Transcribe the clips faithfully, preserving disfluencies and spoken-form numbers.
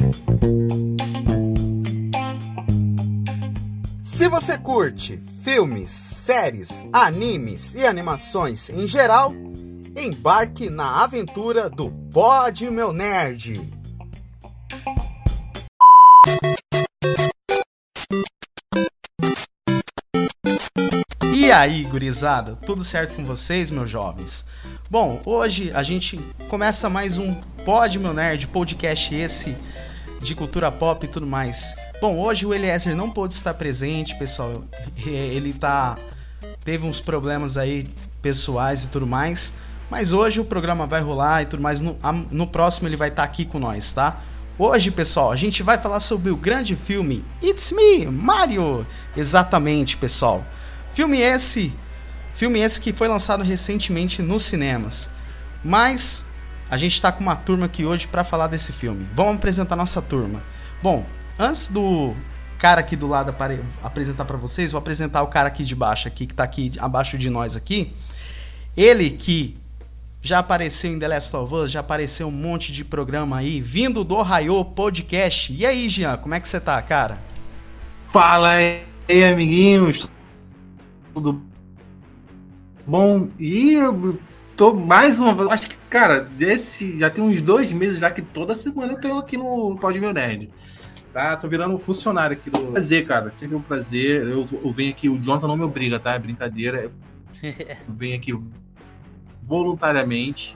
Se você curte filmes, séries, animes e animações em geral, embarque na aventura do Pod Meu Nerd. E aí, gurizada, tudo certo com vocês, meus jovens? Bom, hoje a gente começa mais um Pod Meu Nerd, podcast esse de cultura pop e tudo mais. Bom, hoje o Eliezer não pôde estar presente, pessoal. Ele tá teve uns problemas aí pessoais e tudo mais, mas hoje o programa vai rolar e tudo mais. No, no próximo ele vai estar aqui com nós, tá? Hoje, pessoal, a gente vai falar sobre o grande filme It's Me, Mario! Exatamente, pessoal. Filme esse, filme esse que foi lançado recentemente nos cinemas. Mas a gente está com uma turma aqui hoje para falar desse filme. Vamos apresentar nossa turma. Bom, antes do cara aqui do lado apare- apresentar para vocês, vou apresentar o cara aqui de baixo, aqui, que está aqui abaixo de nós aqui. Ele que já apareceu em The Last of Us, já apareceu um monte de programa aí, vindo do Ohio Podcast. E aí, Jean, como é que você tá, cara? Fala aí, amiguinhos. Tudo bom? E eu tô mais uma vez, acho que, cara, desse, já tem uns dois meses já que toda semana eu tô aqui no Pod Meu Nerd. Tá? Tô virando um funcionário aqui do... Prazer, cara, sempre um prazer. Eu, eu venho aqui, o Jonathan não me obriga, tá? É brincadeira. Eu venho aqui voluntariamente,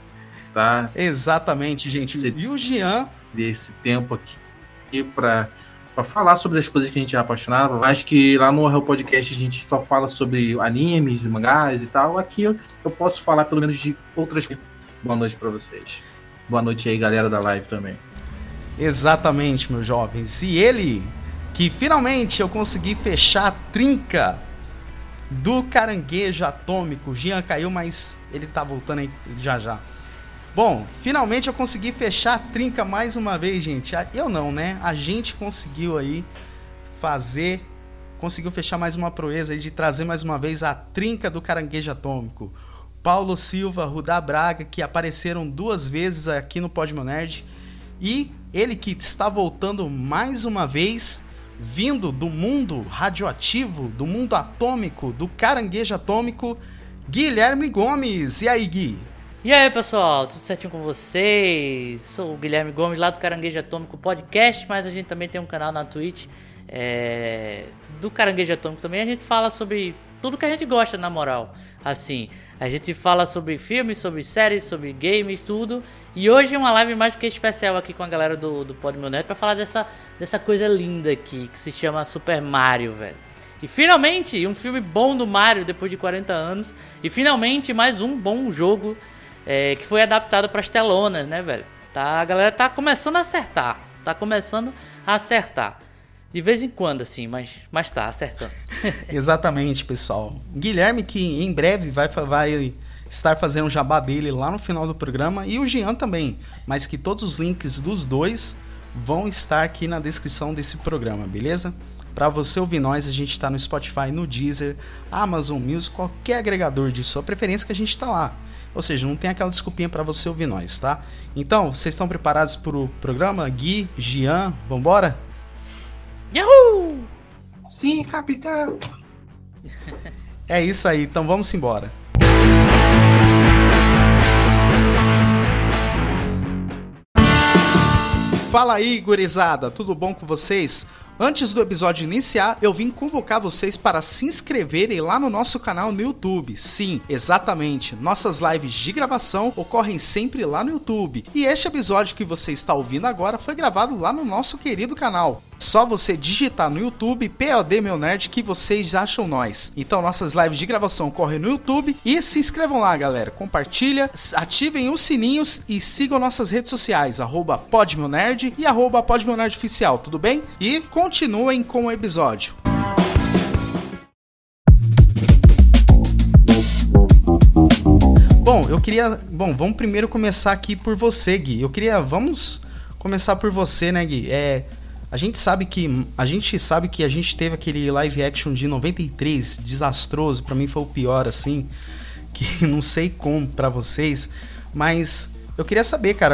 tá? Exatamente, gente. Esse, e o Jean? Desse tempo aqui pra, pra falar sobre as coisas que a gente é apaixonado. Acho que lá no Ohio Podcast a gente só fala sobre animes, mangás e tal. Aqui eu, eu posso falar pelo menos de outras coisas. Boa noite pra vocês. Boa noite aí, galera da live também. Exatamente, meus jovens. E ele, que finalmente eu consegui fechar a trinca do caranguejo atômico. O Jean caiu, mas ele tá voltando aí já já. Bom, finalmente eu consegui fechar a trinca mais uma vez, gente. Eu não, né? A gente conseguiu aí fazer, conseguiu fechar mais uma proeza aí de trazer mais uma vez a trinca do caranguejo atômico. Paulo Silva, Rudá Braga, que apareceram duas vezes aqui no Pod Meu Nerd. E ele que está voltando mais uma vez, vindo do mundo radioativo, do mundo atômico, do caranguejo atômico, Guilherme Gomes. E aí, Gui? E aí, pessoal, tudo certinho com vocês? Sou o Guilherme Gomes, lá do Caranguejo Atômico Podcast, mas a gente também tem um canal na Twitch é, do Caranguejo Atômico também. A gente fala sobre tudo que a gente gosta, na moral. Assim, a gente fala sobre filmes, sobre séries, sobre games, tudo. E hoje é uma live mais do que especial aqui com a galera do, do Pod Meu Nerd pra falar dessa, dessa coisa linda aqui, que se chama Super Mario, velho. E finalmente, um filme bom do Mario depois de quarenta anos. E finalmente, mais um bom jogo é, que foi adaptado pras telonas, né, velho? Tá, a galera tá começando a acertar. Tá começando a acertar. De vez em quando, assim, mas, mas tá acertando. Exatamente, pessoal. Guilherme, que em breve vai, vai estar fazendo um jabá dele lá no final do programa. E o Jean também. Mas que todos os links dos dois vão estar aqui na descrição desse programa, beleza? Para você ouvir nós, a gente está no Spotify, no Deezer, Amazon Music, qualquer agregador de sua preferência que a gente está lá. Ou seja, não tem aquela desculpinha para você ouvir nós, tá? Então, vocês estão preparados para o programa? Gui, Jean, vambora? Yahoo! Sim, capitão! É isso aí, então vamos embora. Fala aí, gurizada, tudo bom com vocês? Antes do episódio iniciar, eu vim convocar vocês para se inscreverem lá no nosso canal no YouTube. Sim, exatamente, nossas lives de gravação ocorrem sempre lá no YouTube. E este episódio que você está ouvindo agora foi gravado lá no nosso querido canal. Só você digitar no YouTube P O D Meu Nerd que vocês acham nós. Então nossas lives de gravação ocorrem no YouTube e se inscrevam lá, galera. Compartilha, ativem os sininhos e sigam nossas redes sociais, arroba Pod Meu Nerd e arroba Pod Meu Nerd Oficial, tudo bem? E continuem com o episódio. Bom, eu queria... Bom, vamos primeiro começar aqui por você, Gui. Eu queria... Vamos começar por você, né, Gui? É... A gente sabe que a gente sabe que a gente teve aquele live action de noventa e três desastroso, pra mim foi o pior, assim, que não sei como pra vocês, mas eu queria saber, cara,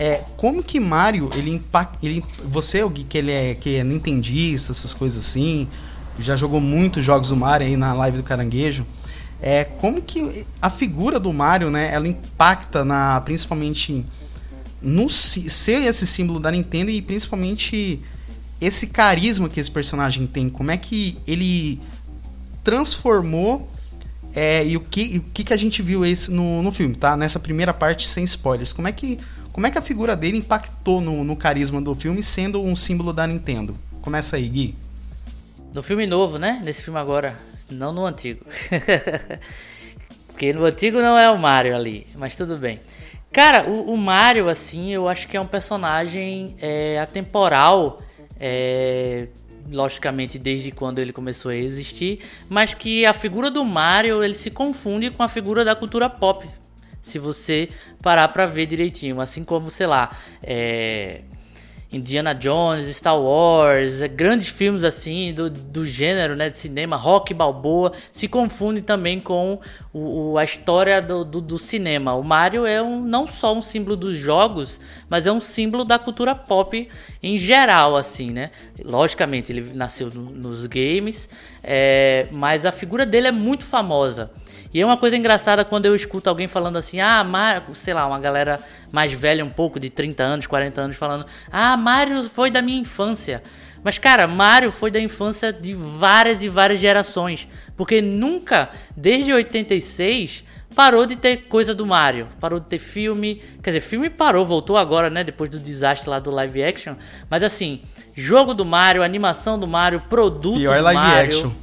é, como que Mario, ele impacta... Ele, você, Gui, que ele é, que é nintendista, essas coisas assim, já jogou muitos jogos do Mario aí na live do Caranguejo, é, como que a figura do Mario, né, ela impacta na, principalmente no ser esse símbolo da Nintendo e principalmente esse carisma que esse personagem tem, como é que ele transformou é, e o que, o que, que a gente viu esse no, no filme, tá? Nessa primeira parte sem spoilers, como é que, como é que a figura dele impactou no, no carisma do filme sendo um símbolo da Nintendo? Começa aí, Gui. No filme novo, né? Nesse filme agora, não no antigo. Porque no antigo não é o Mario ali, mas tudo bem. Cara, o, o Mario, assim, eu acho que é um personagem é, atemporal, é, logicamente desde quando ele começou a existir, mas que a figura do Mario, ele se confunde com a figura da cultura pop, se você parar pra ver direitinho, assim como, sei lá, é... Indiana Jones, Star Wars, grandes filmes assim do, do gênero, né, de cinema, Rocky Balboa, se confunde também com o, o, a história do, do, do cinema. O Mario é um, não só um símbolo dos jogos, mas é um símbolo da cultura pop em geral, assim, né? Logicamente, ele nasceu no, nos games, é, mas a figura dele é muito famosa. E é uma coisa engraçada quando eu escuto alguém falando assim, ah, Mario, sei lá, uma galera mais velha um pouco, de trinta anos, quarenta anos, falando, ah, Mario foi da minha infância. Mas, cara, Mario foi da infância de várias e várias gerações, porque nunca, desde oitenta e seis, parou de ter coisa do Mario, parou de ter filme, quer dizer, filme parou, voltou agora, né, depois do desastre lá do live action, mas assim, jogo do Mario, animação do Mario, produto Pior do live Mario. Action.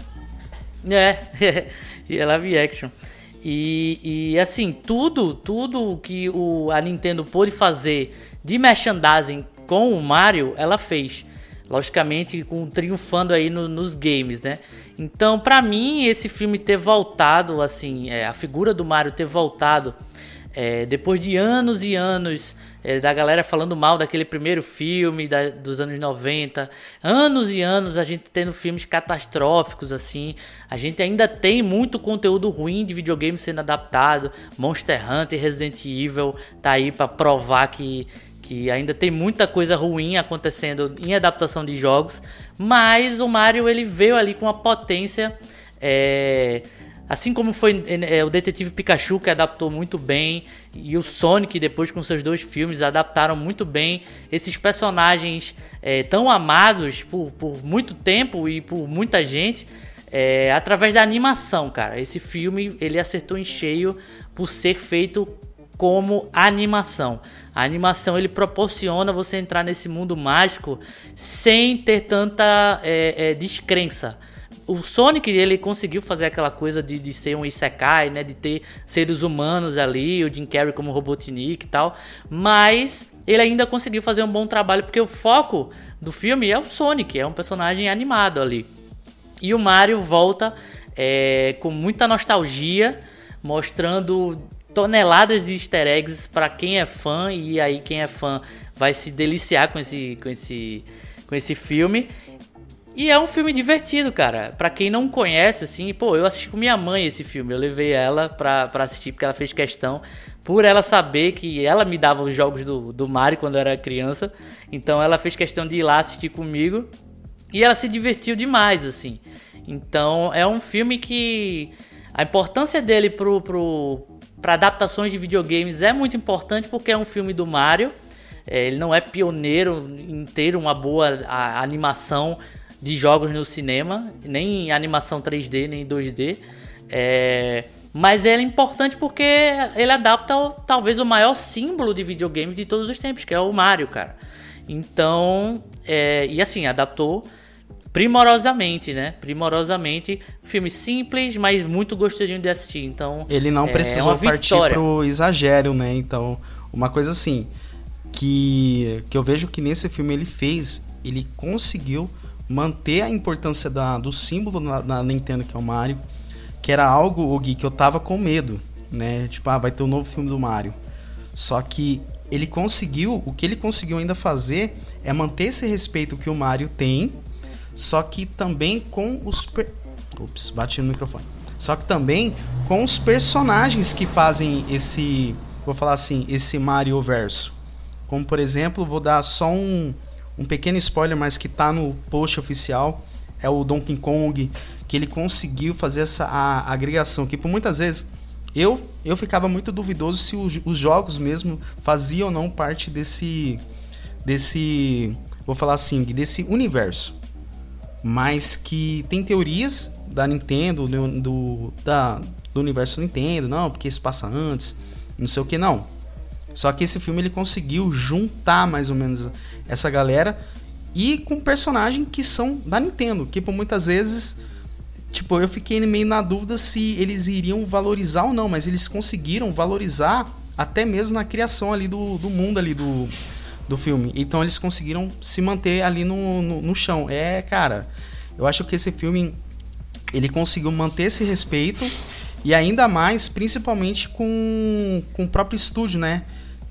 É, e é live action. E, e assim, tudo, tudo que o, a Nintendo pôde fazer de merchandising com o Mario, ela fez. Logicamente, com, triunfando aí no, nos games, né? Então, pra mim, esse filme ter voltado, assim, é, a figura do Mario ter voltado, é, depois de anos e anos é, da galera falando mal daquele primeiro filme da, dos anos noventa, anos e anos a gente tendo filmes catastróficos, assim, a gente ainda tem muito conteúdo ruim de videogame sendo adaptado, Monster Hunter, Resident Evil, tá aí pra provar que que ainda tem muita coisa ruim acontecendo em adaptação de jogos, mas o Mario, ele veio ali com uma potência, é, assim como foi é, o Detetive Pikachu, que adaptou muito bem, e o Sonic, depois com seus dois filmes, adaptaram muito bem esses personagens é, tão amados por, por muito tempo e por muita gente, é, através da animação, cara. Esse filme, ele acertou em cheio por ser feito como animação. A animação, ele proporciona você entrar nesse mundo mágico sem ter tanta é, é, descrença. O Sonic, ele conseguiu fazer aquela coisa de, de ser um isekai, né, de ter seres humanos ali, o Jim Carrey como Robotnik e tal, mas ele ainda conseguiu fazer um bom trabalho, porque o foco do filme é o Sonic, é um personagem animado ali. E o Mario volta é, com muita nostalgia, mostrando toneladas de easter eggs para quem é fã, e aí quem é fã vai se deliciar com esse, com esse, com esse filme. E é um filme divertido, cara. Pra quem não conhece, assim, pô, eu assisti com minha mãe esse filme. Eu levei ela pra, pra assistir porque ela fez questão, por ela saber que ela me dava os jogos do, do Mario quando eu era criança. Então ela fez questão de ir lá assistir comigo. E ela se divertiu demais, assim. Então é um filme que a importância dele pro... pro para adaptações de videogames é muito importante, porque é um filme do Mario, é, ele não é pioneiro em ter uma boa a, animação de jogos no cinema, nem animação três D, nem dois D, é, mas ele é importante porque ele adapta o, talvez o maior símbolo de videogames de todos os tempos, que é o Mario, cara. Então, é, e assim, adaptou primorosamente, né? Primorosamente. Filme simples, mas muito gostosinho de assistir. Então, ele não é, precisou é partir pro exagero, né? Então, uma coisa assim que, que eu vejo que nesse filme ele fez, ele conseguiu manter a importância da, do símbolo na, na Nintendo, que é o Mario, que era algo, Gui, que eu tava com medo, né? Tipo, ah, vai ter um novo filme do Mario. Só que ele conseguiu, o que ele conseguiu ainda fazer é manter esse respeito que o Mario tem, só que também com os... Per... Ups, bati no microfone. Só que também com os personagens que fazem esse... Vou falar assim, esse Mario verso. Como, por exemplo, vou dar só um, um pequeno spoiler, mas que tá no post oficial, é o Donkey Kong, que ele conseguiu fazer essa a, a agregação, que por muitas vezes eu, eu ficava muito duvidoso se os, os jogos mesmo faziam ou não parte desse, desse, vou falar assim, desse universo. Mas que tem teorias da Nintendo, do, do, da, do universo Nintendo, não, porque isso passa antes, não sei o que, não. Só que esse filme ele conseguiu juntar mais ou menos essa galera e com personagens que são da Nintendo, que por muitas vezes, tipo, eu fiquei meio na dúvida se eles iriam valorizar ou não, mas eles conseguiram valorizar até mesmo na criação ali do, do mundo ali do, do filme. Então eles conseguiram se manter ali no, no, no chão. É, cara, eu acho que esse filme ele conseguiu manter esse respeito e ainda mais, principalmente com, com o próprio estúdio, né?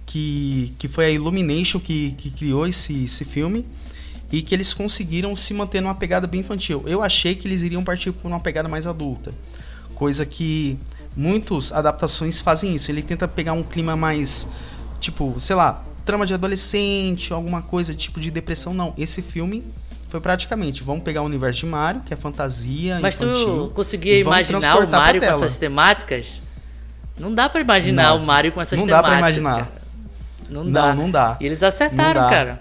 Que, que foi a Illumination que, que criou esse, esse filme e que eles conseguiram se manter numa pegada bem infantil. Eu achei que eles iriam partir por uma pegada mais adulta, coisa que muitas adaptações fazem isso. Ele tenta pegar um clima mais, tipo, sei lá, trama de adolescente, alguma coisa tipo de depressão. Não, esse filme foi praticamente, vamos pegar o universo de Mario, que é fantasia Mas infantil. Mas tu conseguia imaginar o Mario com essas temáticas? Não dá pra imaginar não, o Mario com essas não temáticas, dá pra imaginar. Cara. Não, não dá. Não dá. E eles acertaram, dá. cara.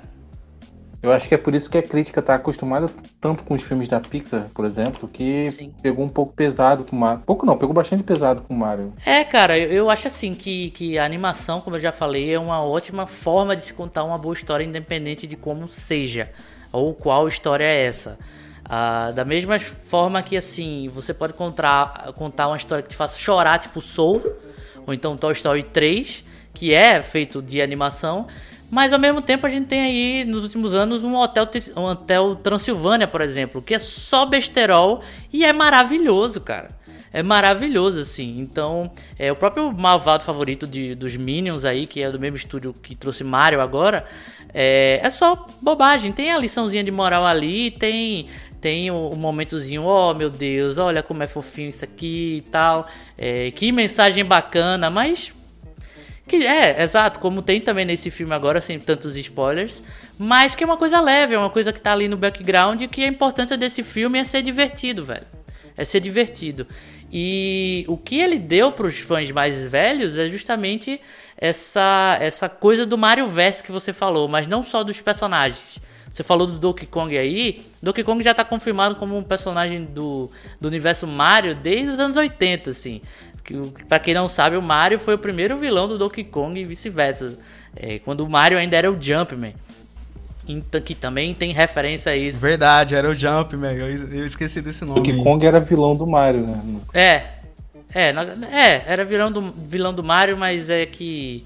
Eu acho que é por isso que a crítica tá acostumada tanto com os filmes da Pixar, por exemplo, que Sim. pegou um pouco pesado com o Mario. Pouco não, pegou bastante pesado com o Mario. É, cara, eu, eu acho assim que, que a animação, como eu já falei, é uma ótima forma de se contar uma boa história, independente de como seja, ou qual história é essa. Ah, da mesma forma que, assim, você pode contar, contar uma história que te faça chorar, tipo Soul, ou então Toy Story três, que é feito de animação, mas ao mesmo tempo a gente tem aí nos últimos anos um Hotel, um Hotel Transilvânia, por exemplo, que é só besterol e é maravilhoso, cara. É maravilhoso, assim. Então, é o próprio malvado favorito de, dos Minions aí, que é do mesmo estúdio que trouxe Mario agora, é, é só bobagem. Tem a liçãozinha de moral ali, tem... Tem um momentozinho, oh meu Deus, olha como é fofinho isso aqui e tal. É, que mensagem bacana, mas... Que é, exato, como tem também nesse filme agora, sem tantos spoilers. Mas que é uma coisa leve, é uma coisa que tá ali no background. Que a importância desse filme é ser divertido, velho. É ser divertido. E o que ele deu pros fãs mais velhos é justamente essa, essa coisa do Marioverse que você falou. Mas não só dos personagens. Você falou do Donkey Kong aí. Donkey Kong já tá confirmado como um personagem do, do universo Mario desde os anos oitenta, assim. Pra quem não sabe, o Mario foi o primeiro vilão do Donkey Kong e vice-versa. É, quando o Mario ainda era o Jumpman. Então, que também tem referência a isso. Verdade, era o Jumpman. Eu, eu esqueci desse nome. Donkey Kong era vilão do Mario, né? É. É, é era vilão do, vilão do Mario, mas é que...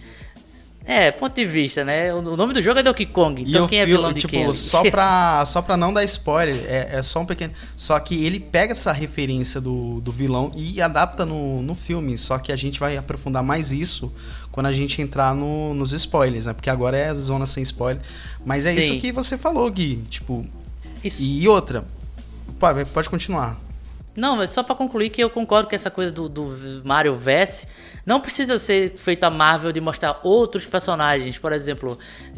É, ponto de vista, né? O nome do jogo é Donkey Kong, então e quem é fio, vilão de tipo, quem? Só pra, só pra não dar spoiler, é, é só um pequeno... Só que ele pega essa referência do, do vilão e adapta no, no filme, só que a gente vai aprofundar mais isso quando a gente entrar no, nos spoilers, né? Porque agora é a zona sem spoiler. Mas é Sim. isso que você falou, Gui, tipo... Isso. E outra... Pode, pode continuar. Não, mas só pra concluir que eu concordo com essa coisa do, do Marioverse. Não precisa ser feito a Marvel de mostrar outros personagens. Por exemplo,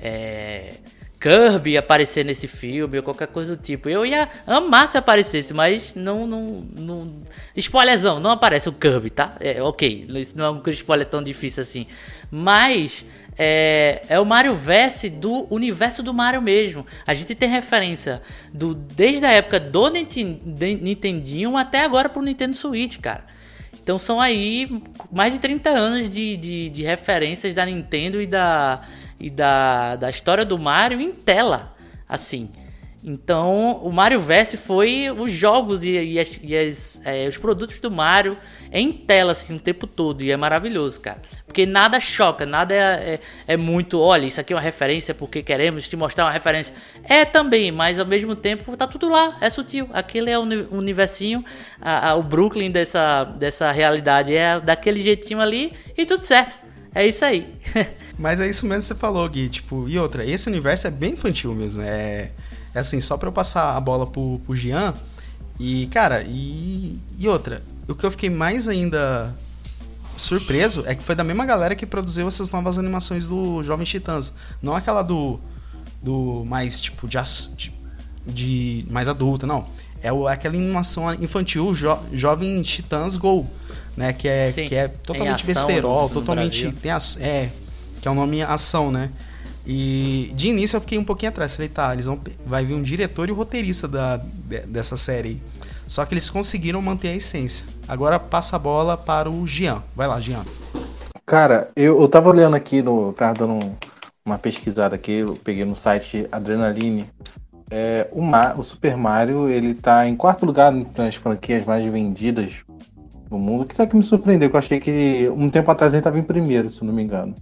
é, Kirby aparecer nesse filme ou qualquer coisa do tipo. Eu ia amar se aparecesse, mas não... não, não... Spoilerzão, não aparece o Kirby, tá? É, ok, isso não é um spoiler tão difícil assim. Mas... É, é o Marioverse do universo do Mario mesmo. A gente tem referência do, desde a época do Nintendinho até agora pro Nintendo Switch, cara. Então são aí mais de trinta anos de, de, de referências da Nintendo e, da, e da, da história do Mario em tela, assim. Então o Marioverse foi os jogos e, e, as, e as, é, os produtos do Mario em tela assim, o tempo todo. E é maravilhoso, cara. Porque nada choca, nada é, é, é muito... Olha, isso aqui é uma referência porque queremos te mostrar uma referência. É também, mas ao mesmo tempo tá tudo lá, é sutil. Aquele é o universinho, a, a, o Brooklyn dessa, dessa realidade é daquele jeitinho ali e tudo certo. É isso aí. Mas é isso mesmo que você falou, Gui. Tipo, e outra, esse universo é bem infantil mesmo. É... É assim, só pra eu passar a bola pro, pro Jean. E, cara, e, e outra, o que eu fiquei mais ainda surpreso é que foi da mesma galera que produziu essas novas animações do Jovens Titãs. Não aquela do, do mais, tipo, de, de, de mais adulta, não. É o, aquela animação infantil jo, Jovens Titãs Go, né? Que é, que é totalmente besterol, totalmente... Tem a, é, que é o nome ação, né? E de início eu fiquei um pouquinho atrás. Falei, tá, eles vão, vai vir um diretor e um roteirista da, de, dessa série aí. Só que eles conseguiram manter a essência. Agora passa a bola para o Jean. Vai lá, Jean. Cara, eu, eu tava olhando aqui, no, tava dando um, uma pesquisada aqui, eu peguei no site Adrenaline. É, o, Ma, o Super Mario, ele tá em quarto lugar nas franquias mais vendidas no mundo. Que tá que me surpreendeu, que eu achei que um tempo atrás ele tava em primeiro, se não me engano.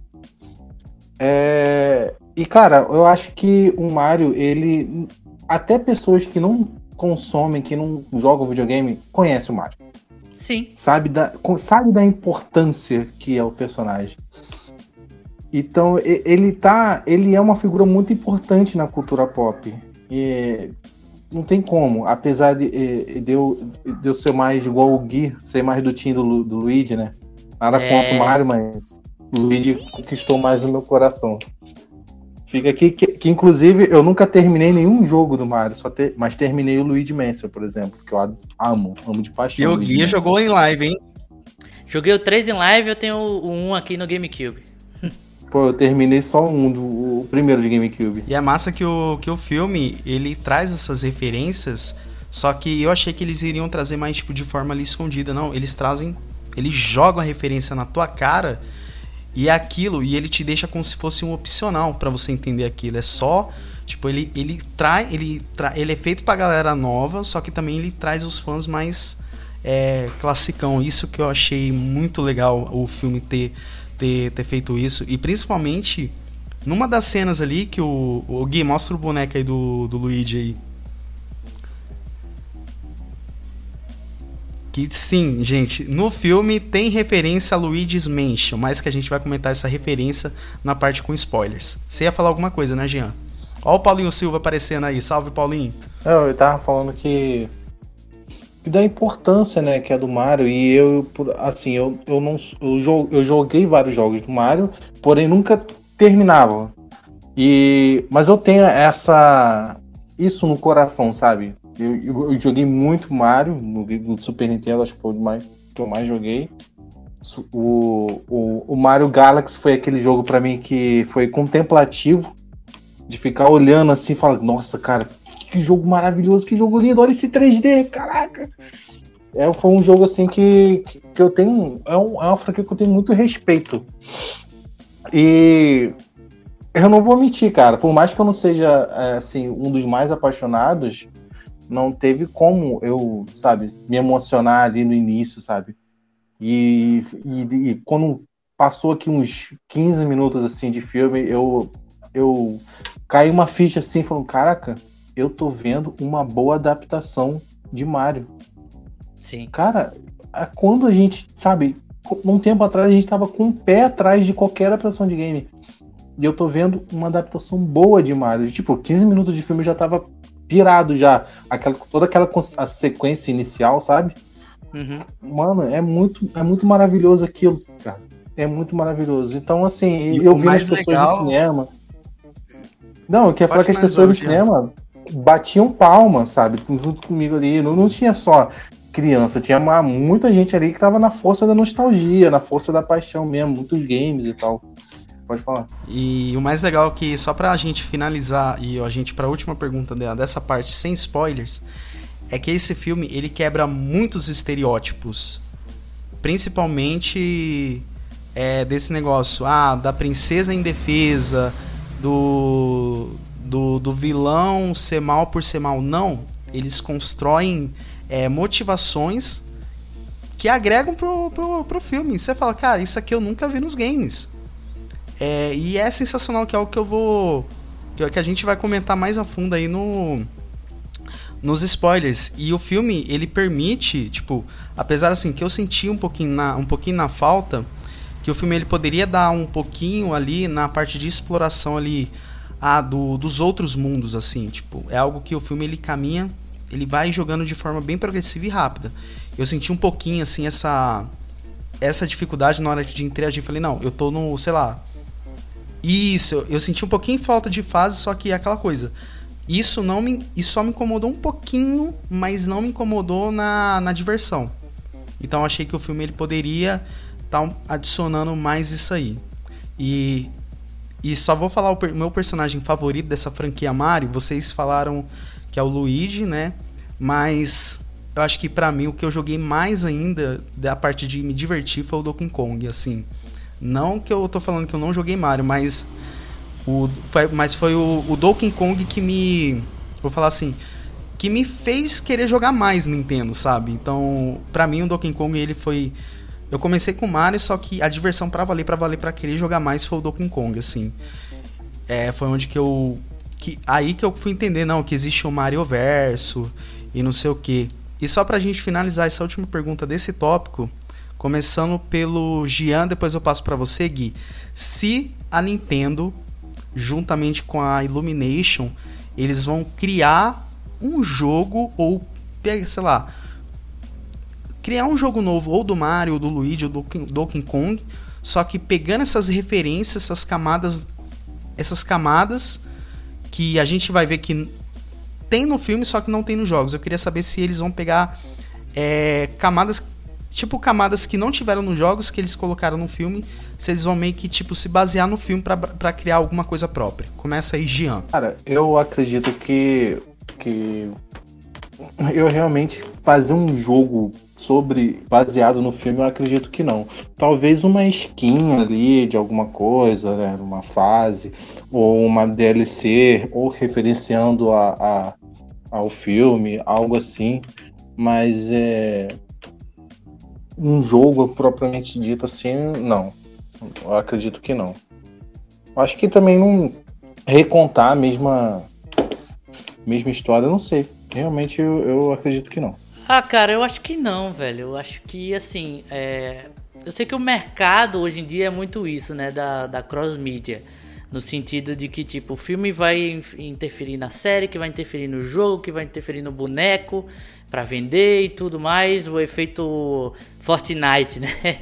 É, e cara, eu acho que o Mario, ele... Até pessoas que não consomem, que não jogam videogame, conhecem o Mario. Sim. Sabe da, sabe da importância que é o personagem. Então, ele tá... Ele é uma figura muito importante na cultura pop. E não tem como. Apesar de, de, eu, de eu ser mais igual o Gui, ser mais do time do, do Luigi, né? Nada é... contra o Mario, mas... O Luigi conquistou mais o meu coração. Fica aqui que, que, inclusive, eu nunca terminei nenhum jogo do Mario, só ter, mas terminei o Luigi Mansion, por exemplo, que eu amo, amo de paixão. E o Guia jogou em live, hein? Joguei o três em live, eu tenho o um aqui no GameCube. Pô, eu terminei só um, do, o primeiro de GameCube. E é massa que o, que o filme, ele traz essas referências, só que eu achei que eles iriam trazer mais, tipo, de forma ali escondida. Não, eles trazem, eles jogam a referência na tua cara... E é aquilo, e ele te deixa como se fosse um opcional pra você entender aquilo. É só, tipo, ele, ele, trai, ele, tra, ele é feito pra galera nova, só que também ele traz os fãs mais é, classicão. Isso que eu achei muito legal, o filme ter, ter, ter feito isso. E principalmente, numa das cenas ali, que o, o Gui, mostra o boneco aí do, do Luigi aí. Que sim, gente, no filme tem referência a Luigi's Mansion, mas que a gente vai comentar essa referência na parte com spoilers. Você ia falar alguma coisa, né, Jean? Ó o Paulinho Silva aparecendo aí, salve, Paulinho. Não, eu tava falando que, que da importância, né, que é do Mario, e eu, assim, eu, eu, não, eu, eu joguei vários jogos do Mario, porém nunca terminava. E, mas eu tenho essa, isso no coração, sabe? Eu, eu, eu joguei muito Mario no, no Super Nintendo, acho que foi o mais, que eu mais joguei. O, o, o Mario Galaxy foi aquele jogo pra mim que foi contemplativo, de ficar olhando assim e falar, nossa, cara, que jogo maravilhoso, que jogo lindo, olha esse três D, caraca! É, foi um jogo assim que, que, que eu tenho, é, um, é uma franquia que eu tenho muito respeito. E eu não vou mentir, cara, por mais que eu não seja assim, um dos mais apaixonados, não teve como eu, sabe, me emocionar ali no início, sabe? E, e, e quando passou aqui uns quinze minutos, assim, de filme, eu, eu caí uma ficha, assim, falando, caraca, eu tô vendo uma boa adaptação de Mario. Sim. Cara, quando a gente, sabe, um tempo atrás a gente tava com um pé atrás de qualquer adaptação de game. E eu tô vendo uma adaptação boa de Mario. Tipo, quinze minutos de filme eu já tava pirado já, aquela, toda aquela a sequência inicial, sabe? Uhum. Mano, é muito, é muito maravilhoso aquilo, cara. É muito maravilhoso. Então, assim, e eu vi as pessoas legal... no cinema. Não, eu quero falar que as pessoas no cinema batiam palma, sabe? Junto comigo ali. Não, não tinha só criança, tinha uma, muita gente ali que tava na força da nostalgia, na força da paixão mesmo, muitos games e tal. Pode falar. E o mais legal é que, só pra gente finalizar, e a gente pra última pergunta dela, dessa parte sem spoilers, é que esse filme, ele quebra muitos estereótipos. Principalmente é, desse negócio, ah, da princesa indefesa, do, do, do vilão ser mal por ser mal. Não, eles constroem é, motivações que agregam pro, pro, pro filme. Você fala, cara, isso aqui eu nunca vi nos games. É, e é sensacional, que é algo que eu vou... que a gente vai comentar mais a fundo aí no, nos spoilers. E o filme, ele permite, tipo, apesar assim, que eu senti um pouquinho na, um pouquinho na falta, que o filme ele poderia dar um pouquinho ali na parte de exploração ali ah, do, dos outros mundos, assim, tipo, é algo que o filme ele caminha, ele vai jogando de forma bem progressiva e rápida. Eu senti um pouquinho, assim, essa... essa dificuldade na hora de interagir. Falei, não, eu tô no, sei lá... Isso, eu senti um pouquinho falta de fase, só que é aquela coisa. Isso, não me, isso só me incomodou um pouquinho, mas não me incomodou na, na diversão. Então eu achei que o filme ele poderia estar tá adicionando mais isso aí. E, e só vou falar o per, meu personagem favorito dessa franquia Mario. Vocês falaram que é o Luigi, né? Mas eu acho que pra mim o que eu joguei mais ainda, da parte de me divertir, foi o Donkey Kong, assim. Não que eu tô falando que eu não joguei Mario, mas... O, foi, mas foi o, o Donkey Kong que me... Vou falar assim... Que me fez querer jogar mais Nintendo, sabe? Então, pra mim, o Donkey Kong, ele foi... Eu comecei com o Mario, só que a diversão pra valer, pra valer, pra querer jogar mais foi o Donkey Kong, assim. É, foi onde que eu... Que, aí que eu fui entender, não, que existe o Mario Verso e não sei o quê. E só pra gente finalizar essa última pergunta desse tópico, começando pelo Gian, depois eu passo pra você, Gui. Se a Nintendo... juntamente com a Illumination, eles vão criar um jogo, ou, sei lá, criar um jogo novo, ou do Mario, ou do Luigi, ou do Donkey Kong, só que pegando essas referências, essas camadas, essas camadas que a gente vai ver que tem no filme, só que não tem nos jogos. Eu queria saber se eles vão pegar é, camadas, tipo camadas que não tiveram nos jogos, que eles colocaram no filme, se eles vão meio que tipo se basear no filme pra, pra criar alguma coisa própria. Começa aí, Gian. Cara, eu acredito que, que eu realmente fazer um jogo sobre baseado no filme, eu acredito que não. Talvez uma skin ali de alguma coisa, né, uma fase, ou uma D L C, ou referenciando a, a, ao filme, algo assim. Mas é... um jogo propriamente dito assim, não. Eu acredito que não. Eu acho que também não recontar a mesma, mesma história, eu não sei. Realmente eu, eu acredito que não. Ah, cara, eu acho que não, velho. Eu acho que, assim, é... eu sei que o mercado hoje em dia é muito isso, né, da, da cross-mídia. No sentido de que, tipo, o filme vai interferir na série, que vai interferir no jogo, que vai interferir no boneco pra vender e tudo mais. O efeito Fortnite, né?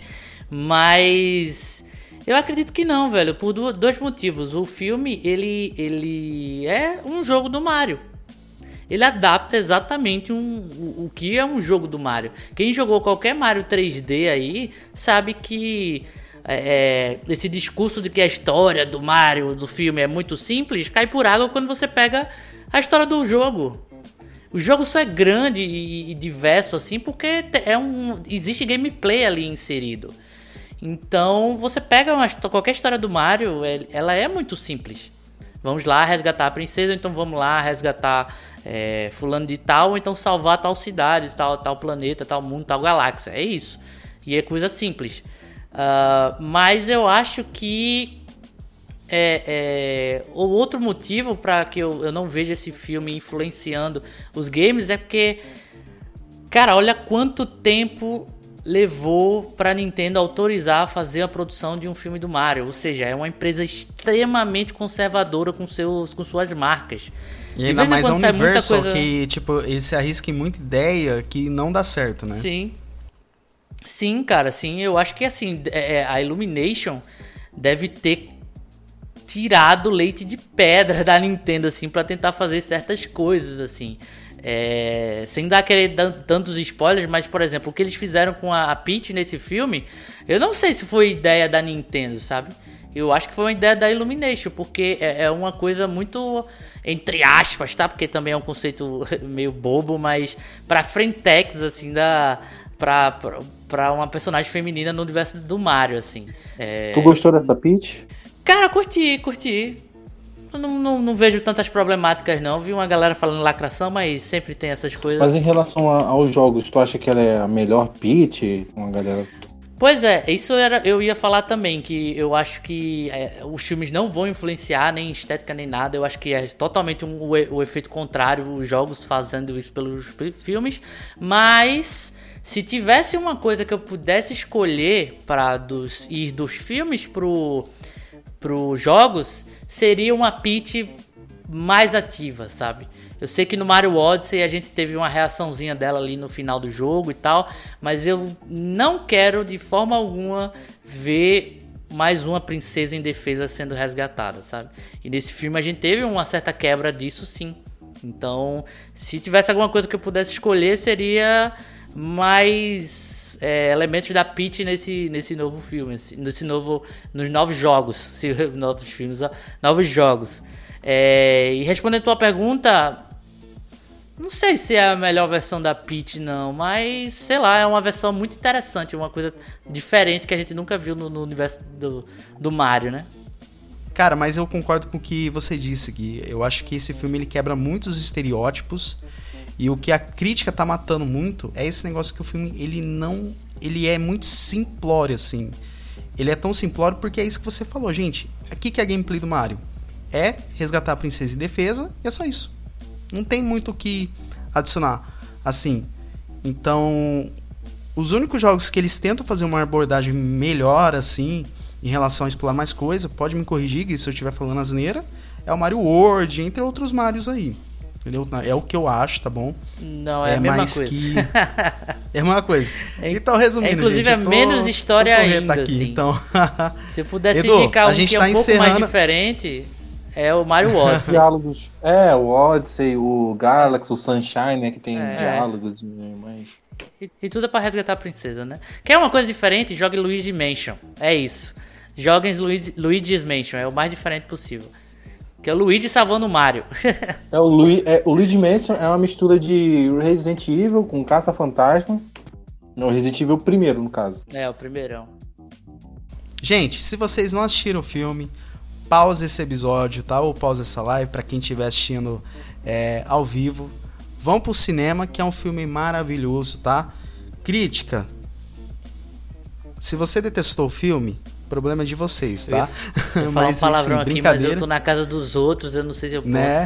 Mas eu acredito que não, velho, por dois motivos. O filme, ele, ele é um jogo do Mario. Ele adapta exatamente um, o, o que é um jogo do Mario. Quem jogou qualquer Mario três D aí sabe que é, esse discurso de que a história do Mario, do filme, é muito simples, cai por água quando você pega a história do jogo. O jogo só é grande e, e diverso assim porque é um, existe gameplay ali inserido. Então você pega uma, qualquer história do Mario, ela é muito simples. Vamos lá resgatar a princesa, então vamos lá resgatar é, fulano de tal, ou então salvar tal cidade, tal, tal planeta, tal mundo, tal galáxia. É isso. E é coisa simples. Uh, mas eu acho que é, é, o outro motivo para que eu, eu não vejo esse filme influenciando os games é porque, cara, olha quanto tempo levou para a Nintendo autorizar a fazer a produção de um filme do Mario. Ou seja, é uma empresa extremamente conservadora com, seus, com suas marcas. E ainda mais a Universal, coisa... que tipo, ele se arrisca em muita ideia que não dá certo, né? Sim. Sim, cara, sim. Eu acho que assim, é, a Illumination deve ter tirado leite de pedra da Nintendo, assim, para tentar fazer certas coisas, assim. É, sem dar aquele tantos spoilers, mas por exemplo, o que eles fizeram com a, a Peach nesse filme, eu não sei se foi ideia da Nintendo, sabe? Eu acho que foi uma ideia da Illumination, porque é, é uma coisa muito, entre aspas, tá? Porque também é um conceito meio bobo, mas pra frentex, assim, da, pra, pra, pra uma personagem feminina no universo do Mario, assim. É... Tu gostou dessa Peach? Cara, curti, curti. Eu não, não, não vejo tantas problemáticas não, vi uma galera falando lacração, mas sempre tem essas coisas. Mas em relação a, aos jogos, tu acha que ela é a melhor Peach? Uma galera... Pois é, isso era, eu ia falar também, que eu acho que é, os filmes não vão influenciar nem estética nem nada, eu acho que é totalmente um, o, o efeito contrário, os jogos fazendo isso pelos filmes, mas se tivesse uma coisa que eu pudesse escolher para dos, ir dos filmes pro, pro jogos, seria uma Peach mais ativa, sabe? Eu sei que no Mario Odyssey a gente teve uma reaçãozinha dela ali no final do jogo e tal, mas eu não quero de forma alguma ver mais uma princesa indefesa sendo resgatada, sabe? E nesse filme a gente teve uma certa quebra disso, sim. Então, se tivesse alguma coisa que eu pudesse escolher, seria mais é, elementos da Peach nesse, nesse novo filme, nesse novo, nos novos jogos, se, novos filmes, novos jogos. É, e respondendo a tua pergunta, não sei se é a melhor versão da Peach, não, mas sei lá, é uma versão muito interessante, uma coisa diferente que a gente nunca viu no, no universo do, do Mario, né? Cara, mas eu concordo com o que você disse, Gui. Eu acho que esse filme ele quebra muitos estereótipos e o que a crítica tá matando muito é esse negócio que o filme ele não, ele é muito simplório assim. Ele é tão simplório porque é isso que você falou, gente. O que que é a gameplay do Mario? É resgatar a princesa indefesa e é só isso. Não tem muito o que adicionar, assim. Então, os únicos jogos que eles tentam fazer uma abordagem melhor, assim, em relação a explorar mais coisa, pode me corrigir, Gui, se eu estiver falando asneira, é o Mario World, entre outros Marios aí. Entendeu? É o que eu acho, tá bom? Não, é, é a mesma mais coisa. Que... é uma coisa. É, então, resumindo, é, inclusive, gente, é tô, menos história ainda, aqui, assim. então... Se eu pudesse Edu, indicar um que é tá um pouco encerrando... mais diferente, é o Mario Odyssey. Diálogos. É, o Odyssey, o Galaxy, o Sunshine, né, que tem É. diálogos, mas... E, e tudo é pra resgatar a princesa, né? Quer uma coisa diferente? Jogue Luigi Mansion. É isso. Joguem Luigi, Luigi's Mansion. É o mais diferente possível. Que é o Luigi salvando o Mario. É, o, Lu, é, o Luigi Mansion é uma mistura de Resident Evil com Caça-Fantasma. Não, Resident Evil primeiro, no caso. É, o primeirão. Gente, se vocês não assistiram o filme, pause esse episódio, tá? Ou pause essa live pra quem estiver assistindo é, ao vivo. Vão pro cinema, que é um filme maravilhoso, tá? Crítica. Se você detestou o filme, problema é de vocês, tá? Eu ia falar um palavrão assim, aqui, mas eu tô na casa dos outros, eu não sei se eu posso. Né?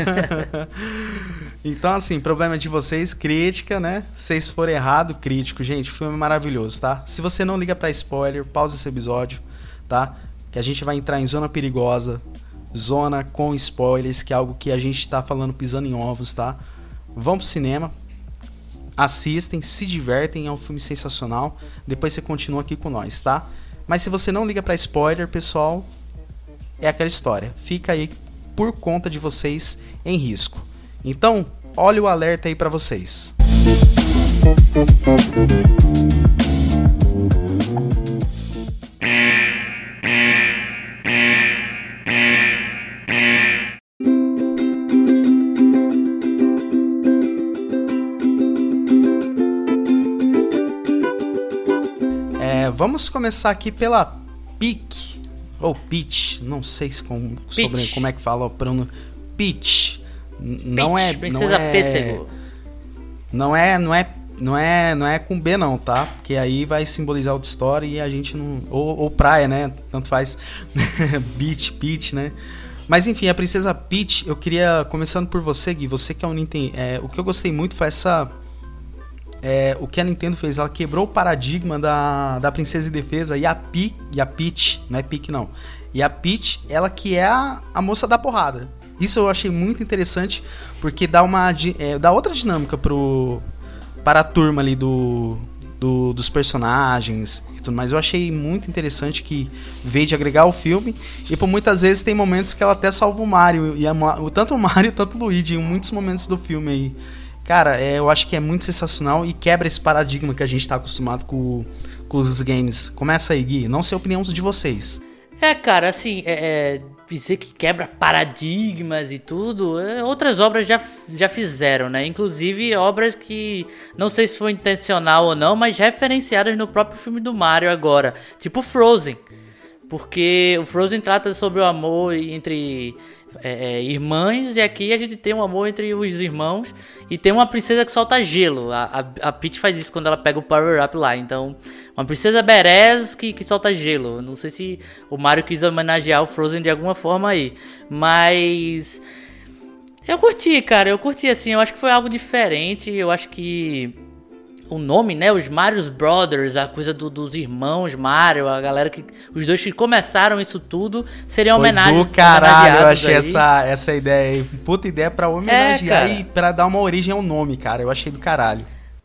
Então, assim, problema é de vocês, crítica, né? Se vocês forem errado, crítico. Gente, o filme é maravilhoso, tá? Se você não liga pra spoiler, pausa esse episódio, tá? Que a gente vai entrar em zona perigosa, zona com spoilers, que é algo que a gente tá falando pisando em ovos, tá? Vão pro cinema, assistem, se divertem, é um filme sensacional. Depois você continua aqui com nós, tá? Mas se você não liga pra spoiler, pessoal, é aquela história. Fica aí por conta de vocês em risco. Então, olha o alerta aí pra vocês. Vamos começar aqui pela Peach, ou Peach, não sei se com, sobre como é que fala o pronome. Peach. Não Peach, é, Princesa não é, Pêssego. Não é, não é, não é, não é com B não, tá? Porque aí vai simbolizar outra história e a gente não, ou, ou praia, né? Tanto faz. Beach, Peach, né? Mas enfim, a Princesa Peach, eu queria, começando por você, Gui, você que é um Nintendo, é, o que eu gostei muito foi essa É, o que a Nintendo fez, ela quebrou o paradigma da, da Princesa Indefesa e a, Pi, e a Peach, não é Peach não, e a Peach, ela que é a, a moça da porrada. Isso eu achei muito interessante, porque dá, uma, é, dá outra dinâmica pro, para a turma ali do, do, dos personagens e tudo mais. Eu achei muito interessante que veio de agregar o filme, e por muitas vezes tem momentos que ela até salva o Mario, e a, tanto o Mario quanto o Luigi, em muitos momentos do filme aí. Cara, é, eu acho que é muito sensacional e quebra esse paradigma que a gente tá acostumado com, com os games. Começa aí, Gui. Não sei a opinião de vocês. É, cara, assim, é, é, dizer que quebra paradigmas e tudo, é, outras obras já, já fizeram, né? Inclusive obras que, não sei se foi intencional ou não, mas referenciadas no próprio filme do Mario agora. Tipo Frozen. Porque o Frozen trata sobre o amor entre... É, é, irmãs, e aqui a gente tem um amor entre os irmãos e tem uma princesa que solta gelo. A, a, a Peach faz isso quando ela pega o Power Up lá. Então, uma princesa Berez que, que solta gelo. Não sei se o Mario quis homenagear o Frozen de alguma forma aí, mas eu curti, cara. Eu curti, assim. Eu acho que foi algo diferente. Eu acho que o nome, né? Os Mario Brothers, a coisa do, dos irmãos Mario, a galera que... Os dois que começaram isso tudo, seriam homenagens. Do caralho, eu achei essa, essa ideia aí. Puta ideia pra homenagear é, e pra dar uma origem ao nome, cara. Eu achei do caralho.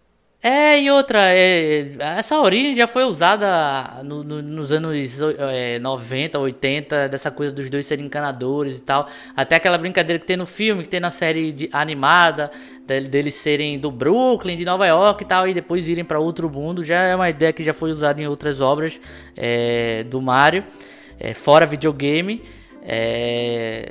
É, e outra, é, essa origem já foi usada no, no, nos anos é, noventa, oitenta, dessa coisa dos dois serem encanadores e tal. Até aquela brincadeira que tem no filme, que tem na série de, animada, deles de serem do Brooklyn, de Nova York e tal, e depois irem para outro mundo. Já é uma ideia que já foi usada em outras obras é, do Mario, é, fora videogame. É...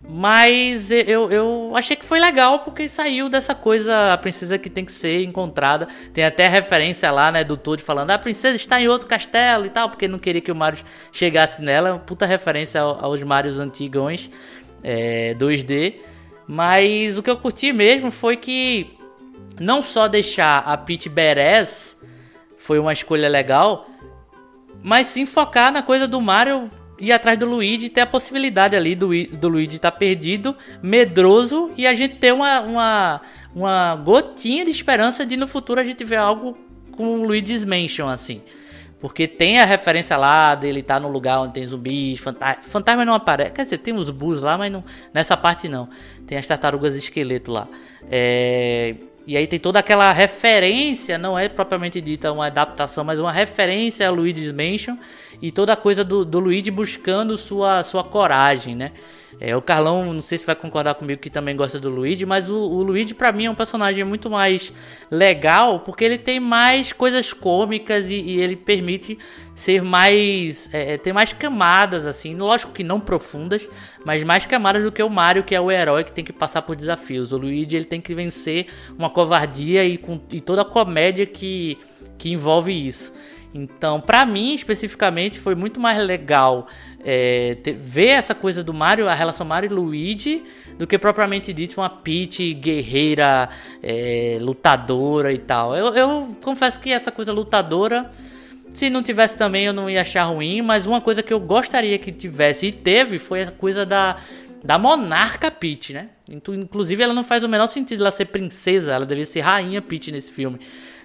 Mas eu, eu achei que foi legal porque saiu dessa coisa, a princesa que tem que ser encontrada. Tem até referência lá, né, do Toad falando, ah, a princesa está em outro castelo e tal, porque não queria que o Mario chegasse nela. Uma puta referência aos Marios antigões, é, dois D. Mas o que eu curti mesmo foi que não só deixar a Peach badass foi uma escolha legal, mas sim focar na coisa do Mario ir atrás do Luigi e ter a possibilidade ali do, do Luigi estar perdido, medroso, e a gente ter uma, uma, uma gotinha de esperança de no futuro a gente ver algo com o Luigi's Mansion, assim. Porque tem a referência lá dele estar no lugar onde tem zumbis, fantasma, fantasma não aparece, quer dizer, tem os Boos lá, mas não, nessa parte não. Tem as tartarugas esqueleto lá. É... E aí tem toda aquela referência, não é propriamente dita uma adaptação, mas uma referência a Luigi's Mansion e toda a coisa do, do Luigi buscando sua, sua coragem, né? É, o Carlão, não sei se vai concordar comigo que também gosta do Luigi, mas o, o Luigi pra mim é um personagem muito mais legal porque ele tem mais coisas cômicas e, e ele permite ser mais... É, ter mais camadas, assim, lógico que não profundas, mas mais camadas do que o Mario, que é o herói que tem que passar por desafios. O Luigi, ele tem que vencer uma covardia e, com, e toda a comédia que, que envolve isso. Então, pra mim, especificamente, foi muito mais legal é, ter, ver essa coisa do Mario, a relação Mario e Luigi, do que propriamente dito uma Peach guerreira, é, lutadora e tal. Eu, eu confesso que essa coisa lutadora, se não tivesse também, eu não ia achar ruim, mas uma coisa que eu gostaria que tivesse e teve foi a coisa da, da monarca Peach, né? Inclusive, ela não faz o menor sentido ela ser princesa, ela deveria ser rainha Peach nesse filme.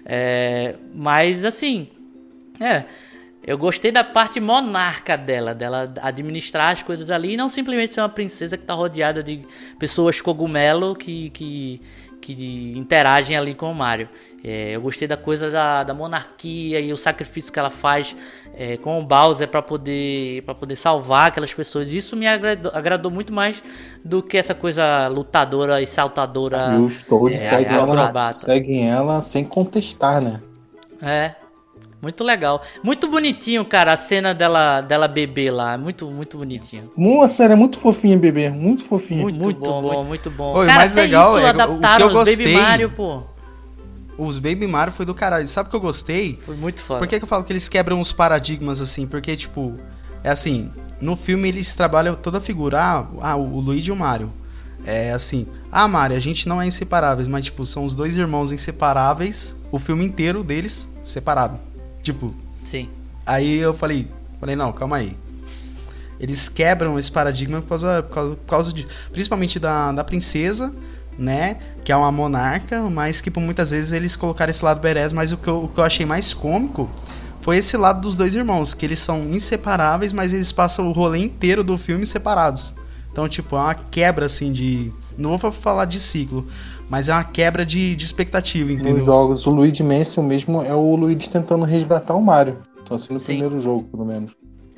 É, mas, assim... É, eu gostei da parte monarca dela, dela administrar as coisas ali e não simplesmente ser uma princesa que está rodeada de pessoas cogumelo que, que, que interagem ali com o Mario. É, eu gostei da coisa da, da monarquia e o sacrifício que ela faz é, com o Bowser para poder, para poder salvar aquelas pessoas. Isso me agradou, agradou muito mais do que essa coisa lutadora e saltadora. E os Toads é, seguem, ela, seguem ela sem contestar, né? É. Muito legal. Muito bonitinho, cara, a cena dela, dela bebê lá. Muito, muito bonitinho. Uma série é muito fofinha, bebê. Muito fofinha. Muito, muito bom, muito, muito bom. Oi, cara, o mais legal isso, é adaptaram o que eu os gostei. Baby Mario, pô. Os Baby Mario foi do caralho. Sabe o que eu gostei? Foi muito foda. Por que, que eu falo que eles quebram os paradigmas, assim? Porque, tipo, é assim, no filme eles trabalham toda a figura. Ah, ah o Luigi e o Mario. É assim, ah, Mario, a gente não é inseparáveis, mas, tipo, são os dois irmãos inseparáveis, o filme inteiro deles separado. Tipo... Sim. Aí eu falei, falei, não, calma aí. Eles quebram esse paradigma por causa, por causa, por causa de... Principalmente da, da princesa, né? Que é uma monarca, mas que por muitas vezes eles colocaram esse lado badass, mas o que, eu, o que eu achei mais cômico foi esse lado dos dois irmãos, que eles são inseparáveis, mas eles passam o rolê inteiro do filme separados. Então, tipo, é uma quebra, assim, de... Não vou falar de ciclo, mas é uma quebra de, de expectativa, entendeu? Nos jogos, o Luigi Mansion mesmo é o Luigi tentando resgatar o Mario. Então, assim, no Sim. primeiro jogo, pelo menos.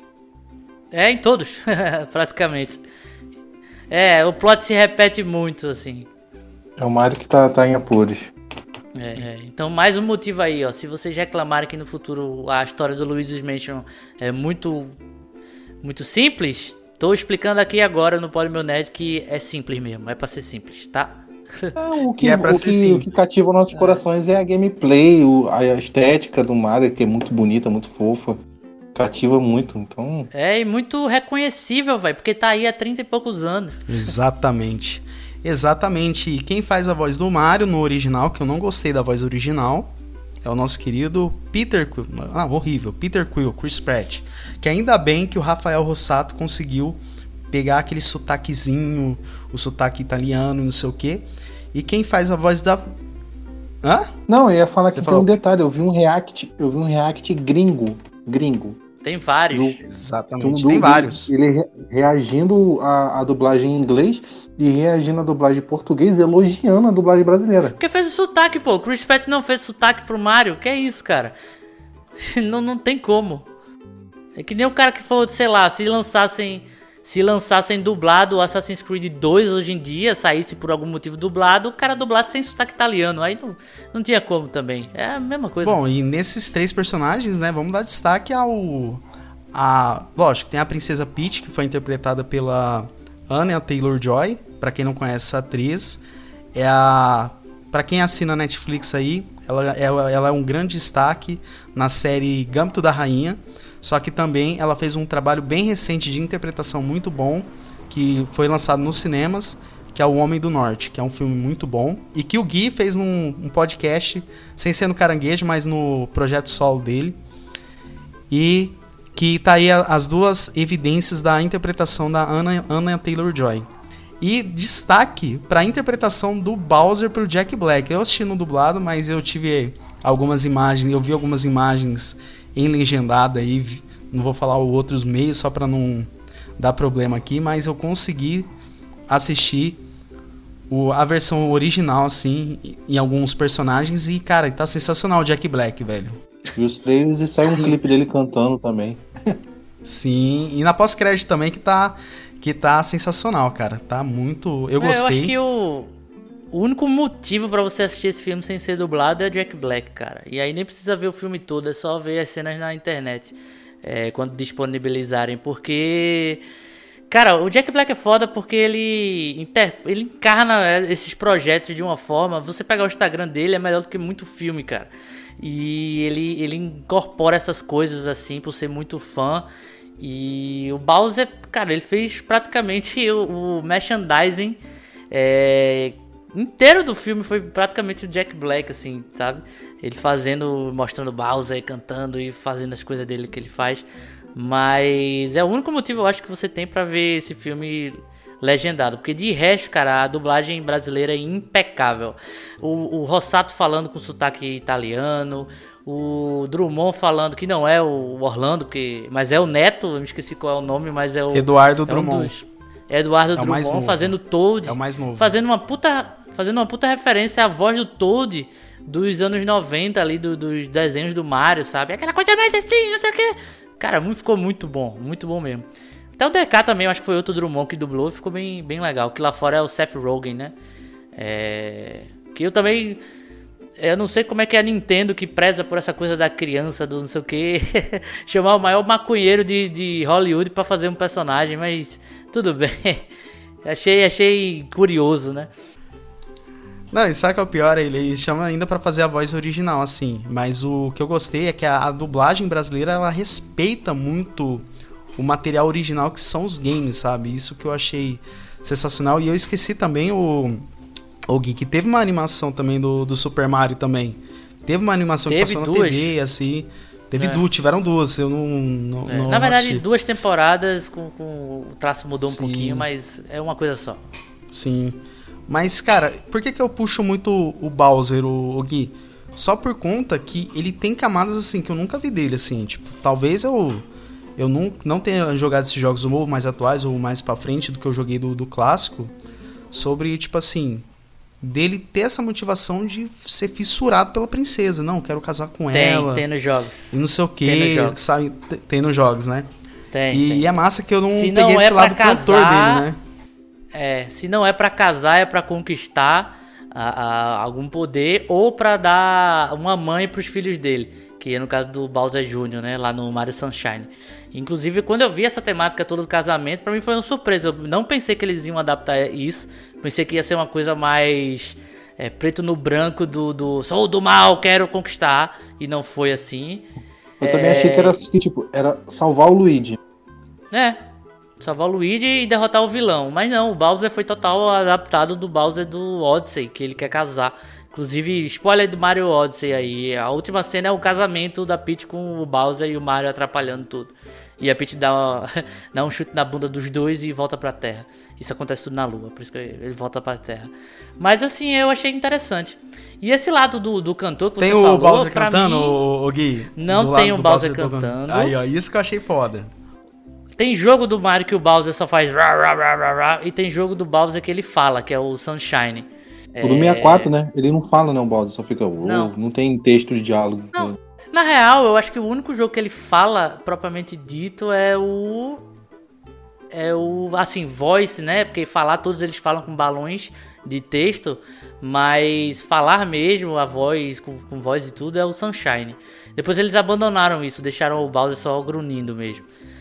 É, em todos, praticamente. É, o plot se repete muito, assim. É o Mario que tá, tá em apuros. É, é. Então, mais um motivo aí, ó. Se vocês reclamarem que no futuro a história do Luigi's Mansion é muito, muito simples, tô explicando aqui agora no Pod Meu Nerd que é simples mesmo, é pra ser simples, tá? É, o que, é o, que, o que cativa nossos é. corações é a gameplay, o, a estética do Mario, que é muito bonita, muito fofa. Cativa muito, então... É, e muito reconhecível, velho, porque tá aí há trinta e poucos anos. Exatamente. Exatamente. E quem faz a voz do Mario no original, que eu não gostei da voz original, é o nosso querido Peter Quill. Ah, horrível. Peter Quill, Chris Pratt. Que ainda bem que o Rafael Rossato conseguiu pegar aquele sotaquezinho, o sotaque italiano, não sei o quê. E quem faz a voz da... Hã? Não, eu ia falar Você que falou- tem um detalhe, eu vi um react, eu vi um react gringo, gringo. Tem vários. Do- Exatamente, do- tem do- vários. Ele re- reagindo à, à dublagem em inglês e reagindo à dublagem em português, elogiando a dublagem brasileira. Porque fez o sotaque, pô. O Chris Pratt não fez sotaque pro Mario. Que é isso, cara? Não, não tem como. É que nem o cara que for, sei lá, se lançassem... Se lançassem dublado o Assassin's Creed dois hoje em dia, saísse por algum motivo dublado, o cara dublasse sem sotaque italiano. Aí não, não tinha como também. É a mesma coisa. Bom, e nesses três personagens, né, vamos dar destaque ao... A, lógico, tem a Princesa Peach, que foi interpretada pela Anya Taylor-Joy. Pra quem não conhece essa atriz, é a... Pra quem assina a Netflix aí, ela, ela, ela é um grande destaque na série Gambito da Rainha. Só que também ela fez um trabalho bem recente de interpretação muito bom, que foi lançado nos cinemas, que é O Homem do Norte, que é um filme muito bom, e que o Gui fez num um podcast, sem ser no Caranguejo, mas no projeto solo dele, e que tá aí a, as duas evidências da interpretação da Anna, Anna Taylor-Joy. E destaque para a interpretação do Bowser pelo Jack Black. Eu assisti no dublado, mas eu tive algumas imagens, eu vi algumas imagens em legendada aí, não vou falar os outros meios só para não dar problema aqui, mas eu consegui assistir o, a versão original assim em alguns personagens e cara, tá sensacional o Jack Black, velho. E os trailers e sai um Sim. clipe dele cantando também. Sim, e na pós-crédito também que tá que tá sensacional, cara. Tá muito, eu É, gostei. eu acho que o, o único motivo pra você assistir esse filme sem ser dublado é Jack Black, cara. E aí nem precisa ver o filme todo, é só ver as cenas na internet. É, quando disponibilizarem, porque... Cara, o Jack Black é foda porque ele, inter... ele encarna esses projetos de uma forma... Você pegar o Instagram dele é melhor do que muito filme, cara. E ele, ele incorpora essas coisas assim por ser muito fã. E o Bowser, cara, ele fez praticamente o, o merchandising é, inteiro do filme foi praticamente o Jack Black, assim, sabe? Ele fazendo, mostrando o Bowser, cantando e fazendo as coisas dele que ele faz. Mas é o único motivo, eu acho, que você tem pra ver esse filme legendado. Porque de resto, cara, a dublagem brasileira é impecável. O, o Rossato falando com sotaque italiano... O Drummond falando que não é o Orlando, que, mas é o neto, eu me esqueci qual é o nome, mas é o... Eduardo é um Drummond. dos- Eduardo É o mais Drummond novo. fazendo Toad. É o mais novo. Fazendo uma puta, fazendo uma puta referência à voz do Toad dos anos noventa ali, do- dos desenhos do Mario, sabe? Aquela coisa mais assim, não sei o que. Cara, muito, ficou muito bom, muito bom mesmo. Até o D K também, eu acho que foi outro Drummond que dublou, ficou bem, bem legal. Que lá fora é o Seth Rogen, né? É... Que eu também... Eu não sei como é que é a Nintendo, que preza por essa coisa da criança, do não sei o que, chamar o maior maconheiro de, de Hollywood pra fazer um personagem, mas tudo bem. achei, achei curioso, né? Não, e sabe o que é o pior? Ele chama ainda pra fazer a voz original, assim. Mas o que eu gostei é que a, a dublagem brasileira, ela respeita muito o material original que são os games, sabe? Isso que eu achei sensacional. E eu esqueci também o... O Gui, que teve uma animação também do, do Super Mario também. Teve uma animação Teve que passou duas. na T V, assim. Teve É. duas, tiveram duas. Eu não. não, É, não na verdade, assisti. duas temporadas, com, com o traço mudou um Sim. pouquinho, mas é uma coisa só. Sim. Mas, cara, por que, que eu puxo muito o Bowser, o, o Gui? Só por conta que ele tem camadas assim que eu nunca vi dele, assim. Tipo, talvez eu. Eu não, não tenha jogado esses jogos ou mais atuais ou mais pra frente do que eu joguei do, do clássico. Sobre, tipo assim. Dele ter essa motivação de ser fissurado pela princesa. Não, quero casar com Tem, ela. tem nos jogos. E não sei o Tem nos que, jogos. sabe? T- Tem nos jogos, né? Tem, e tem. é massa que eu não Se peguei não esse é pra lado cantor casar, dele, né? É, se não é pra casar, é pra conquistar a- a- algum poder ou pra dar uma mãe pros filhos dele, que é no caso do Bowser Júnior, né, lá no Mario Sunshine. Inclusive, quando eu vi essa temática toda do casamento, pra mim foi uma surpresa. Eu não pensei que eles iam adaptar isso. Pensei que ia ser uma coisa mais é, preto no branco do, do sou do mal, quero conquistar, e não foi assim. Eu também achei que era assim, tipo, era salvar o Luigi. É, Salvar o Luigi e derrotar o vilão. Mas não, o Bowser foi total adaptado do Bowser do Odyssey, que ele quer casar. Inclusive, spoiler do Mario Odyssey aí. A última cena é o casamento da Peach com o Bowser e o Mario atrapalhando tudo. E a Peach dá, uma, dá um chute na bunda dos dois e volta pra Terra. Isso acontece tudo na Lua, por isso que ele volta pra Terra. Mas assim, eu achei interessante. E esse lado do, do cantor que tem você falou... Tem o Bowser pra cantando, mim, o, o Gui? Não tem o Bowser, Bowser cantando. Aí, ó, isso que eu achei foda. Tem jogo do Mario que o Bowser só faz... Rá, rá, rá, rá, rá, e tem jogo do Bowser que ele fala, que é o Sunshine. O do sessenta e quatro, né? Ele não fala, né, o Bowser, só fica... Não, não tem texto de diálogo. Não. Na real, eu acho que o único jogo que ele fala, propriamente dito, é o... É o, assim, voice, né? Porque falar, todos eles falam com balões de texto, mas falar mesmo, a voz, com, com voz e tudo, é o Sunshine. Depois eles abandonaram isso, deixaram o Bowser só grunindo mesmo.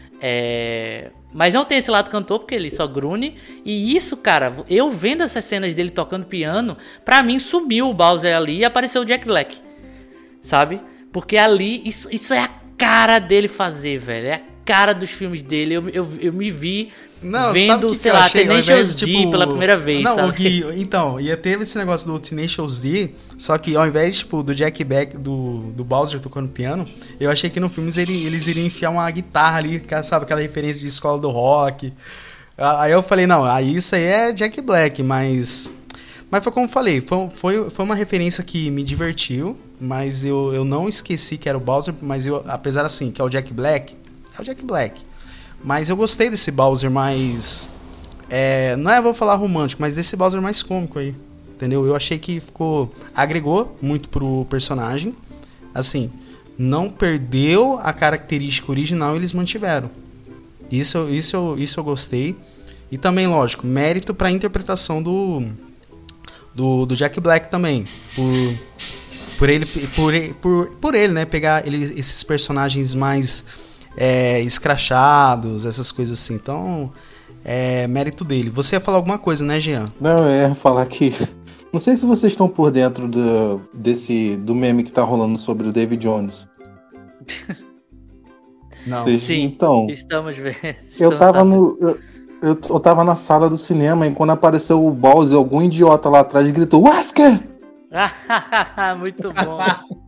É... Mas não tem esse lado cantor, porque ele só grune. E isso, cara, eu vendo essas cenas dele tocando piano, pra mim sumiu o Bowser ali e apareceu o Jack Black. Sabe? Porque ali, isso, isso é a cara dele fazer, velho. É a cara dos filmes dele. Eu, eu, eu me vi não, vendo, que sei que lá, achei? Tenacious D tipo... pela primeira vez, não, sabe? O Gui, então, ia teve esse negócio do Tenacious D, só que ao invés, tipo, do Jack Black, do, do Bowser tocando piano, eu achei que no filme eles, eles iriam enfiar uma guitarra ali, sabe, aquela referência de escola do rock. Aí eu falei, não, aí isso aí é Jack Black, mas... Mas foi como eu falei, foi, foi, foi uma referência que me divertiu, mas eu, eu não esqueci que era o Bowser, mas eu, apesar assim, que é o Jack Black, é o Jack Black. Mas eu gostei desse Bowser mais... É, não é, vou falar romântico, mas desse Bowser mais cômico aí, entendeu? Eu achei que ficou... Agregou muito pro personagem. Assim, não perdeu a característica original, eles mantiveram. Isso, isso, isso eu gostei. E também, lógico, mérito pra interpretação do... Do, do Jack Black também, por, por, ele, por, por, por ele, né, pegar ele, esses personagens mais é, escrachados, essas coisas assim, então, é mérito dele. Você ia falar alguma coisa, né, Jean? Não, eu ia falar que, não sei se vocês estão por dentro do, desse, do meme que tá rolando sobre o David Jones. Não. Vocês, Sim, então, estamos vendo. Eu tava no... Eu, Eu, eu tava na sala do cinema e quando apareceu o Bowser, algum idiota lá atrás gritou Wesker! Muito bom.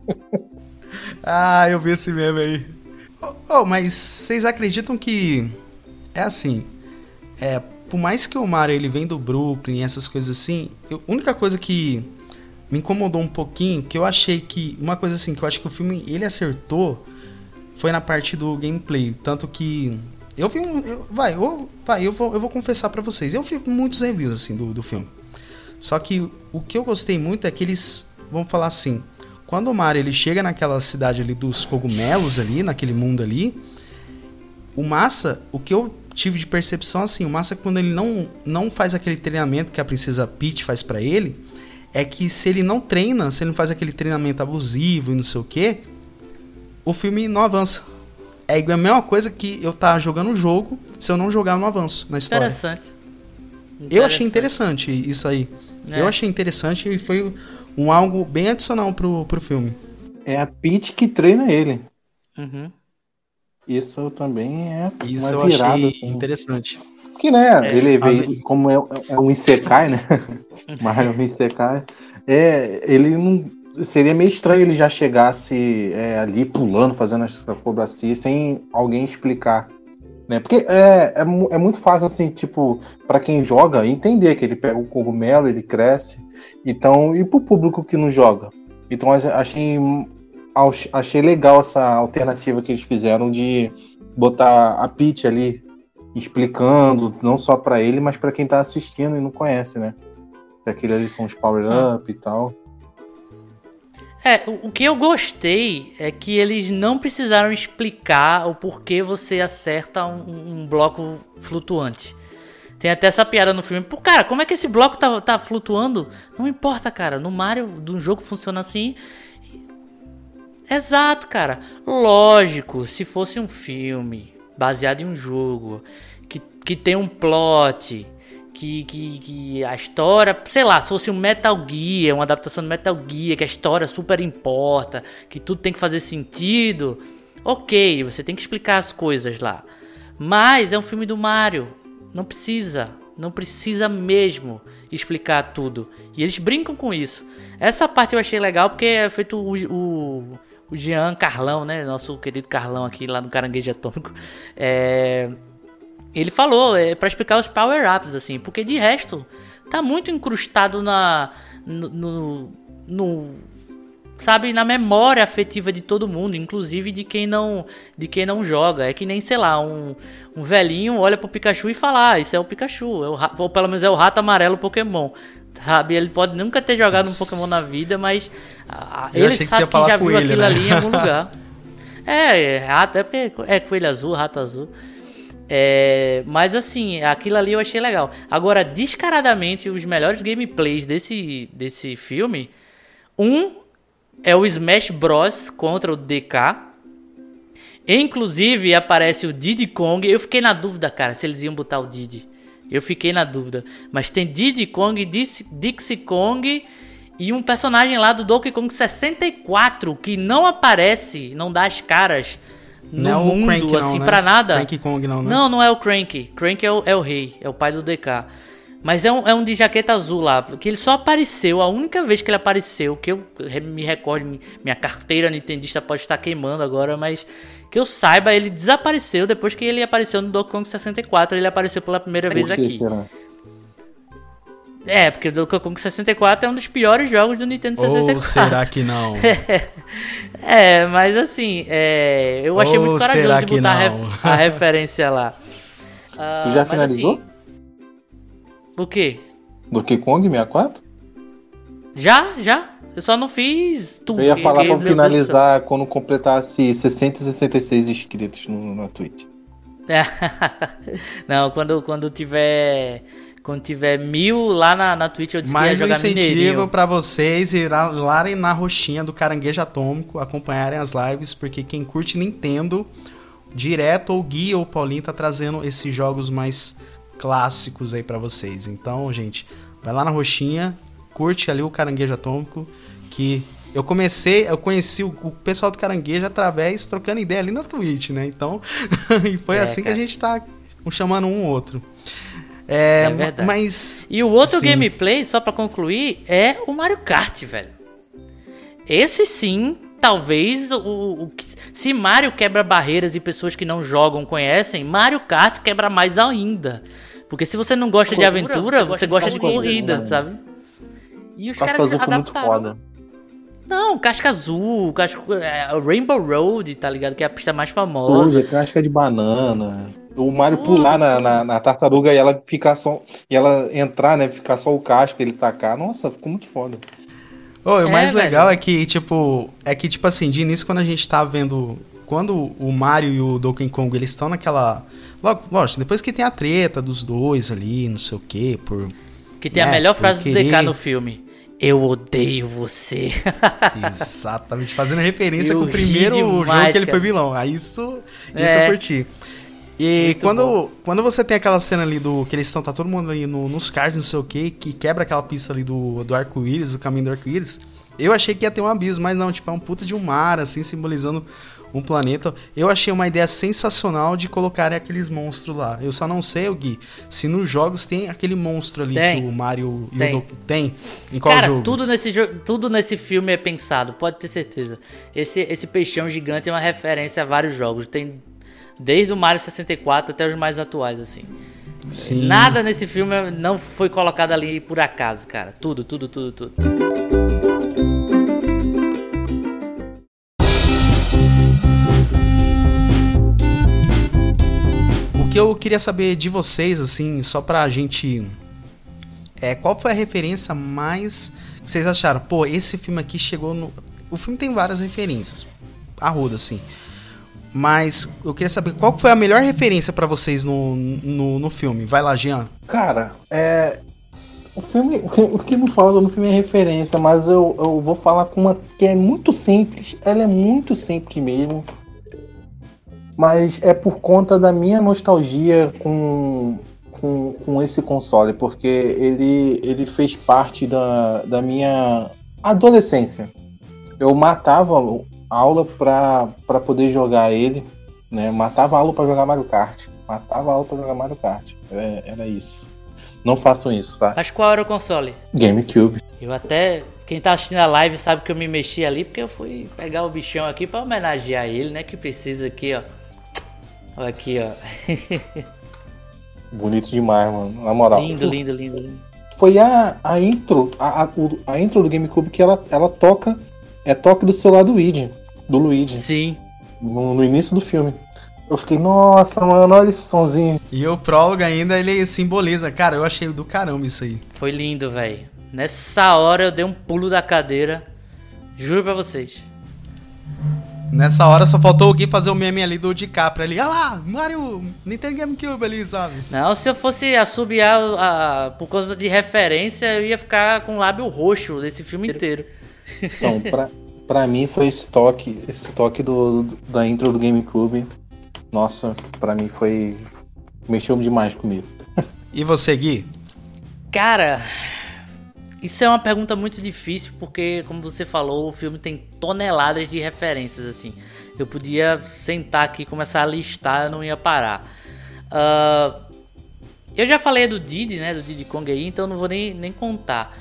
Ah, eu vi esse meme aí. Oh, oh, mas vocês acreditam que é assim, é, por mais que o Mario ele vem do Brooklyn, essas coisas assim, eu, a única coisa que me incomodou um pouquinho, que eu achei que, uma coisa assim, que eu acho que o filme ele acertou, foi na parte do gameplay, tanto que Eu vi um. Eu, vai, eu, vai eu, vou, eu vou confessar pra vocês. Eu vi muitos reviews assim do, do filme. Só que o que eu gostei muito é que eles. Vamos falar assim. Quando o Mario ele chega naquela cidade ali dos cogumelos ali, naquele mundo ali. O massa, o que eu tive de percepção assim, o massa é quando ele não, não faz aquele treinamento que a princesa Peach faz pra ele. É que se ele não treina, se ele não faz aquele treinamento abusivo e não sei o que, o filme não avança. É a mesma coisa que eu estar jogando o jogo, se eu não jogar, eu não avanço na história. Interessante. Interessante. Eu achei interessante isso aí. É. Eu achei interessante e foi um algo bem adicional pro, pro filme. É a Peach que treina ele. Uhum. Isso também é isso uma eu virada, achei assim. interessante. Porque, né, É. ele veio, como é, é um Isekai, né? Mario é um Isekai. É, ele não... Seria meio estranho ele já chegasse é, ali pulando, fazendo as acrobacias sem alguém explicar, né? Porque é, é, é muito fácil, assim, tipo, pra quem joga, entender que ele pega o cogumelo, ele cresce. Então, e pro público que não joga? Então, achei, achei legal essa alternativa que eles fizeram de botar a Peach ali explicando, não só pra ele, mas pra quem tá assistindo e não conhece, né? Que aquele ali são os power-up e tal. É, o, o que eu gostei é que eles não precisaram explicar o porquê você acerta um, um bloco flutuante. Tem até essa piada no filme. Pô, cara, como é que esse bloco tá, tá flutuando? Não importa, cara. No Mario, do jogo funciona assim. Exato, cara. Lógico, se fosse um filme baseado em um jogo que, que tem um plot... Que, que, que a história, sei lá, se fosse um Metal Gear, uma adaptação do Metal Gear, que a história super importa, que tudo tem que fazer sentido, ok, você tem que explicar as coisas lá. Mas é um filme do Mario. Não precisa. Não precisa mesmo explicar tudo. E eles brincam com isso. Essa parte eu achei legal porque é feito o, o, o Jean Carlão, né? Nosso querido Carlão aqui lá no Caranguejo Atômico. É, ele falou, é pra explicar os power-ups, assim. Porque de resto, tá muito incrustado na... no, no, no sabe, na memória afetiva de todo mundo, inclusive de quem não, de quem não joga. É que nem, sei lá, um, um velhinho olha pro Pikachu e fala, ah, isso é o Pikachu, é o, ou pelo menos é o rato amarelo Pokémon, sabe? Ele pode nunca ter jogado um Pokémon na vida, mas ah, ele sabe que, que já viu ele, aquilo, né? Ali em algum lugar. É, é, rato, é, é coelho azul, rato azul. É, mas assim, aquilo ali eu achei legal. Agora, descaradamente, os melhores gameplays desse, desse filme, um é o Smash Bros contra o D K. Inclusive aparece o Diddy Kong. Eu fiquei na dúvida, cara, se eles iam botar o Diddy. Eu fiquei na dúvida. Mas tem Diddy Kong, Dixie Kong e um personagem lá do Donkey Kong sessenta e quatro que não aparece, não dá as caras no não mundo, é o Crank, assim, não, né? Pra nada. Crank Kong não, né? Não, não é o Crank. Crank é o, é o rei, é o pai do D K. Mas é um, é um de jaqueta azul lá, que ele só apareceu, a única vez que ele apareceu, que eu me recordo, minha carteira nintendista pode estar queimando agora, mas que eu saiba, ele desapareceu depois que ele apareceu no Donkey Kong sessenta e quatro, ele apareceu pela primeira vez aqui. Será? É, porque o Donkey Kong sessenta e quatro é um dos piores jogos do Nintendo sessenta e quatro. Ou será que não? É, mas assim, é, eu achei Ou muito corajoso de botar a, ref, a referência lá. Uh, tu já finalizou? Assim, o quê? Donkey Kong sessenta e quatro? Já, já. Eu só não fiz tudo. Eu ia falar pra finalizar quando completasse seiscentos e sessenta e seis inscritos no, na Twitch. Não, quando, quando tiver... Quando tiver mil lá na, na Twitch, eu disse mais que ia jogar um incentivo mineirinho. Pra vocês irem na roxinha do Caranguejo Atômico, acompanharem as lives, porque quem curte Nintendo, direto, ou Gui ou Paulinho, tá trazendo esses jogos mais clássicos aí pra vocês. Então, gente, vai lá na roxinha, curte ali o Caranguejo Atômico, que eu comecei, eu conheci o, o pessoal do Caranguejo através, trocando ideia ali na Twitch, né? Então, e foi é, assim cara. que a gente tá chamando um ou outro. É, é verdade. Mas... E o outro sim. gameplay, só pra concluir, é o Mario Kart, velho. Esse sim, talvez, o, o, se Mario quebra barreiras e pessoas que não jogam conhecem, Mario Kart quebra mais ainda. Porque se você não gosta corrida, de aventura, você gosta, você gosta de corrida, né? Sabe? E os caras adaptaram. Não, Casca Azul, casca, Rainbow Road, tá ligado? Que é a pista mais famosa. Usa, casca de banana. O Mario pular na, na, na tartaruga e ela ficar só. E ela entrar, né? Ficar só o casco e ele tacar. Nossa, ficou muito foda. Oh, o é, mais velho. legal é que, tipo. É que, tipo assim, de início, quando a gente tá vendo. Quando o Mario e o Donkey Kong eles estão naquela. Logo, lógico, depois que tem a treta dos dois ali, não sei o quê, por. Que tem né, a melhor frase querer... do D K no filme. Eu odeio você. Exatamente, fazendo referência eu com o primeiro demais, jogo que ele cara. foi vilão. Aí isso, isso é. eu curti. E quando, quando você tem aquela cena ali do que eles estão, tá todo mundo ali no, nos cars, não sei o que, que quebra aquela pista ali do, do arco-íris, do caminho do arco-íris, eu achei que ia ter um abismo, mas não, tipo, é um puta de um mar, assim, simbolizando um planeta. Eu achei uma ideia sensacional de colocarem aqueles monstros lá. Eu só não sei, Gui, se nos jogos tem aquele monstro ali tem. que o Mario e tem. o Donkey... Tem? Em qual Cara, jogo? Tudo nesse, jo- tudo nesse filme é pensado, pode ter certeza. Esse, esse peixão gigante é uma referência a vários jogos. Tem desde o Mario sessenta e quatro até os mais atuais, assim. Sim. Nada nesse filme não foi colocado ali por acaso, cara. Tudo, tudo, tudo, tudo. O que eu queria saber de vocês, assim, só pra gente... É, qual foi a referência mais que vocês acharam? Pô, esse filme aqui chegou no... O filme tem várias referências, a roda, assim. Mas eu queria saber qual foi a melhor referência pra vocês no, no, no filme. Vai lá, Jean. Cara, é... O filme... O que me fala no filme é referência, mas eu, eu vou falar com uma que é muito simples. Ela é muito simples mesmo. Mas é por conta da minha nostalgia com, com, com esse console, porque ele, ele fez parte da, da minha adolescência. Eu matava aula pra, pra poder jogar ele. né? Matava aula pra jogar Mario Kart. Matava aula pra jogar Mario Kart. Era, era isso. Não façam isso, tá? Mas qual era o console? GameCube. Eu até... Quem tá assistindo a live sabe que eu me mexi ali, porque eu fui pegar o bichão aqui pra homenagear ele, né? Que precisa aqui, ó. Olha aqui, ó. Bonito demais, mano. Na moral. Lindo, lindo, lindo, lindo. Foi a, a intro, a, a, a intro do GameCube que ela, ela toca, é toque do celular do Luigi. Do Luigi. Sim. No, no início do filme. Eu fiquei, nossa, mano, olha esse sonzinho. E o prólogo ainda, ele simboliza. Cara, eu achei do caramba isso aí. Foi lindo, velho. Nessa hora eu dei um pulo da cadeira. Juro pra vocês. Nessa hora só faltou alguém fazer o meme ali do DiCaprio ali. Ah lá, Mario, Nintendo GameCube ali, sabe? Não, se eu fosse assobiar a, a, por causa de referência, eu ia ficar com o lábio roxo desse filme inteiro. Então, pra, pra mim foi esse toque, esse toque do, do, da intro do GameCube. Nossa, pra mim foi... mexeu demais comigo. E você, Gui? Cara... Isso é uma pergunta muito difícil, porque, como você falou, o filme tem toneladas de referências, assim. Eu podia sentar aqui e começar a listar, eu não ia parar. Uh, eu já falei do Diddy, né, do Diddy Kong aí, então não vou nem, nem contar.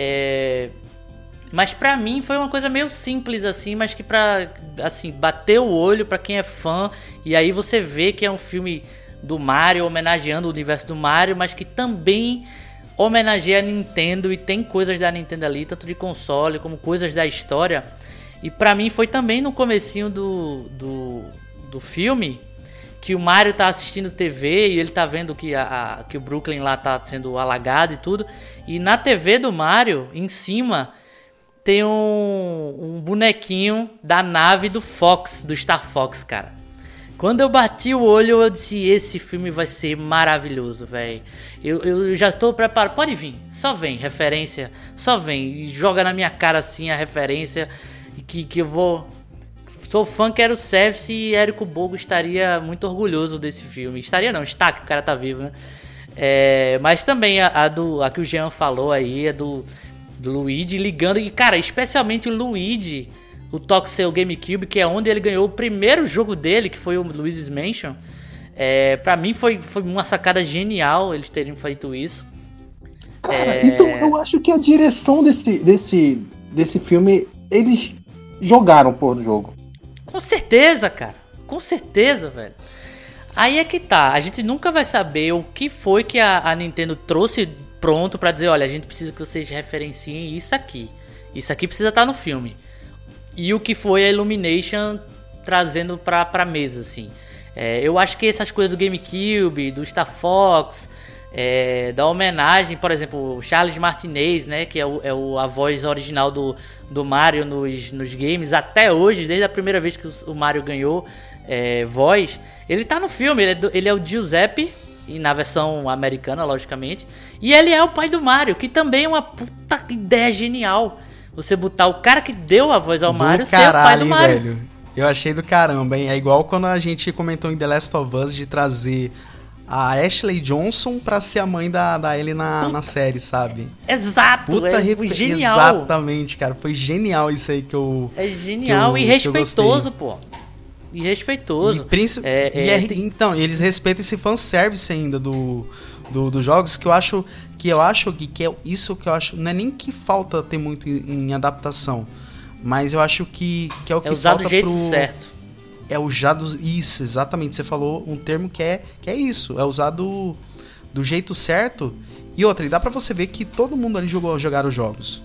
É, mas pra mim foi uma coisa meio simples, assim, mas que pra, assim, bater o olho pra quem é fã, e aí você vê que é um filme do Mario, homenageando o universo do Mario, mas que também... homenageia a Nintendo e tem coisas da Nintendo ali, tanto de console como coisas da história. E pra mim foi também no comecinho do, do, do filme que o Mario tá assistindo T V e ele tá vendo que, a, a, que o Brooklyn lá tá sendo alagado e tudo. E na T V do Mario, em cima, tem um, um bonequinho da nave do Fox, do Star Fox, cara. Quando eu bati o olho, eu disse, esse filme vai ser maravilhoso, velho. Eu, eu já tô preparado. Pode vir, só vem, referência, só vem. E joga na minha cara assim a referência. Que, que eu vou... Sou fã, quero service e Érico Bogo estaria muito orgulhoso desse filme. Estaria não, está, que o cara tá vivo, né? É, mas também a, a, do, a que o Jean falou aí, a do, do Luigi ligando. E, cara, especialmente o Luigi... O Toxel GameCube, que é onde ele ganhou o primeiro jogo dele, que foi o Luigi's Mansion. É, pra mim foi, foi uma sacada genial eles terem feito isso. Cara, é... então eu acho que a direção desse, desse, desse filme, eles jogaram por do jogo. Com certeza, cara. Com certeza, velho. Aí é que tá. A gente nunca vai saber o que foi que a, a Nintendo trouxe pronto pra dizer, olha, a gente precisa que vocês referenciem isso aqui. Isso aqui precisa estar no filme. E o que foi a Illumination trazendo pra, pra mesa, assim. É, eu acho que essas coisas do GameCube, do Star Fox, é, da homenagem, por exemplo, o Charles Martinez, né, que é, o, é o, a voz original do, do Mario nos, nos games, até hoje, desde a primeira vez que o, o Mario ganhou é, voz, ele tá no filme, ele é, do, ele é o Giuseppe, e na versão americana, logicamente, e ele é o pai do Mario, que também é uma puta ideia genial. Você botar o cara que deu a voz ao do Mario caralho, ser o pai do hein, Mario. Velho. Eu achei do caramba, hein? É igual quando a gente comentou em The Last of Us de trazer a Ashley Johnson pra ser a mãe da, da Ellie na, na série, sabe? Exato, Puta é rep... genial. Exatamente, cara. Foi genial isso aí que eu É genial eu, e respeitoso, pô. E respeitoso. E, princip... é, e é, é, tem... Então, eles respeitam esse fanservice ainda do, do, dos jogos, que eu acho que eu acho que, que é isso que eu acho. Não é nem que falta ter muito em, em adaptação, mas eu acho que, que é o que é usar falta do jeito pro... certo. É usar do... Isso, exatamente. Você falou um termo que é, que é isso. É usar do, do jeito certo. E outra, e dá pra você ver que todo mundo ali jogou, jogaram os jogos.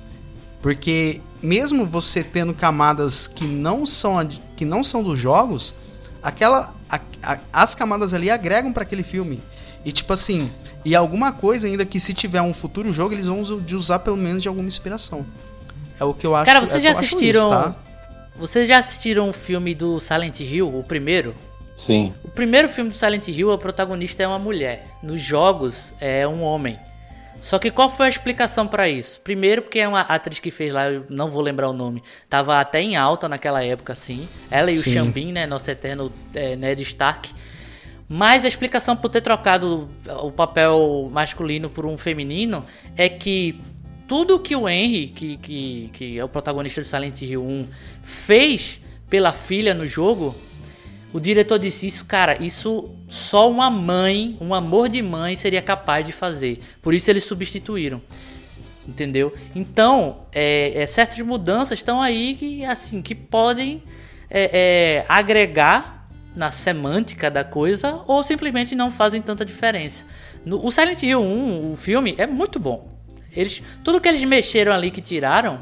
Porque mesmo você tendo camadas que não são, que não são dos jogos, aquela, a, a, as camadas ali agregam pra aquele filme. E tipo assim, e alguma coisa ainda que se tiver um futuro jogo, eles vão de usar pelo menos de alguma inspiração. É o que eu acho. Cara, vocês é já assistiram isso, tá? Vocês já assistiram o filme do Silent Hill, o primeiro? Sim. O primeiro filme do Silent Hill, a protagonista é uma mulher. Nos jogos, é um homem. Só que qual foi a explicação pra isso? Primeiro, porque é uma atriz que fez lá, eu não vou lembrar o nome, tava até em alta naquela época, assim. Ela e Sim. o Sean Bean, né, nosso eterno é, Ned Stark. Mas a explicação por ter trocado o papel masculino por um feminino é que tudo que o Henry, que, que, que é o protagonista do Silent Hill um, fez pela filha no jogo, O diretor disse isso, cara, isso só uma mãe, um amor de mãe seria capaz de fazer. Por isso eles substituíram. Entendeu? Então, é, é, certas mudanças estão aí que, assim, que podem é, é, agregar na semântica da coisa ou simplesmente não fazem tanta diferença. No, o Silent Hill um, o filme, é muito bom. Eles, tudo que eles mexeram ali, que tiraram,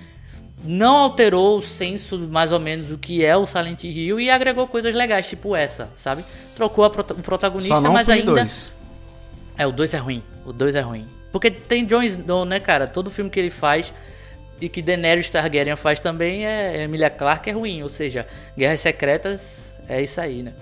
não alterou o senso mais ou menos do que é o Silent Hill e agregou coisas legais, tipo essa, sabe? Trocou a, o protagonista, Só não mas o filme ainda... dois. É, o dois é ruim. O dois é ruim. Porque tem Jon Snow, né, cara? Todo filme que ele faz e que Daenerys Targaryen faz também é Emilia Clarke é ruim. Ou seja, Guerras Secretas é isso aí, né?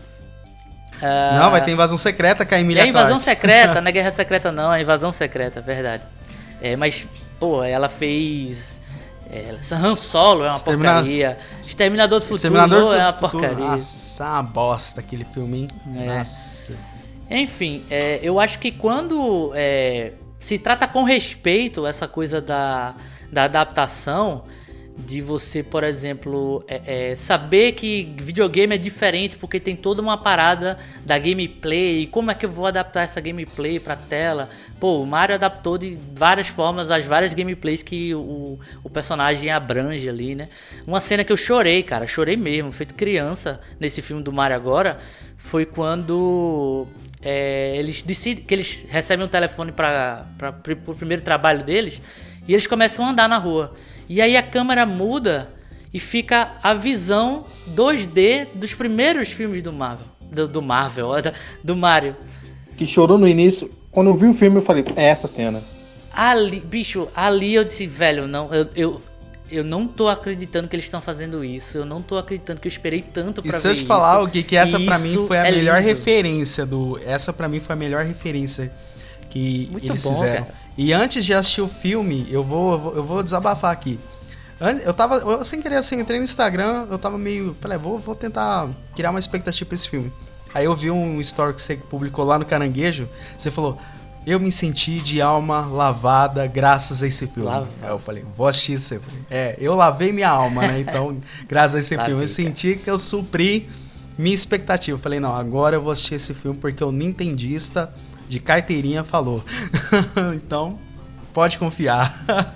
Uh... Não, vai ter Invasão Secreta com a Emilia Clarke. É Invasão Clarke. Secreta, não é Guerra Secreta não, é Invasão Secreta, verdade. É, mas, pô, ela fez... É, Han Solo é uma Extermina... porcaria. Exterminador do Futuro Exterminador do é uma Futuro. porcaria. Nossa, uma bosta aquele filme, hein? É. Nossa. Enfim, é, eu acho que quando é, se trata com respeito essa coisa da, da adaptação, de você, por exemplo, é, é, saber que videogame é diferente porque tem toda uma parada da gameplay, como é que eu vou adaptar essa gameplay pra tela. Pô, o Mario adaptou de várias formas as várias gameplays que o, o personagem abrange ali, né? Uma cena que eu chorei, cara, chorei mesmo, feito criança nesse filme do Mario agora, foi quando é, eles decidem, que eles recebem um telefone para o primeiro trabalho deles e eles começam a andar na rua. E aí a câmera muda e fica a visão dois D dos primeiros filmes do Marvel, do, do Marvel, do Mario. Que chorou no início. Quando eu vi o filme eu falei, é essa cena. Ali, bicho, ali eu disse, velho, não, eu, eu, eu não tô acreditando que eles estão fazendo isso. Eu não tô acreditando que eu esperei tanto pra ver isso. E se eu te falar, o que que essa pra Isso mim foi a é melhor lindo. referência do... Essa pra mim foi a melhor referência que Muito eles bom, fizeram. cara. E antes de assistir o filme, eu vou, eu vou, eu vou desabafar aqui. Eu tava, eu, sem querer, assim, entrei no Instagram, eu tava meio... Falei, vou, vou tentar criar uma expectativa pra esse filme. Aí eu vi um story que você publicou lá no Caranguejo, você falou... Eu me senti de alma lavada graças a esse filme. Lavada. Aí eu falei, vou assistir esse filme. É, eu lavei minha alma, né? Então, graças a esse Lavei, filme, eu cara. senti que eu supri minha expectativa. Eu falei, não, agora eu vou assistir esse filme porque o nintendista de carteirinha falou. Então, pode confiar.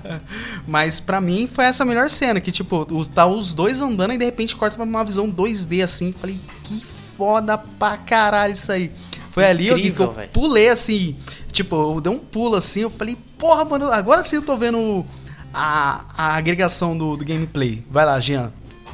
Mas pra mim foi essa a melhor cena, que tipo, os- tá os dois andando e de repente corta pra uma visão dois D assim. Falei, que foda pra caralho isso aí. Foi ali eu- Incrível, que eu velho. pulei assim, tipo, eu dei um pulo assim, eu falei, porra, mano, agora sim eu tô vendo a, a agregação do, do gameplay. Vai lá, Jean.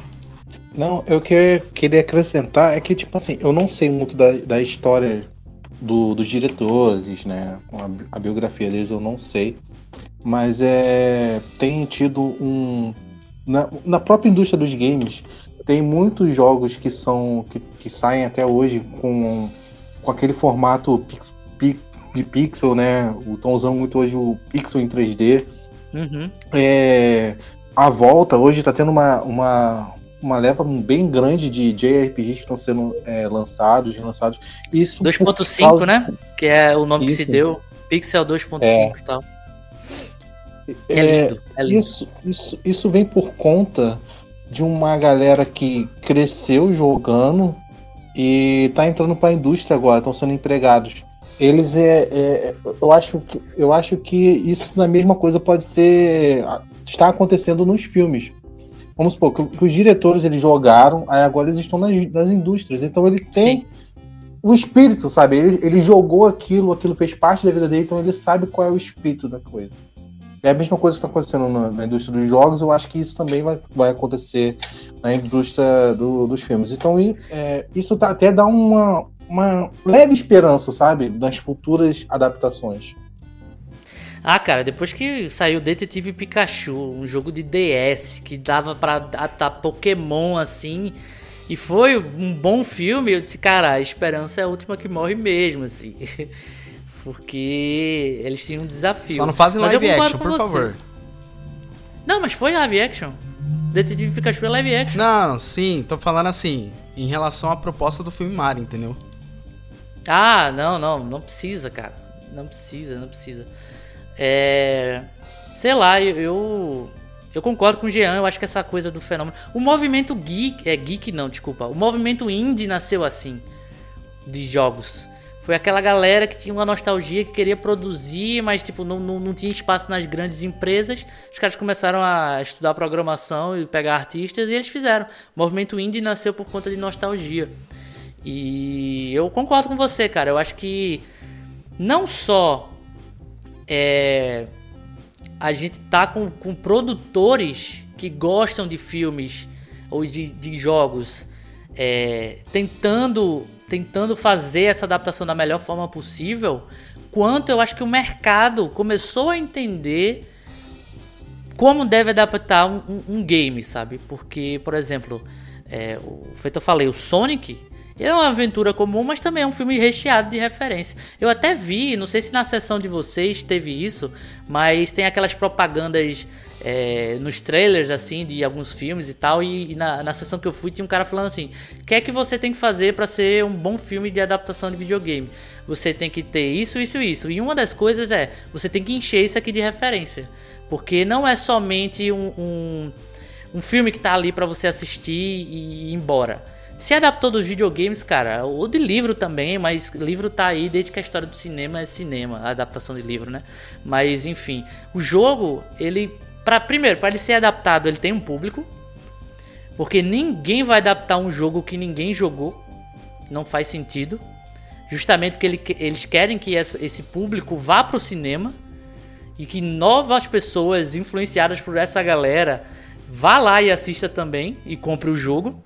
Não, eu que, queria acrescentar é que, tipo assim, eu não sei muito da, da história do, dos diretores, né? A, a biografia deles eu não sei. Mas é, tem tido um... Na, na própria indústria dos games, tem muitos jogos que são que, que saem até hoje com, com aquele formato pix, pi- de pixel, né? Estão usando muito hoje o pixel em três D. Uhum. É, a volta, hoje está tendo uma, uma, uma leva bem grande de J R P Gs que estão sendo é, lançados, relançados. Isso dois por ponto cinco, causa- né? Que é o nome que se Isso. deu. Pixel dois ponto cinco e tal. É, É, lindo, é lindo. Isso, isso, isso vem por conta de uma galera que cresceu jogando e tá entrando para a indústria agora, estão sendo empregados. Eles é, é, eu acho que eu acho que isso na mesma coisa pode ser está acontecendo nos filmes. Vamos supor que, que os diretores eles jogaram, aí agora eles estão nas, nas indústrias, então ele tem Sim. o espírito, sabe? Ele, ele jogou aquilo, aquilo fez parte da vida dele, então ele sabe qual é o espírito da coisa. É a mesma coisa que está acontecendo na, na indústria dos jogos, eu acho que isso também vai, vai acontecer na indústria do- dos filmes. Então e, é, isso tá, até dá uma, uma leve esperança, sabe? Das futuras adaptações. Ah, cara, depois que saiu Detetive Pikachu, um jogo de D S que dava pra adaptar Pokémon assim, e foi um bom filme, eu disse, cara, a esperança é a última que morre mesmo, assim. Porque eles tinham um desafio. Só não fazem Mas eu live concordo action, com por você. favor. Não, mas foi live action. Detetive Pikachu é live action. Não, sim, tô falando assim, em relação à proposta do filme Mario, entendeu? Ah, não, não, não precisa, cara. Não precisa, não precisa. É, sei lá, eu, eu, eu concordo com o Jean, eu acho que essa coisa do fenômeno... O movimento geek... É geek não, desculpa. O movimento indie nasceu assim, de jogos. Foi aquela galera que tinha uma nostalgia, que queria produzir, mas tipo, não, não, não tinha espaço nas grandes empresas. Os caras começaram a estudar programação e pegar artistas, e eles fizeram. O movimento indie nasceu por conta de nostalgia. E eu concordo com você, cara. Eu acho que não só... É... a gente tá com, com produtores que gostam de filmes ou de, de jogos é, tentando, tentando fazer essa adaptação da melhor forma possível, quanto eu acho que o mercado começou a entender como deve adaptar um, um, um game, sabe? Porque, por exemplo, é, o, feito eu falei, o Sonic... Ele é uma aventura comum, mas também é um filme recheado de referência. Eu até vi, não sei se na sessão de vocês teve isso, mas tem aquelas propagandas é, nos trailers assim de alguns filmes e tal. E, e na, na sessão que eu fui tinha um cara falando assim: o que é que você tem que fazer para ser um bom filme de adaptação de videogame? Você tem que ter isso, isso e isso. E uma das coisas é, você tem que encher isso aqui de referência. Porque não é somente um, um, um filme que tá ali para você assistir e ir embora. Se adaptou dos videogames, cara, ou de livro também, mas livro tá aí desde que a história do cinema é cinema, a adaptação de livro, né? Mas, enfim, o jogo, ele, pra, primeiro, para ele ser adaptado, ele tem um público, porque ninguém vai adaptar um jogo que ninguém jogou, não faz sentido, justamente porque ele, eles querem que essa, esse público vá pro cinema, e que novas pessoas influenciadas por essa galera vá lá e assista também, e compre o jogo.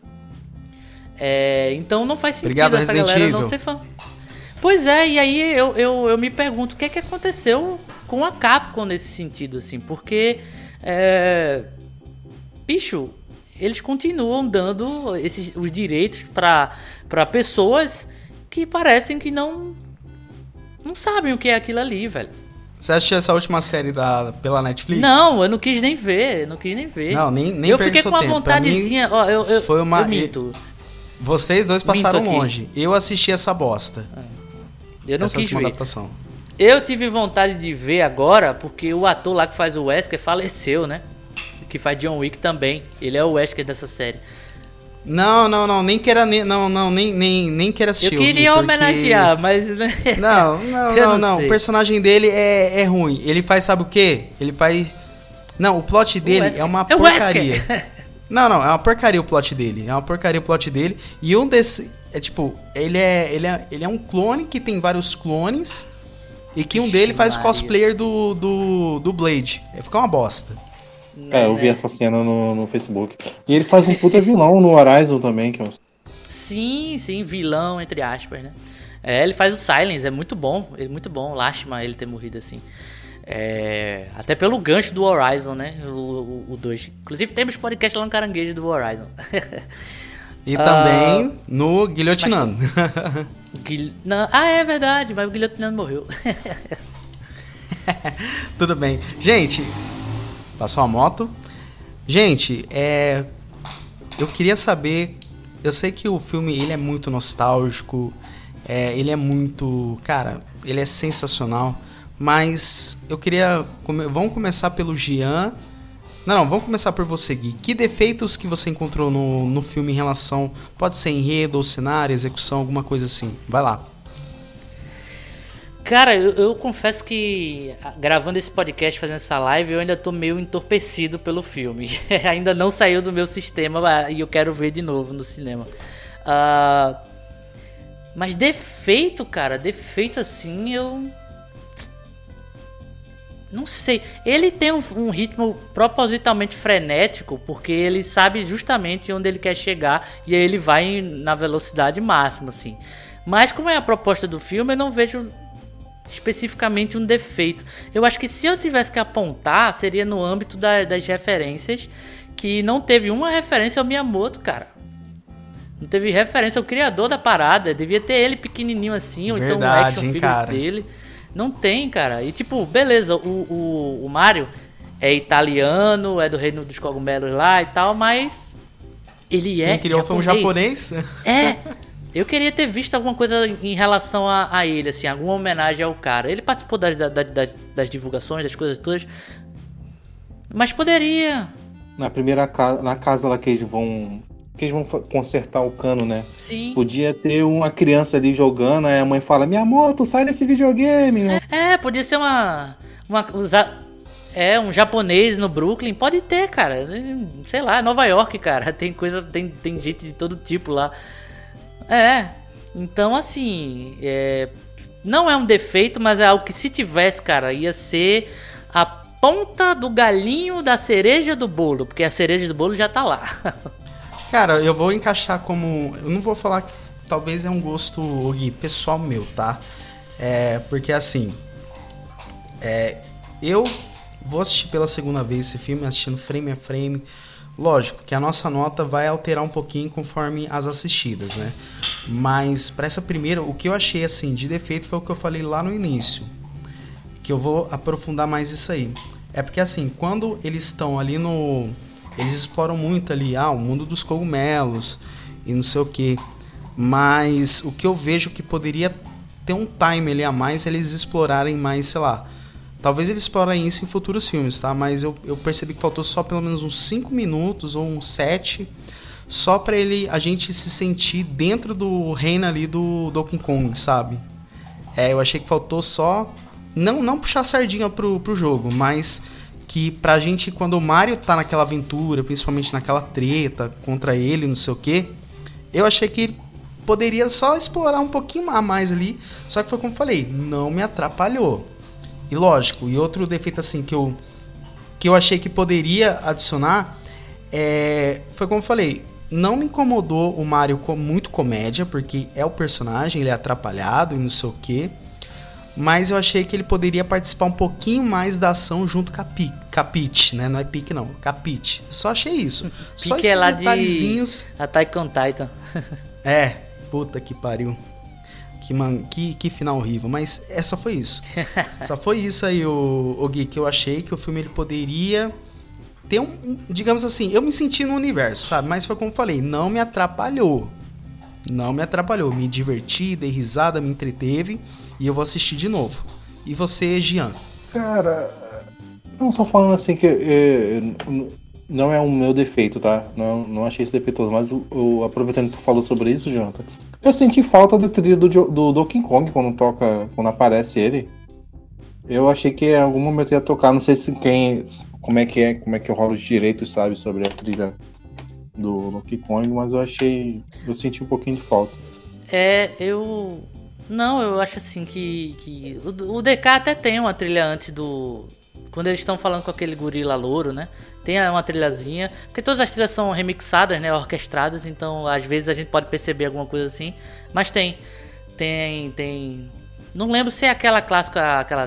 É, então não faz sentido Obrigado, essa Resident galera Evil. não ser fã. Pois é, e aí eu, eu, eu me pergunto o que é que aconteceu com a Capcom nesse sentido, assim, porque é, bicho, eles continuam dando esses, os direitos pra, pra pessoas que parecem que não não sabem o que é aquilo ali, velho. Você assistiu essa última série da, pela Netflix? Não, eu não quis nem ver, não quis nem ver. Não, nem, nem eu perca fiquei seu com uma tempo. vontadezinha, ó, eu, eu, foi uma... eu minto. Vocês dois passaram Minto aqui. longe. Eu assisti essa bosta. Eu não essa quis última ver. adaptação. Eu tive vontade de ver agora, porque o ator lá que faz o Wesker faleceu, né? Que faz John Wick também. Ele é o Wesker dessa série. Não, não, não. Nem queira, nem, não, não, nem, nem, nem queira assistir. Eu queria Gui, porque... homenagear, mas... Não, não, Eu não, não não. sei. O personagem dele é, é ruim. Ele faz, sabe o quê? Ele faz... Não, o plot dele Wesker. é uma É o porcaria. Wesker. Não, não, é uma porcaria o plot dele. É uma porcaria o plot dele. E um desse... É tipo, ele é, ele é, ele é um clone que tem vários clones. E que um Ixi, dele faz Maria. cosplayer do, do, do Blade. É ficar uma bosta. É, eu vi essa cena no, no Facebook. E ele faz um puta vilão no Horizon também, que é um... Sim, sim, vilão, entre aspas, né? É, ele faz o Silence, é muito bom. Ele é muito bom, lástima ele ter morrido assim. É, até pelo gancho do Horizon, né? O dois. Inclusive temos podcast lá no Caranguejo do Horizon. E também uh, no Guilhotinando. Guil... Não, ah, é verdade, mas o Guilhotinando morreu. Tudo bem. Gente, passou a moto. Gente, é... eu queria saber... Eu sei que o filme ele é muito nostálgico. É, ele é muito... Cara, ele é sensacional. Mas eu queria... Vamos começar pelo Jean. Não, não, vamos começar por você, Gui. Que defeitos que você encontrou no, no filme em relação... Pode ser enredo, ou cenário, execução, alguma coisa assim. Vai lá. Cara, eu, eu confesso que gravando esse podcast, fazendo essa live, eu ainda tô meio entorpecido pelo filme. Ainda não saiu do meu sistema e eu quero ver de novo no cinema. Uh, mas defeito, cara, defeito assim, eu... Não sei, ele tem um, um ritmo propositalmente frenético, porque ele sabe justamente onde ele quer chegar e aí ele vai na velocidade máxima, assim. Mas como é a proposta do filme, eu não vejo especificamente um defeito. Eu acho que se eu tivesse que apontar, seria no âmbito da, das referências, que não teve uma referência ao Miyamoto, cara. Não teve referência ao criador da parada, devia ter ele pequenininho assim, ou Verdade, então um action hein, figure cara? dele. Não tem, cara. E tipo, beleza, o, o, o Mario é italiano, é do reino dos cogumelos lá e tal, mas ele é Quem criou japonês. foi um japonês? É, eu queria ter visto alguma coisa em relação a, a ele, assim, alguma homenagem ao cara. Ele participou das, das, das, das divulgações, das coisas todas, mas poderia, na primeira casa, na casa lá que eles vão. Que eles vão consertar o cano, né? Sim. Podia ter uma criança ali jogando, aí a mãe fala, minha moto, sai desse videogame. É, é podia ser uma. uma usar, é, um japonês no Brooklyn. Pode ter, cara. Sei lá, Nova York, cara. Tem coisa. Tem, tem gente de todo tipo lá. É. Então, assim. É, não é um defeito, mas é algo que se tivesse, cara, ia ser a ponta do galinho da cereja do bolo. Porque a cereja do bolo já tá lá. Cara, eu vou encaixar como... Eu não vou falar que talvez é um gosto, Gui, pessoal meu, tá? É, porque assim... É, eu vou assistir pela segunda vez esse filme, assistindo frame a frame. Lógico que a nossa nota vai alterar um pouquinho conforme as assistidas, né? Mas para essa primeira, o que eu achei assim de defeito foi o que eu falei lá no início. Que eu vou aprofundar mais isso aí. É porque assim, quando eles estão ali no... Eles exploram muito ali, ah, o mundo dos cogumelos e não sei o que. Mas o que eu vejo que poderia ter um time ali a mais, eles explorarem mais, sei lá. Talvez eles explorem isso em futuros filmes, tá? Mas eu, eu percebi que faltou só pelo menos uns cinco minutos ou uns sete, só pra ele, a gente se sentir dentro do reino ali do Donkey Kong, sabe? É, eu achei que faltou só... Não, não puxar a sardinha pro, pro jogo, mas... que pra gente, quando o Mario tá naquela aventura, principalmente naquela treta contra ele, não sei o que, eu achei que poderia só explorar um pouquinho a mais ali, só que foi como eu falei, não me atrapalhou. E lógico, e outro defeito assim que eu, que eu achei que poderia adicionar, é, foi como eu falei, não me incomodou o Mario com muito comédia, porque é o personagem, ele é atrapalhado e não sei o que, mas eu achei que ele poderia participar um pouquinho mais da ação junto com a, Pi, com a Peach, né? Não é Peach não, com a Peach. Só achei isso. Só Peach esses é lá detalhezinhos. De Attack on Titan. É, puta que pariu. Que, man... que, que final horrível. Mas é, só foi isso. Só foi isso aí, o, o Gui, que eu achei que o filme ele poderia ter um, um... Digamos assim, eu me senti no universo, sabe? Mas foi como eu falei, não me atrapalhou. Não me atrapalhou. Me diverti, dei risada, me entreteve. E eu vou assistir de novo. E você, Jean? Cara, não só falando assim que é, não é um meu defeito, tá? Não, não achei esse defeituoso, mas eu, eu, aproveitando que tu falou sobre isso, Jonathan, eu senti falta da trilha do, do Donkey Kong quando toca, quando aparece ele. Eu achei que em algum momento ia tocar, não sei se quem, como é que é, como é que eu rolo os direitos, sabe, sobre a trilha do Donkey Kong, mas eu achei, eu senti um pouquinho de falta. É, eu... Não, eu acho assim que... que o, o D K até tem uma trilha antes do... Quando eles estão falando com aquele gorila louro, né? Tem uma trilhazinha. Porque todas as trilhas são remixadas, né? Orquestradas. Então, às vezes, a gente pode perceber alguma coisa assim. Mas tem. Tem... tem... Não lembro se é aquela clássica... Aquela...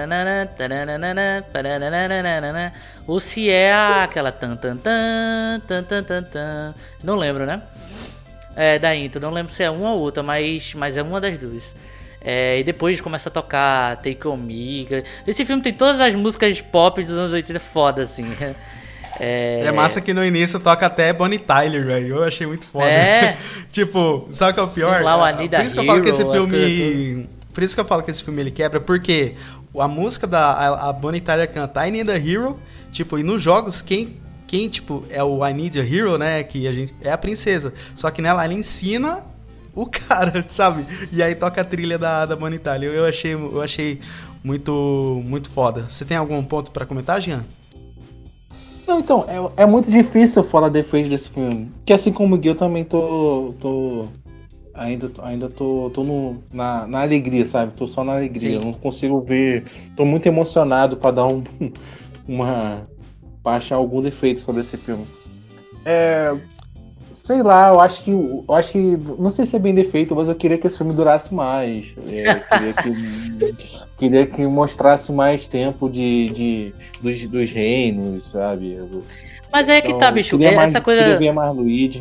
Ou se é aquela... Tan, tan, tan, tan, tan, tan, tan. Não lembro, né? É, da intro, não lembro se é uma ou outra, mas, mas é uma das duas. É, e depois começa a tocar Take On Me. Esse filme tem todas as músicas pop dos anos oitenta foda, assim. É, é massa que no início toca até Bonnie Tyler, velho. Eu achei muito foda. É. Tipo, sabe o que é o pior? Lá, o Por isso que eu falo que esse filme... Por isso que eu falo que esse filme ele quebra, porque a música da a, a Bonnie Tyler canta I Need a Hero, tipo, e nos jogos quem... Quem, tipo, é o I Need a Hero, né? Que a gente é a princesa. Só que nela, ela ensina o cara, sabe? E aí toca a trilha da, da Bonnie Tyler. Eu achei, eu achei muito, muito foda. Você tem algum ponto pra comentar, Jean? Não, então, é, é muito difícil falar defeito desse filme. Que assim como o Gui, eu também tô... tô ainda ainda tô, tô no, na, na alegria, sabe? Tô só na alegria. Sim. Eu não consigo ver... Tô muito emocionado pra dar um, uma... pra achar algum defeito sobre esse filme. É, sei lá, eu acho que eu acho que não sei se é bem defeito, mas eu queria que esse filme durasse mais. É, eu queria que queria que mostrasse mais tempo de, de dos, dos reinos, sabe? Mas é então, que tá, bicho. Queria essa mais, coisa. Queria ver mais Luigi.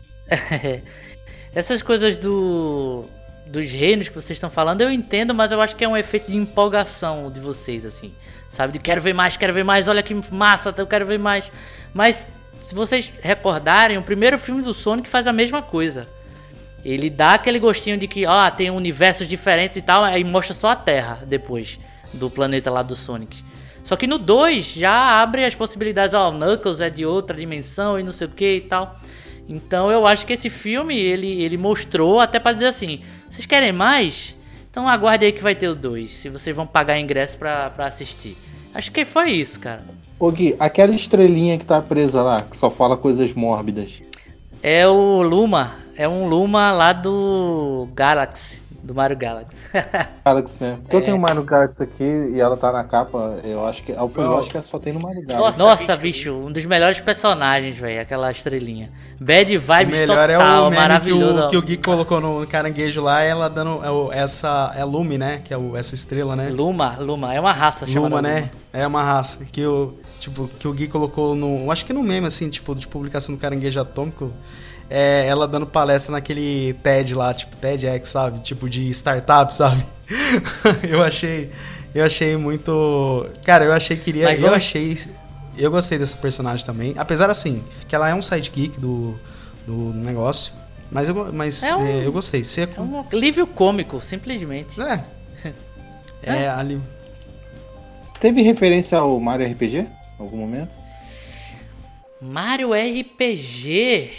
Essas coisas do dos reinos que vocês estão falando, eu entendo, mas eu acho que é um efeito de empolgação de vocês, assim. Sabe, de quero ver mais, quero ver mais, olha que massa, eu quero ver mais. Mas, se vocês recordarem, o primeiro filme do Sonic faz a mesma coisa. Ele dá aquele gostinho de que, ó, tem universos diferentes e tal, aí mostra só a Terra depois, do planeta lá do Sonic. Só que no dois já abre as possibilidades, ó, o Knuckles é de outra dimensão e não sei o que e tal. Então eu acho que esse filme, ele, ele mostrou até pra dizer assim, vocês querem mais? Então aguarde aí que vai ter o dois, se vocês vão pagar ingresso pra, pra assistir. Acho que foi isso, cara. Ô Gui, aquela estrelinha que tá presa lá, que só fala coisas mórbidas. É o Luma, é um Luma lá do Galaxy, do Mario Galaxy. Galaxy, né? Porque É. eu tenho o Mario Galaxy aqui e ela tá na capa, eu acho que, eu Qual? acho que só tem no Mario Nossa, Galaxy. Nossa bicho, um dos melhores personagens, velho, aquela estrelinha. Bad O vibes melhor total, é o meme que maravilhoso. o, que o Gui colocou no caranguejo lá, ela dando é o- essa é a Lume, né? Que é o, essa estrela, né? Luma, Luma, é uma raça chamada Luma, né? Luma. É uma raça que o tipo que o Gui colocou no, acho que no meme assim, tipo de publicação do Caranguejo Atômico, é ela dando palestra naquele TED lá, tipo TEDx, sabe? Tipo de startup, sabe? eu achei eu achei muito, cara, eu achei que iria, Mas eu vamos- achei eu gostei dessa personagem também, apesar assim, que ela é um sidekick do do negócio, mas eu go- mas É um- é, eu gostei. Você É um alívio cômico, simplesmente. é, é ali. Teve referência ao Mario R P G? Em algum momento? Mario R P G.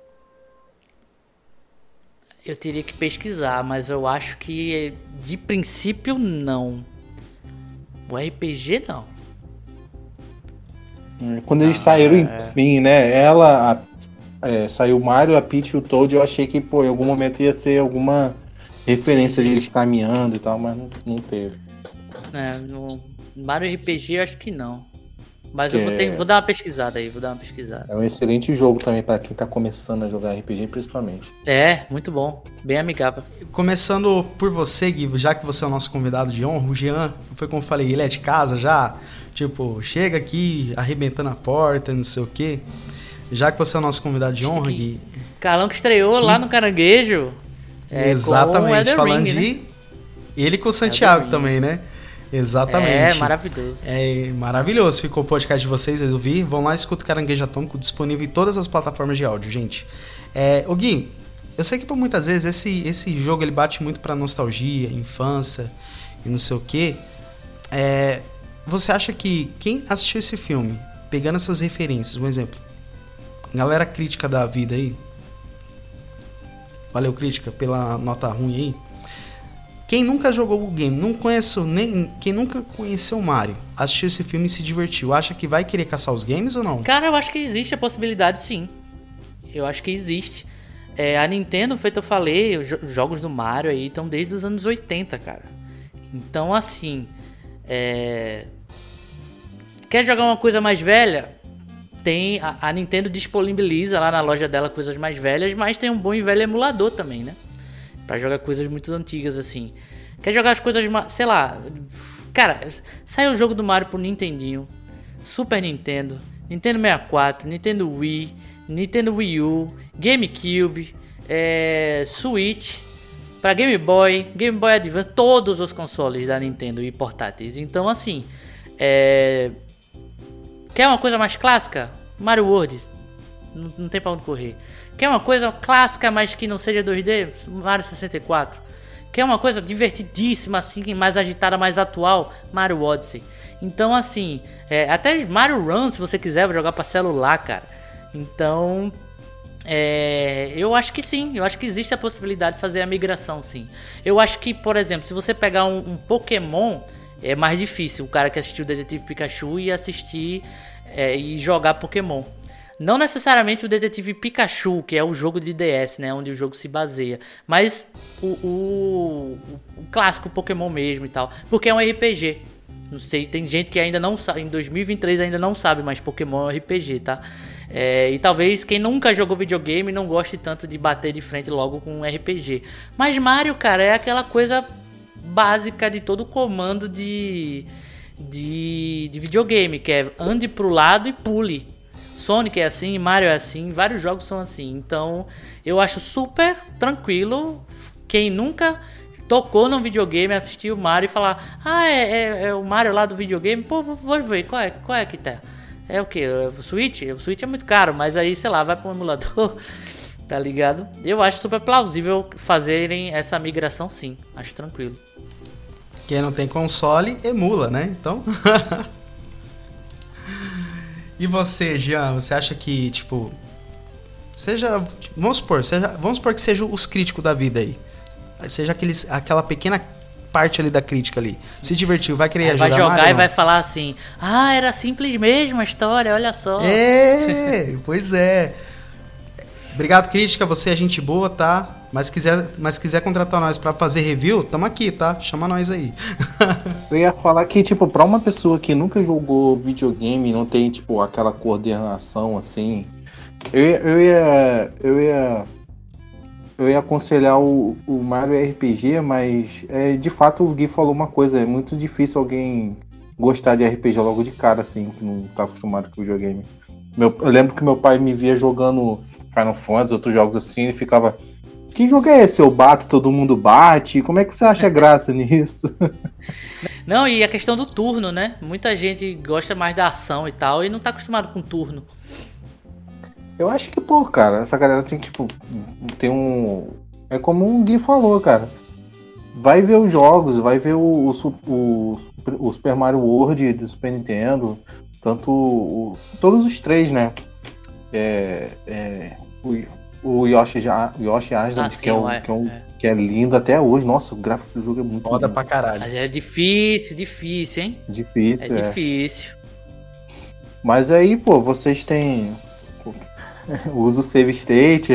Eu teria que pesquisar, mas eu acho que de princípio não. O R P G não. Quando eles saíram em fim, né? Ela, a- é, saiu o Mario, a Peach e o Toad, eu achei que, pô, em algum momento ia ser alguma referência Sim, sim. deles caminhando e tal, mas não, não teve. É, no Mario R P G eu acho que não. Mas eu Que vou, ter, é- vou dar uma pesquisada aí, vou dar uma pesquisada. É um excelente jogo também pra quem tá começando a jogar R P G, principalmente. É, muito bom. Bem amigável. Começando por você, Gui, já que você é o nosso convidado de honra, o Jean, foi como eu falei, ele é de casa já, tipo, chega aqui arrebentando a porta, não sei o quê. Já que você é o nosso convidado de honra, Gui, Carlão que estreou Que- lá no Caranguejo. é, com o exatamente, Elden falando Ring, né? de... Ele com o Santiago Ring. também, né? Exatamente. É, maravilhoso. É maravilhoso, ficou o podcast de vocês, eu vi. Vão lá e escuta o Caranguejo Atômico, disponível em todas as plataformas de áudio, gente. É, ô Gui, eu sei que por muitas vezes esse, esse jogo ele bate muito pra nostalgia, infância e não sei o quê. É, você acha que quem assistiu esse filme, pegando essas referências, um exemplo, galera crítica da vida aí, valeu crítica pela nota ruim aí, quem nunca jogou o game, não conhece, nem, quem nunca conheceu o Mario, assistiu esse filme e se divertiu, acha que vai querer caçar os games ou não? Cara, eu acho que existe a possibilidade, sim. Eu acho que existe. É, a Nintendo, feito eu falei, os jo- jogos do Mario aí estão desde os anos oitenta, cara. Então, assim, é... quer jogar uma coisa mais velha? Tem a, a Nintendo disponibiliza lá na loja dela coisas mais velhas, mas tem um bom e velho emulador também, né? Pra jogar coisas muito antigas assim. Quer jogar as coisas, ma- sei lá, cara, saiu o jogo do Mario pro Nintendinho, Super Nintendo, Nintendo sessenta e quatro, Nintendo Wii, Nintendo Wii U, GameCube, é, Switch, pra Game Boy, Game Boy Advance, todos os consoles da Nintendo e portáteis. Então, assim, é... quer uma coisa mais clássica? Mario World, não, não tem pra onde correr. Quer uma coisa clássica, mas que não seja dois D? Mario sessenta e quatro. Quer uma coisa divertidíssima, assim, mais agitada, mais atual? Mario Odyssey. Então, assim, é, até Mario Run, se você quiser jogar pra celular, cara. Então, é, eu acho que sim. Eu acho que existe a possibilidade de fazer a migração, sim. Eu acho que, por exemplo, se você pegar um, um Pokémon, é mais difícil. O cara que assistiu o Detetive Pikachu e assistir é, e jogar Pokémon. Não necessariamente o Detetive Pikachu, que é o jogo de D S, né, onde o jogo se baseia, mas o, o, o clássico Pokémon mesmo e tal, porque é um R P G. Não sei, tem gente que ainda não sabe, em dois mil e vinte e três ainda não sabe, mas Pokémon é um R P G, tá? É, e talvez quem nunca jogou videogame não goste tanto de bater de frente logo com um R P G. Mas Mario, cara, é aquela coisa básica de todo comando de, de, de videogame, que é ande pro lado e pule. Sonic é assim, Mario é assim, vários jogos são assim. Então eu acho super tranquilo quem nunca tocou num videogame, assistiu o Mario e falar: ah, é, é, é o Mario lá do videogame, pô, vou ver, qual é, qual é que tá? É o que? O Switch? O Switch é muito caro, mas aí, sei lá, vai para um emulador, tá ligado? Eu acho super plausível fazerem essa migração, sim, acho tranquilo. Quem não tem console, emula, né? Então... E você, Jean, você acha que, tipo... Seja... Vamos supor, seja, vamos supor que seja os críticos da vida aí. Seja aqueles, aquela pequena parte ali da crítica ali. Se divertiu, vai querer vai jogar jogar Mario, e vai falar assim: ah, era simples mesmo a história, olha só. É, pois é. Obrigado, crítica, você é gente boa, tá? Mas quiser, mas quiser contratar nós pra fazer review, tamo aqui, tá? Chama nós aí. Eu ia falar que, tipo, pra uma pessoa que nunca jogou videogame, não tem, tipo, aquela coordenação, assim... Eu, eu ia... Eu ia... Eu ia aconselhar o, o Mario R P G, mas é, de fato o Gui falou uma coisa, é muito difícil alguém gostar de R P G logo de cara, assim, que não tá acostumado com videogame. Meu, eu lembro que meu pai me via jogando Final Fantasy, outros jogos assim, e ficava: que jogo é esse? Eu bato, todo mundo bate, como é que você acha graça nisso? Não, e a questão do turno, né? Muita gente gosta mais da ação e tal, e não tá acostumado com turno. Eu acho que, pô, cara, essa galera tem que, tipo, tem um... É como o Gui falou, cara. Vai ver os jogos, vai ver o, o, o, o Super Mario World do Super Nintendo, tanto o, todos os três, né? É, é, o, o Yoshi, Yoshi Island, Ah, que, sim, é um, é, que, é um, é. que é lindo até hoje. Nossa, o gráfico do jogo é muito Foda lindo. pra caralho. Mas é difícil, difícil, hein? Difícil, É é. difícil. Mas aí, pô, vocês têm... Usa o save state.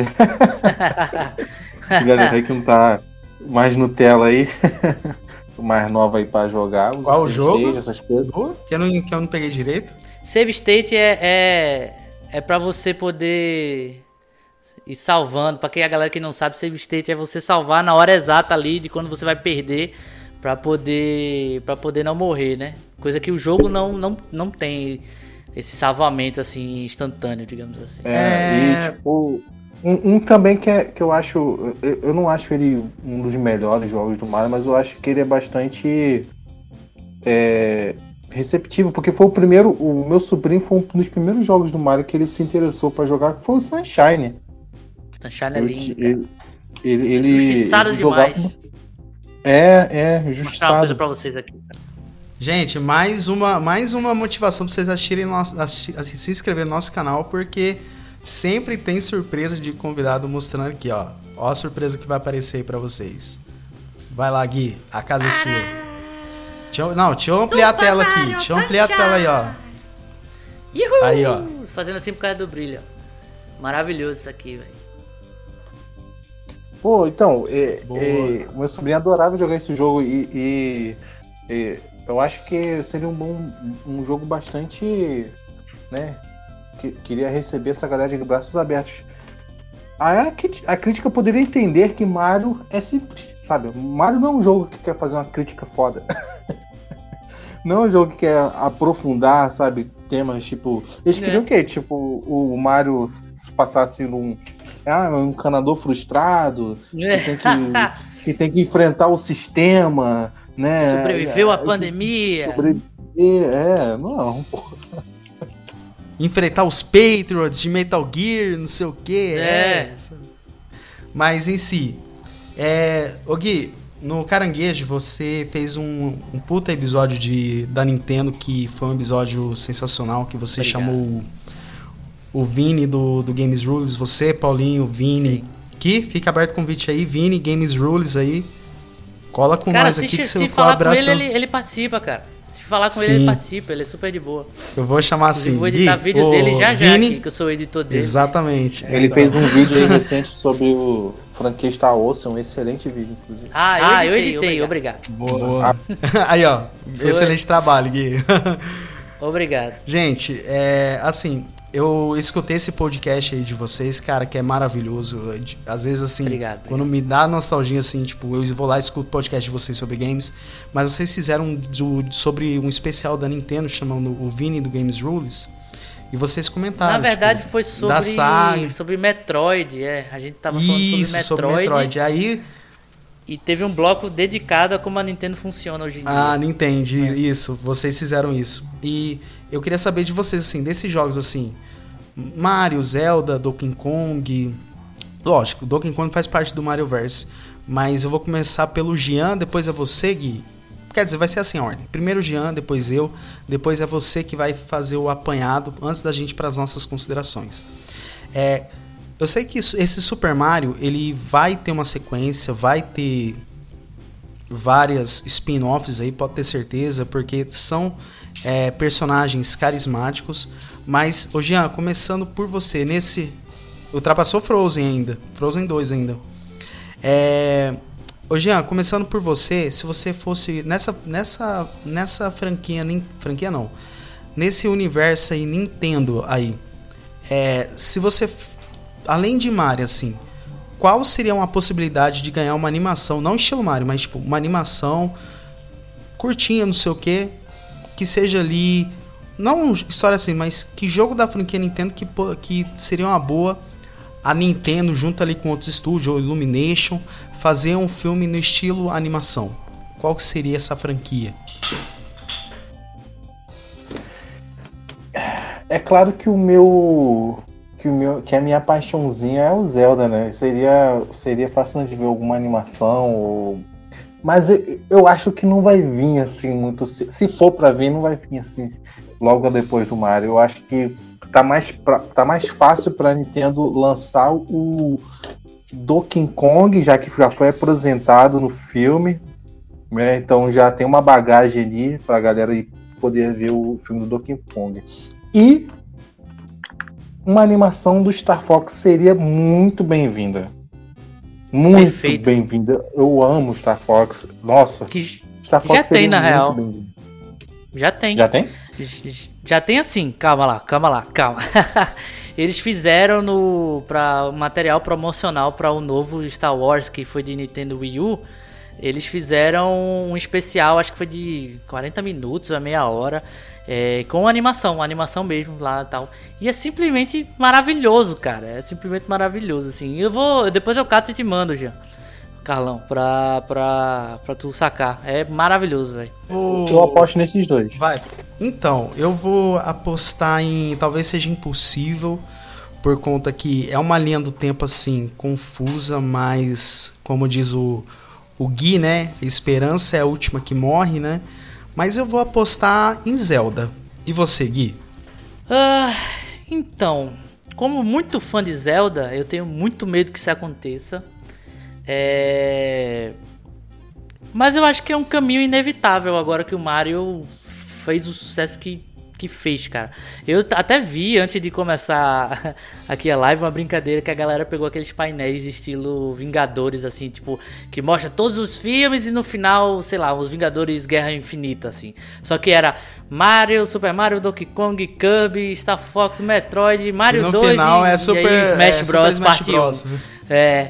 Galera aí que não tá mais Nutella aí. Mais nova aí pra jogar. Usa Qual o save jogo? state, essas coisas. Que eu, não, que eu não peguei direito. Save state é, é, é pra você poder ir salvando. Pra quem a galera que não sabe, save state é você salvar na hora exata ali de quando você vai perder, pra poder, pra poder não morrer, né? Coisa que o jogo não, não, não tem esse salvamento assim instantâneo, digamos assim. É, É. e tipo, um, um também que, é, que eu acho, eu, eu não acho ele um dos melhores jogos do Mario, mas eu acho que ele é bastante é, receptivo, porque foi o primeiro, o meu sobrinho foi um dos primeiros jogos do Mario que ele se interessou pra jogar, que foi o Sunshine. Sunshine é Eu- lindo, cara. ele, ele, ele, Injustiçado ele jogava- demais. É, é, Vou mostrar uma injustiçado. coisa pra vocês aqui. Gente, mais uma, mais uma motivação pra vocês assistirem nosso, assi- assi- se inscrever no nosso canal, porque sempre tem surpresa de convidado mostrando aqui, ó. Ó a surpresa que vai aparecer aí pra vocês. Vai lá, Gui, a casa é sua. Deixa eu, não, deixa eu ampliar a tela aqui. Deixa eu ampliar a tela aí, ó. Uhul! Aí, ó. Fazendo assim por causa do brilho. ó. Maravilhoso isso aqui, velho. Pô, então, é, Boa. é, o meu sobrinho adorava jogar esse jogo e, e- e eu acho que seria um bom, um jogo bastante, né, que queria receber essa galera de braços abertos. A, cri- a crítica poderia entender que Mario é simples, sabe? Mario não é um jogo que quer fazer uma crítica foda. Não é um jogo que quer aprofundar, sabe, temas tipo... Eles É. queriam o quê? Tipo, o Mario se passasse num... Ah, um encanador frustrado, que tem que, que tem que enfrentar o sistema, né? Sobreviveu à É, pandemia. Sobreviver, é, não, pô. Enfrentar os Patriots de Metal Gear, não sei o que. É. Mas em si, é, ô Gui, no Caranguejo você fez um, um puta episódio de, da Nintendo que foi um episódio sensacional, que você Obrigado. chamou o, o Vini do, do Games Rules, você, Paulinho, Vini, Sim. que fica aberto o convite aí, Vini, Games Rules aí, cola com Cara, nós se, aqui que se você falar com abraço. ele, ele, ele participa, cara. Se falar com ele, Sim. ele participa. Ele é super de boa. Eu vou chamar Inclusive, assim, vou editar Gui, vídeo ô, dele já já Vini, aqui, que eu sou o editor dele. exatamente. Ele Então, fez um vídeo aí recente sobre o franquia Star Wars, um excelente vídeo, inclusive. Ah, eu Ah, editei, eu editei obrigado. Boa. Aí, ó. Foi. Excelente trabalho, Gui. Obrigado. Gente, é, assim, eu escutei esse podcast aí de vocês, cara, que é maravilhoso. De- Às vezes, assim, Obrigado, obrigado. quando me dá nostalgia, assim, tipo, eu vou lá e escuto o podcast de vocês sobre games, mas vocês fizeram do- sobre um especial da Nintendo, chamando o Vini do Games Rules, e vocês comentaram. Na verdade, tipo, foi da sobre, saga. sobre Metroid. É, a gente tava falando Isso, sobre sobre Metroid, Metroid. Aí, e teve um bloco dedicado a como a Nintendo funciona hoje em ah, dia. Nintendo, isso, vocês fizeram isso. E eu queria saber de vocês, assim, desses jogos, assim, Mario, Zelda, Donkey Kong. Lógico, Donkey Kong faz parte do Marioverse, mas eu vou começar pelo Jean, depois é você, Gui. Quer dizer, vai ser assim a ordem. Primeiro o Jean, depois eu, depois é você que vai fazer o apanhado antes da gente ir para as nossas considerações. É, eu sei que esse Super Mario, ele vai ter uma sequência, vai ter várias spin-offs aí, pode ter certeza, porque são é, personagens carismáticos. Mas, ô Jean, começando por você, nesse... Ultrapassou Frozen ainda, Frozen dois ainda. É... Ô Jean, começando por você, se você fosse nessa, nessa, nessa franquia, nem, franquia não, nesse universo aí, Nintendo aí, é, se você, além de Mario, assim, qual seria uma possibilidade de ganhar uma animação, não estilo Mario, mas tipo, uma animação curtinha, não sei o que, que seja ali, não história assim, mas que jogo da franquia Nintendo que, que seria uma boa a Nintendo, junto ali com outros estúdios, ou Illumination, fazer um filme no estilo animação. Qual que seria essa franquia? É claro que o meu que o meu que a minha paixãozinha é o Zelda, né? Seria seria fascinante de ver alguma animação ou... mas eu, eu acho que não vai vir assim muito, se for para vir não vai vir assim logo depois do Mario. Eu acho que tá mais pra, tá mais fácil para Nintendo lançar o Donkey Kong, já que já foi apresentado no filme, né? Então já tem uma bagagem ali pra galera poder ver o filme do Donkey Kong. E uma animação do Star Fox seria muito bem-vinda. Muito Perfeito. bem-vinda. Eu amo Star Fox. Nossa, que Star Fox já tem, na real. Bem-vindo. Já tem. Já tem? Já tem assim. Calma lá, calma lá, calma. Eles fizeram no para material promocional para o novo Star Wars, que foi de Nintendo Wii U. Eles fizeram um especial, acho que foi de quarenta minutos a meia hora, é, com animação, animação mesmo lá e tal. E é simplesmente maravilhoso, cara. É simplesmente maravilhoso, assim. Eu vou, depois eu cato e te mando, já, Carlão, pra, pra, pra tu sacar. É maravilhoso, velho. O... Eu aposto nesses dois. Vai. Então, eu vou apostar em... Talvez seja impossível, por conta que é uma linha do tempo, assim, confusa, mas, como diz o, o Gui, né? A esperança é a última que morre, né? Mas eu vou apostar em Zelda. E você, Gui? Ah, então, como muito fã de Zelda, eu tenho muito medo que isso aconteça. É... Mas eu acho que é um caminho inevitável agora que o Mario fez o sucesso que, que fez, cara. Eu até vi, antes de começar aqui a live, uma brincadeira que a galera pegou aqueles painéis estilo Vingadores, assim, tipo, que mostra todos os filmes e no final, sei lá, os Vingadores Guerra Infinita, assim. Só que era Mario, Super Mario, Donkey Kong, Kirby, Star Fox, Metroid, Mario dois final e, é super, e aí Smash é, Bros. Super Smash Parte Bros. um. É...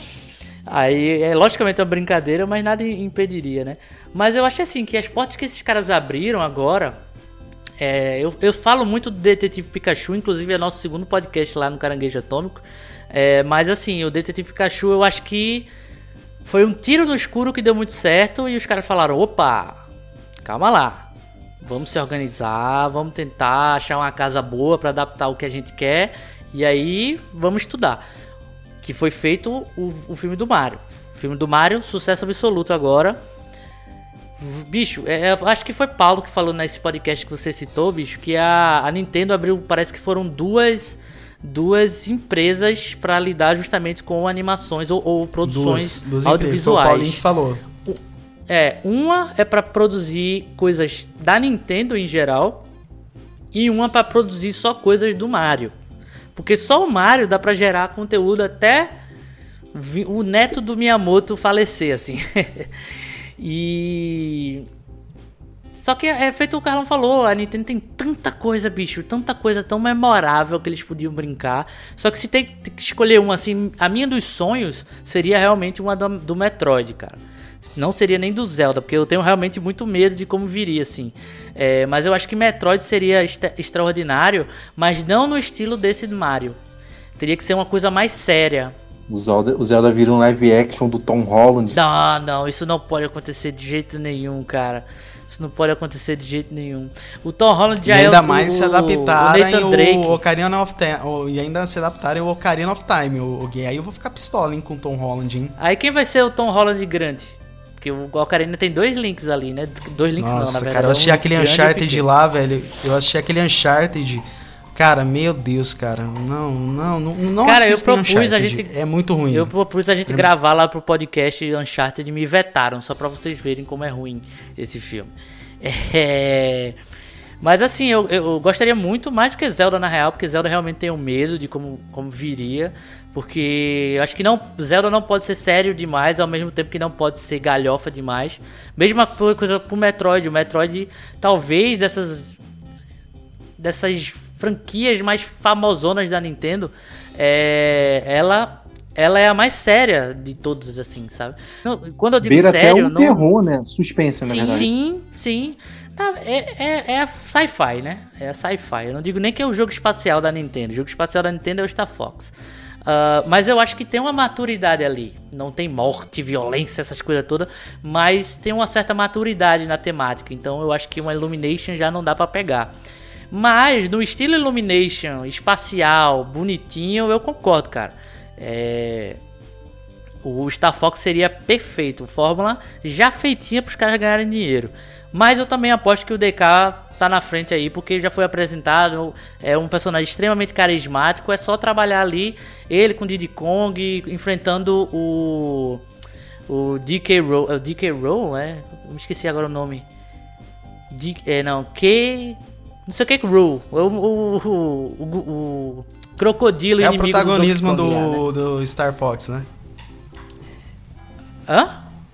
Aí, é logicamente uma brincadeira, mas nada impediria, né? Mas eu acho assim, que as portas que esses caras abriram agora... É, eu, eu falo muito do Detetive Pikachu, inclusive é nosso segundo podcast lá no Caranguejo Atômico. É, mas assim, o Detetive Pikachu eu acho que foi um tiro no escuro que deu muito certo. E os caras falaram, opa, calma lá, vamos se organizar, vamos tentar achar uma casa boa para adaptar o que a gente quer. E aí, vamos estudar. Que foi feito o, o filme do Mario. O filme do Mario, sucesso absoluto agora. Bicho, é, acho que foi Paulo que falou nesse podcast que você citou, bicho, que a, a Nintendo abriu, parece que foram duas, duas empresas para lidar justamente com animações ou, ou produções duas, duas audiovisuais. O Paulinho que falou. É, uma é para produzir coisas da Nintendo em geral e uma para produzir só coisas do Mario. Porque só o Mario dá pra gerar conteúdo até o neto do Miyamoto falecer, assim. E... Só que é feito o que o Carlão falou, a Nintendo tem tanta coisa, bicho, tanta coisa tão memorável que eles podiam brincar. Só que se tem que escolher uma, assim, a minha dos sonhos seria realmente uma do, do Metroid, cara. Não seria nem do Zelda, porque eu tenho realmente muito medo de como viria, assim. É, mas eu acho que Metroid seria extra- extraordinário, mas não no estilo desse do Mario. Teria que ser uma coisa mais séria. O Zelda, o Zelda vira um live action do Tom Holland. Não, não, isso não pode acontecer de jeito nenhum, cara. Isso não pode acontecer de jeito nenhum. O Tom Holland já e ainda é o, mais o, se adaptarem o, o Ocarina of Time. E ainda se adaptarem o Ocarina of Time. O, o, aí eu vou ficar pistola, hein, com o Tom Holland, hein. Aí quem vai ser o Tom Holland grande? Porque o Ocarina tem dois links ali, né? Dois links Nossa, não, na verdade. cara, eu assisti é um aquele grande e Uncharted pequeno. lá, velho. Eu assisti aquele Uncharted. Cara, meu Deus, cara. Não, não, não, não Cara, eu assistem propus a Uncharted. gente- É muito ruim. Eu propus a gente É. gravar lá pro podcast Uncharted e me vetaram, só pra vocês verem como é ruim esse filme. É... Mas assim, eu, eu gostaria muito, mais do que Zelda na real, porque Zelda realmente tem um medo de como, como viria. Porque eu acho que não, Zelda não pode ser sério demais, ao mesmo tempo que não pode ser galhofa demais. Mesma coisa pro Metroid. O Metroid, talvez, dessas, dessas franquias mais famosonas da Nintendo, é, ela, ela é a mais séria de todas, assim, sabe? Não, quando eu digo Beira sério... até um não... terror, né? Suspense, na Sim, verdade. sim, sim. Tá, é, é, é a sci-fi, né? É a sci-fi. Eu não digo nem que é o jogo espacial da Nintendo. O jogo espacial da Nintendo é o Star Fox. Uh, mas eu acho que tem uma maturidade ali. Não tem morte, violência, essas coisas todas. Mas tem uma certa maturidade na temática. Então eu acho que uma Illumination já não dá pra pegar. Mas no estilo Illumination, espacial, bonitinho, eu concordo, cara. É... O Star Fox seria perfeito. Fórmula já feitinha pros caras ganharem dinheiro. Mas eu também aposto que o D K tá na frente aí, porque já foi apresentado, é um personagem extremamente carismático, é só trabalhar ali, ele com Diddy Kong, enfrentando o o D K Row, é o D K Row, é? Eu me esqueci agora o nome. D, é, não, K... não sei o que que Row, o, o, o, o, o crocodilo É o inimigo protagonismo do, Donkey do, Kong lá, né? do Star Fox, né? Hã?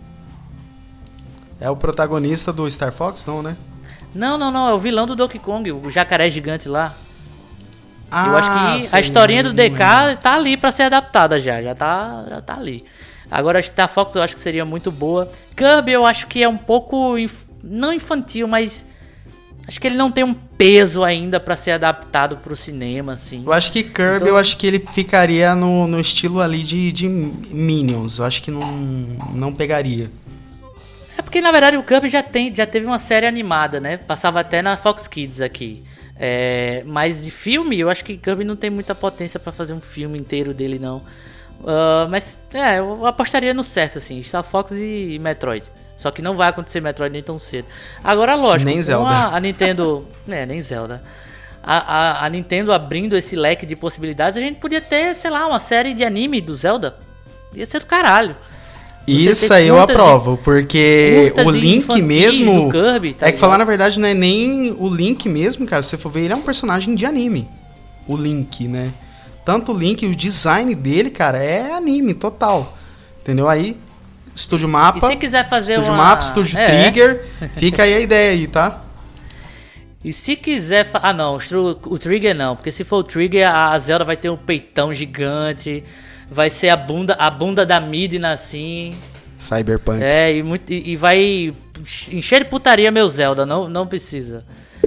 É o protagonista do Star Fox, não, né? Não, não, não, é o vilão do Donkey Kong, o jacaré gigante lá. Ah, Eu acho que sei, a historinha não do D K lembro. tá ali pra ser adaptada já, já tá, já tá ali. Agora Star Fox eu acho que seria muito boa. Kirby eu acho que é um pouco, inf... não infantil, mas acho que ele não tem um peso ainda pra ser adaptado pro cinema, assim. Eu acho que Kirby, Então- eu acho que ele ficaria no, no estilo ali de, de Minions. Eu acho que não, não pegaria. É porque na verdade o Kirby já, tem, já teve uma série animada, né? Passava até na Fox Kids aqui. É, mas de filme, eu acho que Kirby não tem muita potência pra fazer um filme inteiro dele, não. Uh, mas é, eu apostaria no certo, assim, Star Fox e Metroid. Só que não vai acontecer Metroid nem tão cedo. Agora, lógico, Nem com Zelda. A, a Nintendo... é, nem Zelda. A, a, a Nintendo abrindo esse leque de possibilidades, a gente podia ter, sei lá, uma série de anime do Zelda. Ia ser do caralho. Isso ter aí eu curtas e- aprovo, porque curtas o e Link infantis mesmo... do Kirby, tá é que falar na ligado? verdade não é nem o Link mesmo, cara. Se você for ver, ele é um personagem de anime. O Link, né? Tanto o Link, o design dele, cara, é anime total. Entendeu? Aí, Estúdio Mapa... E se quiser fazer Estúdio uma... Mapa, Estúdio é. Trigger, fica aí a ideia aí, tá? E se quiser... Fa... Ah, não, o, Stru- o Trigger não. Porque se for o Trigger, a Zelda vai ter um peitão gigante. Vai ser a bunda, a bunda da Midna, assim. Cyberpunk. É, e, muito, e, e vai encher de putaria meu Zelda. Não, não precisa.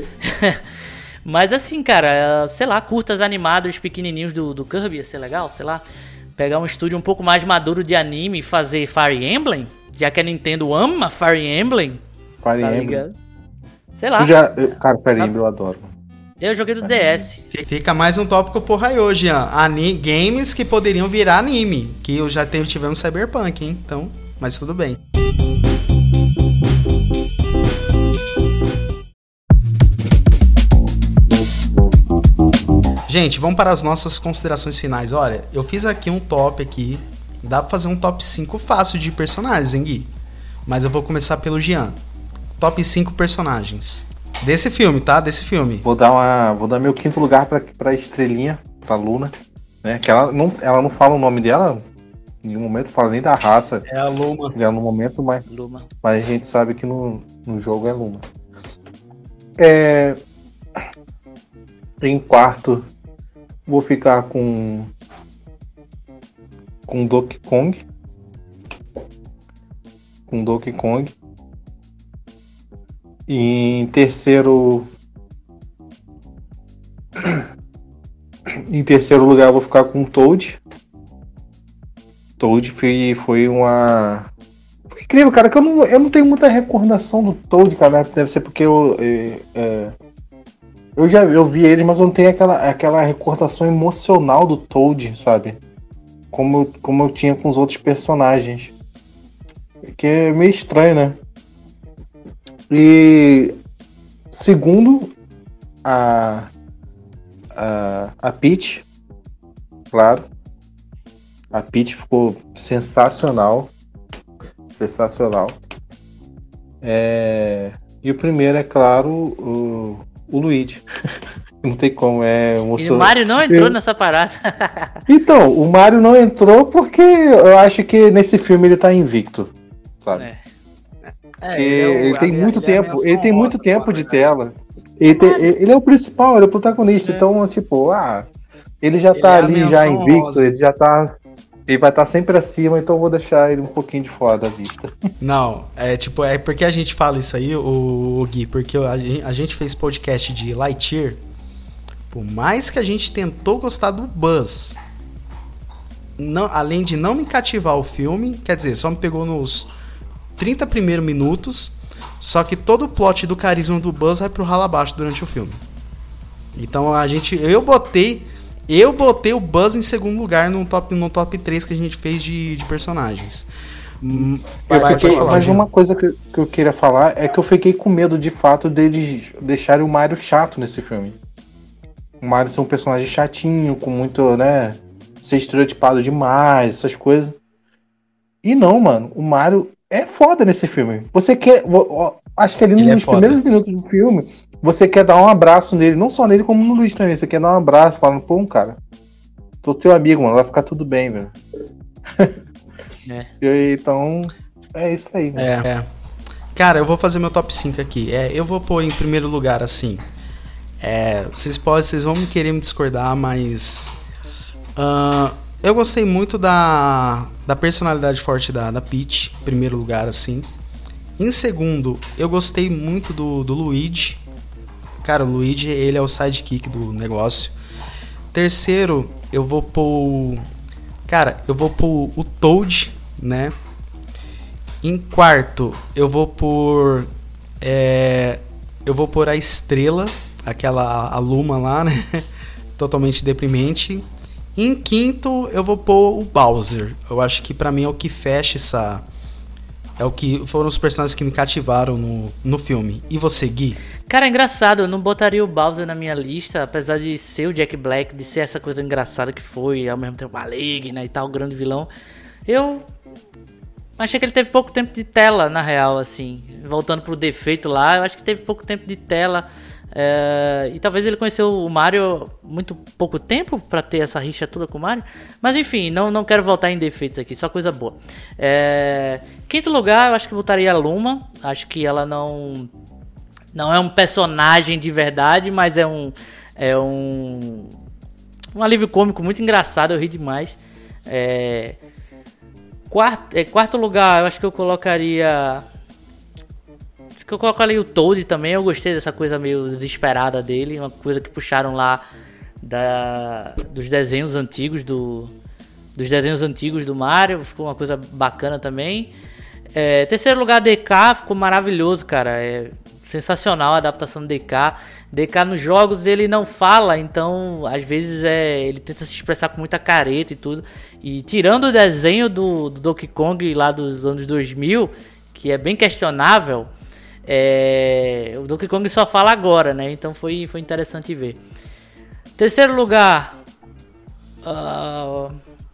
Mas assim, cara, sei lá, curtas animados pequenininhos do, do Kirby ia ser legal, sei lá. Pegar um estúdio um pouco mais maduro de anime e fazer Fire Emblem, já que a Nintendo ama Fire Emblem, Fire tá Emblem. ligado? Sei lá, Tu já, eu- cara, Fire Emblem eu adoro. eu joguei do D S. Fica mais um tópico porra aí hoje, Jean. Ani- games que poderiam virar anime. Que eu já teve, tivemos Cyberpunk, hein? Então, mas tudo bem. Gente, vamos para as nossas considerações finais. Olha, eu fiz aqui um top aqui. Dá pra fazer um top cinco fácil de personagens, hein, Gui? Mas eu vou começar pelo Jean. Top cinco personagens. Desse filme, tá? Desse filme. Vou dar, uma, vou dar meu quinto lugar pra, pra Estrelinha, pra Luna. Né? Que ela não, ela não fala o nome dela, em nenhum momento fala nem da raça É a Luma. dela no momento, mas, Luma. mas a gente sabe que no, no jogo é Luma. É, em quarto, vou ficar com com Donkey Kong. Com Donkey Kong. E em terceiro. Em terceiro lugar, eu vou ficar com Toad. Toad foi, foi uma. Foi incrível, cara, que eu não, eu não tenho muita recordação do Toad, cara. Deve ser porque eu. É, é, eu já eu vi eles, mas eu não tenho aquela, aquela recordação emocional do Toad, sabe? Como, eu- como eu tinha com os outros personagens. que é meio estranho, né? E segundo, a a, a Peach, claro. A Peach ficou sensacional. Sensacional. É... E o primeiro é, claro, o, o Luigi. Não tem como, é emocionante. E o Mario não entrou eu... nessa parada. Então, o Mario não entrou porque eu acho que nesse filme ele tá invicto, sabe? É. É, ele, é o- ele tem ele- muito ele é a tempo, menção ele tem muito honrosa, tempo pô, de na tela. Ele, tem- ele é o principal, ele é o protagonista. É. Então, tipo, ah, ele já Ele tá é a ali, menção já invicto, honrosa. ele já tá. Ele vai estar sempre acima, então eu vou deixar ele um pouquinho de fora da vista. Não, é tipo, é porque a gente fala isso aí, o, o Gui, porque a gente, a gente fez podcast de Lightyear. Por mais que a gente tentou gostar do Buzz, não, além de não me cativar o filme, quer dizer, só me pegou nos trinta primeiros minutos, só que todo o plot do carisma do Buzz vai pro ralo abaixo durante o filme. Então a gente, eu botei, eu botei o Buzz em segundo lugar no top, no top três que a gente fez de, de personagens. Hum, Eu vai, fiquei- pode falar, mas Jean. uma coisa que, que eu queria falar é que eu fiquei com medo de fato deles deixarem o Mario chato nesse filme. O Mario ser um personagem chatinho, com muito, né, ser estereotipado demais, essas coisas. E não, mano, o Mario é foda nesse filme. Você quer, ó, ó, acho que ali Ele é nos foda. primeiros minutos do filme, você quer dar um abraço nele, não só nele como no Luigi também. Você quer dar um abraço, falando, pô, cara, tô teu amigo, mano, vai ficar tudo bem, velho. É. E, então, é isso aí, né? É, é. Cara, eu vou fazer meu top cinco aqui. É, eu vou pôr em primeiro lugar, assim. É, vocês podem, vocês vão me querer me discordar, mas ah, eu gostei muito da, da personalidade forte da, da Peach, em primeiro lugar, assim. Em segundo, eu gostei muito do, do Luigi. Cara, o Luigi, ele é o sidekick do negócio. Terceiro, eu vou pôr... Cara, eu vou pôr o Toad, né? Em quarto, eu vou pôr... É, eu vou pôr a Estrela, aquela a Luma lá, né? Totalmente deprimente. Em quinto, eu vou pôr o Bowser. Eu acho que pra mim é o que fecha essa... É o que foram os personagens que me cativaram no, no filme. E você, Gui? Cara, é engraçado, eu não botaria o Bowser na minha lista, apesar de ser o Jack Black, de ser essa coisa engraçada que foi, ao mesmo tempo maligna e tal, grande vilão. Eu achei que ele teve pouco tempo de tela, na real, assim. Voltando pro defeito lá, eu acho que teve pouco tempo de tela. É, e talvez ele conheceu o Mario muito pouco tempo pra ter essa rixa toda com o Mario. Mas enfim, não, não quero voltar em defeitos aqui, só coisa boa. É, quinto lugar, eu acho que botaria a Luma. Acho que ela não... Não é um personagem de verdade, mas é um... É um... Um alívio cômico muito engraçado, eu ri demais. É, quarto, é, quarto lugar, eu acho que eu colocaria... Acho que eu colocaria o Toad também. Eu gostei dessa coisa meio desesperada dele. Uma coisa que puxaram lá da, dos desenhos antigos do... Dos desenhos antigos do Mario. Ficou uma coisa bacana também. É, terceiro lugar, D K. Ficou maravilhoso, cara. É sensacional a adaptação do D K. D K nos jogos ele não fala, então às vezes é, ele tenta se expressar com muita careta e tudo. E tirando o desenho do, do Donkey Kong lá dos anos dois mil, que é bem questionável, é, o Donkey Kong só fala agora, né? Então foi, foi interessante ver. Terceiro lugar... Uh,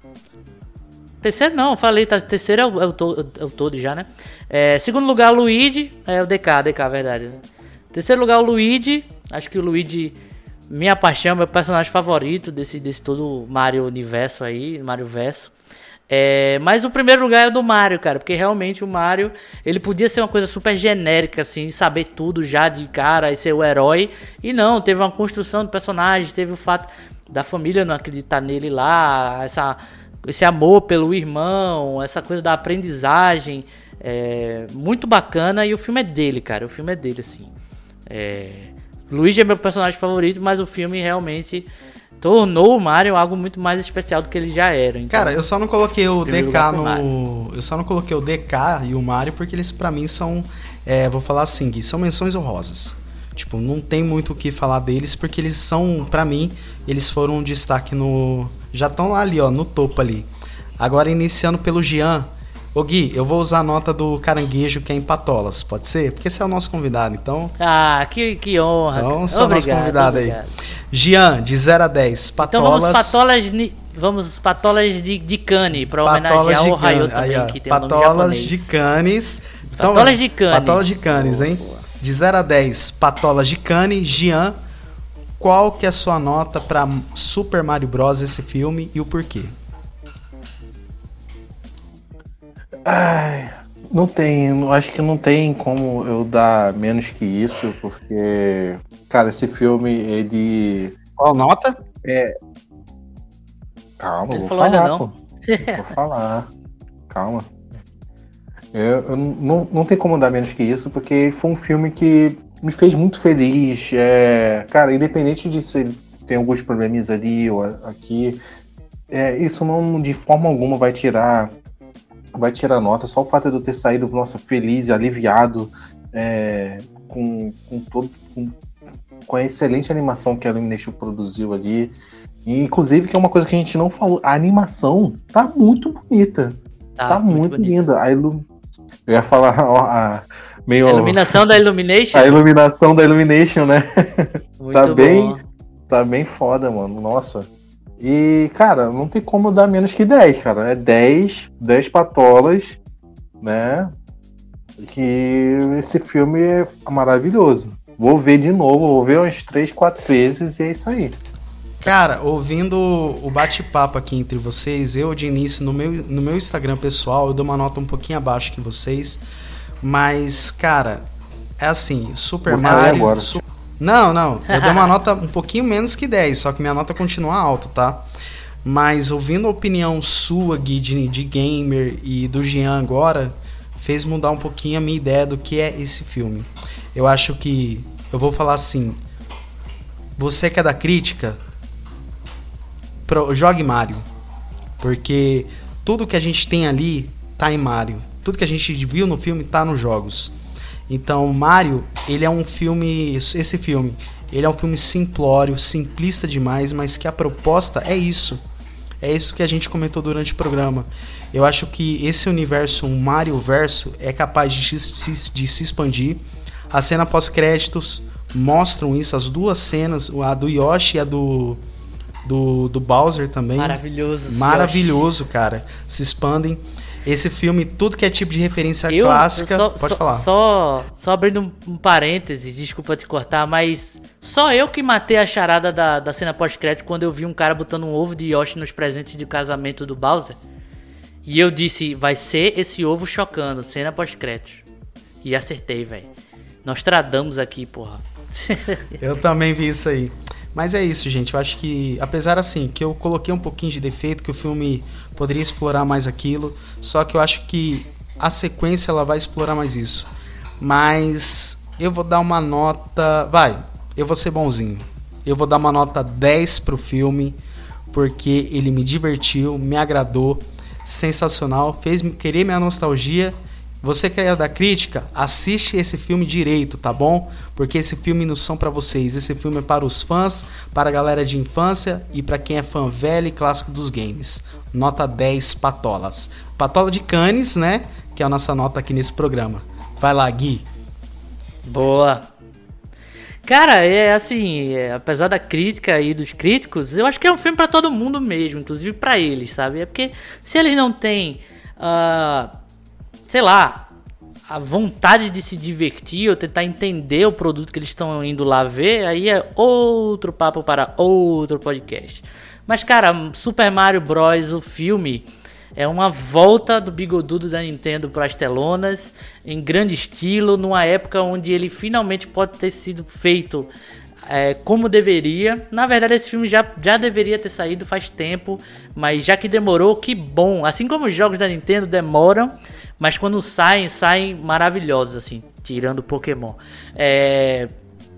terceiro não, falei, tá, terceiro é o, é o, to, é o Toad já, né? É, segundo lugar, o Luigi, é o D K, D K, verdade. Terceiro lugar, o Luigi. Acho que o Luigi, minha paixão, meu personagem favorito desse, desse todo Mario universo aí, Mario Verso. É, mas o primeiro lugar é o do Mario, cara, porque realmente o Mario, ele podia ser uma coisa super genérica, assim, saber tudo já de cara e ser o herói. E não, teve uma construção do personagem, teve o fato da família não acreditar nele lá, essa, esse amor pelo irmão, essa coisa da aprendizagem. É muito bacana e o filme é dele, cara. O filme é dele, assim. É... Luigi é meu personagem favorito, mas o filme realmente tornou o Mario algo muito mais especial do que ele já era. Então, cara, eu só não coloquei o D K no. Mario. Eu só não coloquei o D K e o Mario porque eles, pra mim, são. É, vou falar assim, Gui, são menções honrosas. Tipo, não tem muito o que falar deles porque eles são, pra mim, eles foram um destaque no. Já estão lá ali, ó, no topo ali. Agora, iniciando pelo Jean. Ô Gui, eu vou usar a nota do Caranguejo, que é em Patolas, pode ser? Porque você é o nosso convidado, então... Ah, que, que honra. Então, você é o nosso convidado obrigado. aí. Jean, de zero a dez, Patolas... Então vamos Patolas, vamos Patolas de, de Cane, pra homenagear o Raio também, aí, que tem Patolas um de Canes. Então, Patolas de Cane. Patolas de Canes, hein? Boa. De zero a dez, Patolas de Cane. Jean, qual que é a sua nota pra Super Mario Bros. Esse filme e o porquê? Ai, não tem, acho que não tem como eu dar menos que isso, porque, cara, esse filme, ele... Qual nota? É... Calma, Ele vou falou falar, ainda não. pô. Vou falar, calma. Eu, eu não, não tem como dar menos que isso, porque foi um filme que me fez muito feliz. É, cara, independente de se ele tem alguns probleminhas ali ou aqui, é, isso não de forma alguma vai tirar vai tirar nota. Só o fato de eu ter saído, nossa, feliz e aliviado é, com, com, todo, com, com a excelente animação que a Illumination produziu ali. E, inclusive, que é uma coisa que a gente não falou, a animação tá muito bonita. Tá, tá muito, muito linda. A ilu... Eu ia falar ó, a, meio... a iluminação da Illumination? A iluminação da Illumination, né? Muito tá bom. bem, tá bem foda, mano. Nossa. E, cara, não tem como dar menos que dez, cara. É dez, dez patolas, né? Que esse filme é maravilhoso. Vou ver de novo, vou ver umas três, quatro vezes e é isso aí. Cara, ouvindo o bate-papo aqui entre vocês, eu de início no meu, no meu Instagram pessoal, eu dou uma nota um pouquinho abaixo que vocês, mas, cara, é assim, Super Você Mario... agora. Su... Não, não, eu dou uma nota um pouquinho menos que dez, só que minha nota continua alta, tá? Mas ouvindo a opinião sua, Gui, de, de gamer e do Jean agora, fez mudar um pouquinho a minha ideia do que é esse filme. Eu acho que, eu vou falar assim, você que é da crítica... jogue Mario, porque tudo que a gente tem ali tá em Mario, tudo que a gente viu no filme tá nos jogos. Então Mario, ele é um filme, esse filme, ele é um filme simplório, simplista demais, mas que a proposta é isso, é isso que a gente comentou durante o programa. Eu acho que esse universo, um Mario verso, é capaz de se, de se expandir. A cena pós-créditos mostram isso, as duas cenas, a do Yoshi e a do Do, do Bowser também. Maravilhoso. Maravilhoso, Yoshi. Cara. Se expandem. Esse filme, tudo que é tipo de referência eu, clássica... Eu só, pode só, falar. Só, só abrindo um, um parêntese, desculpa te cortar, mas só eu que matei a charada da, da cena pós-crédito quando eu vi um cara botando um ovo de Yoshi nos presentes de casamento do Bowser. E eu disse, vai ser esse ovo chocando, cena pós-crédito. E acertei, velho. Nós tradamos aqui, porra. Eu também vi isso aí. Mas é isso, gente. Eu acho que, apesar assim, que eu coloquei um pouquinho de defeito, que o filme poderia explorar mais aquilo, só que eu acho que a sequência ela vai explorar mais isso. Mas eu vou dar uma nota... Vai, eu vou ser bonzinho. Eu vou dar uma nota dez pro filme, porque ele me divertiu, me agradou, sensacional, fez querer minha nostalgia. Você que é da crítica, assiste esse filme direito, tá bom? Porque esse filme não são pra vocês. Esse filme é para os fãs, para a galera de infância e para quem é fã velho e clássico dos games. Nota dez patolas. Patola de Canes, né? Que é a nossa nota aqui nesse programa. Vai lá, Gui. Boa. Cara, é assim, é, apesar da crítica e dos críticos, eu acho que é um filme pra todo mundo mesmo, inclusive pra eles, sabe? É porque se eles não têm... Uh, sei lá, a vontade de se divertir ou tentar entender o produto que eles estão indo lá ver, aí é outro papo para outro podcast. Mas, cara, Super Mario Bros., o filme, é uma volta do bigodudo da Nintendo para as telonas, em grande estilo, numa época onde ele finalmente pode ter sido feito é, como deveria. Na verdade, esse filme já, já deveria ter saído faz tempo, mas já que demorou, que bom. Assim como os jogos da Nintendo demoram, mas quando saem, saem maravilhosos, assim, tirando Pokémon. É...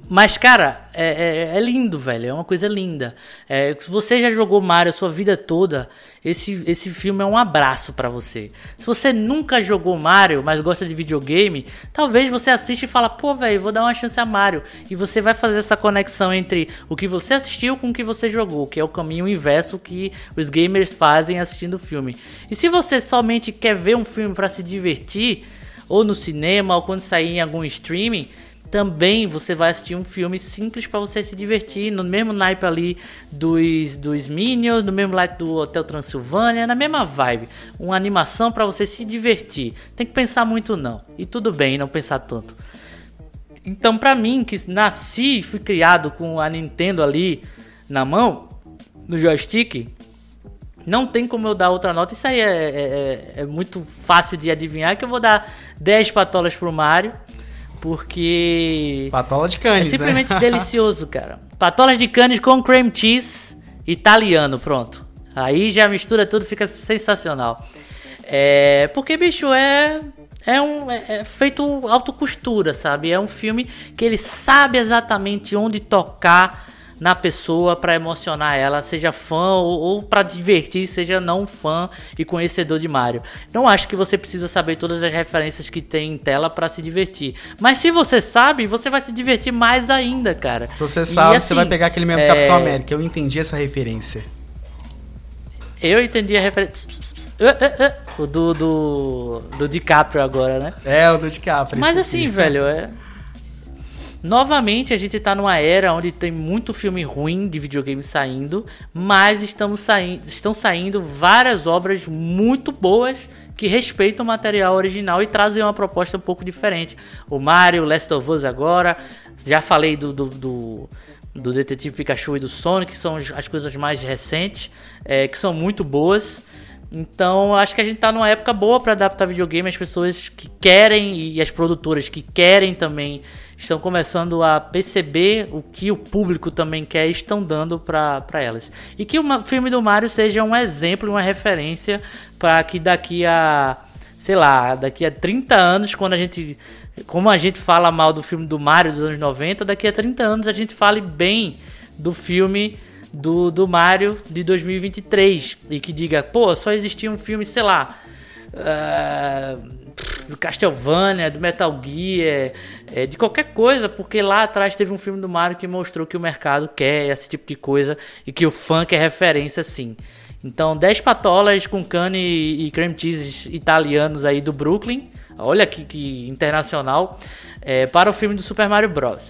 Mas, cara, é, é, é lindo, velho. É uma coisa linda. É, se você já jogou Mario a sua vida toda, esse, esse filme é um abraço pra você. Se você nunca jogou Mario, mas gosta de videogame, talvez você assiste e fala, pô, velho, vou dar uma chance a Mario. E você vai fazer essa conexão entre o que você assistiu com o que você jogou, que é o caminho inverso que os gamers fazem assistindo o filme. E se você somente quer ver um filme pra se divertir, ou no cinema, ou quando sair em algum streaming, também você vai assistir um filme simples para você se divertir, no mesmo naipe ali dos, dos Minions, no mesmo naipe do Hotel Transilvânia, na mesma vibe. Uma animação para você se divertir. Tem que pensar muito não. E tudo bem não pensar tanto. Então, para mim, que nasci e fui criado com a Nintendo ali na mão, no joystick, não tem como eu dar outra nota. Isso aí é, é, é muito fácil de adivinhar, que eu vou dar dez patolas pro Mario. Porque patola de canes, é simplesmente né? delicioso, cara. Patolas de canes com cream cheese italiano, pronto. Aí já mistura tudo, fica sensacional. É, porque, bicho, é, é, um, é, é feito alto costura, sabe? É um filme que ele sabe exatamente onde tocar na pessoa para emocionar ela, seja fã ou, ou para divertir, seja não fã e conhecedor de Mario. Não acho que você precisa saber todas as referências que tem em tela para se divertir. Mas se você sabe, você vai se divertir mais ainda, cara. Se você sabe, assim, você vai pegar aquele mesmo é... Capitão América. Eu entendi essa referência. Eu entendi a referência. Uh, uh, uh. O do, do, do DiCaprio agora, né? É, o do DiCaprio. Mas assim, velho, é... Novamente, a gente tá numa era onde tem muito filme ruim de videogame saindo, mas estamos saindo, estão saindo várias obras muito boas que respeitam o material original e trazem uma proposta um pouco diferente. O Mario, Last of Us agora, já falei do, do, do, do Detetive Pikachu e do Sonic, que são as coisas mais recentes, é, que são muito boas. Então, acho que a gente tá numa época boa para adaptar videogame. As pessoas que querem e as produtoras que querem também estão começando a perceber o que o público também quer e estão dando para elas. E que o filme do Mario seja um exemplo, uma referência para que daqui a, sei lá, daqui a trinta anos, quando a gente, como a gente fala mal do filme do Mario dos anos noventa, daqui a trinta anos a gente fale bem do filme do, do Mario de dois mil e vinte e três e que diga, pô, só existia um filme, sei lá, uh, do Castlevania, do Metal Gear, é, de qualquer coisa, porque lá atrás teve um filme do Mario que mostrou que o mercado quer esse tipo de coisa e que o fã quer referência sim. Então, dez patolas com cane e, e cream cheese italianos aí do Brooklyn, olha que, que internacional, é, para o filme do Super Mario Bros.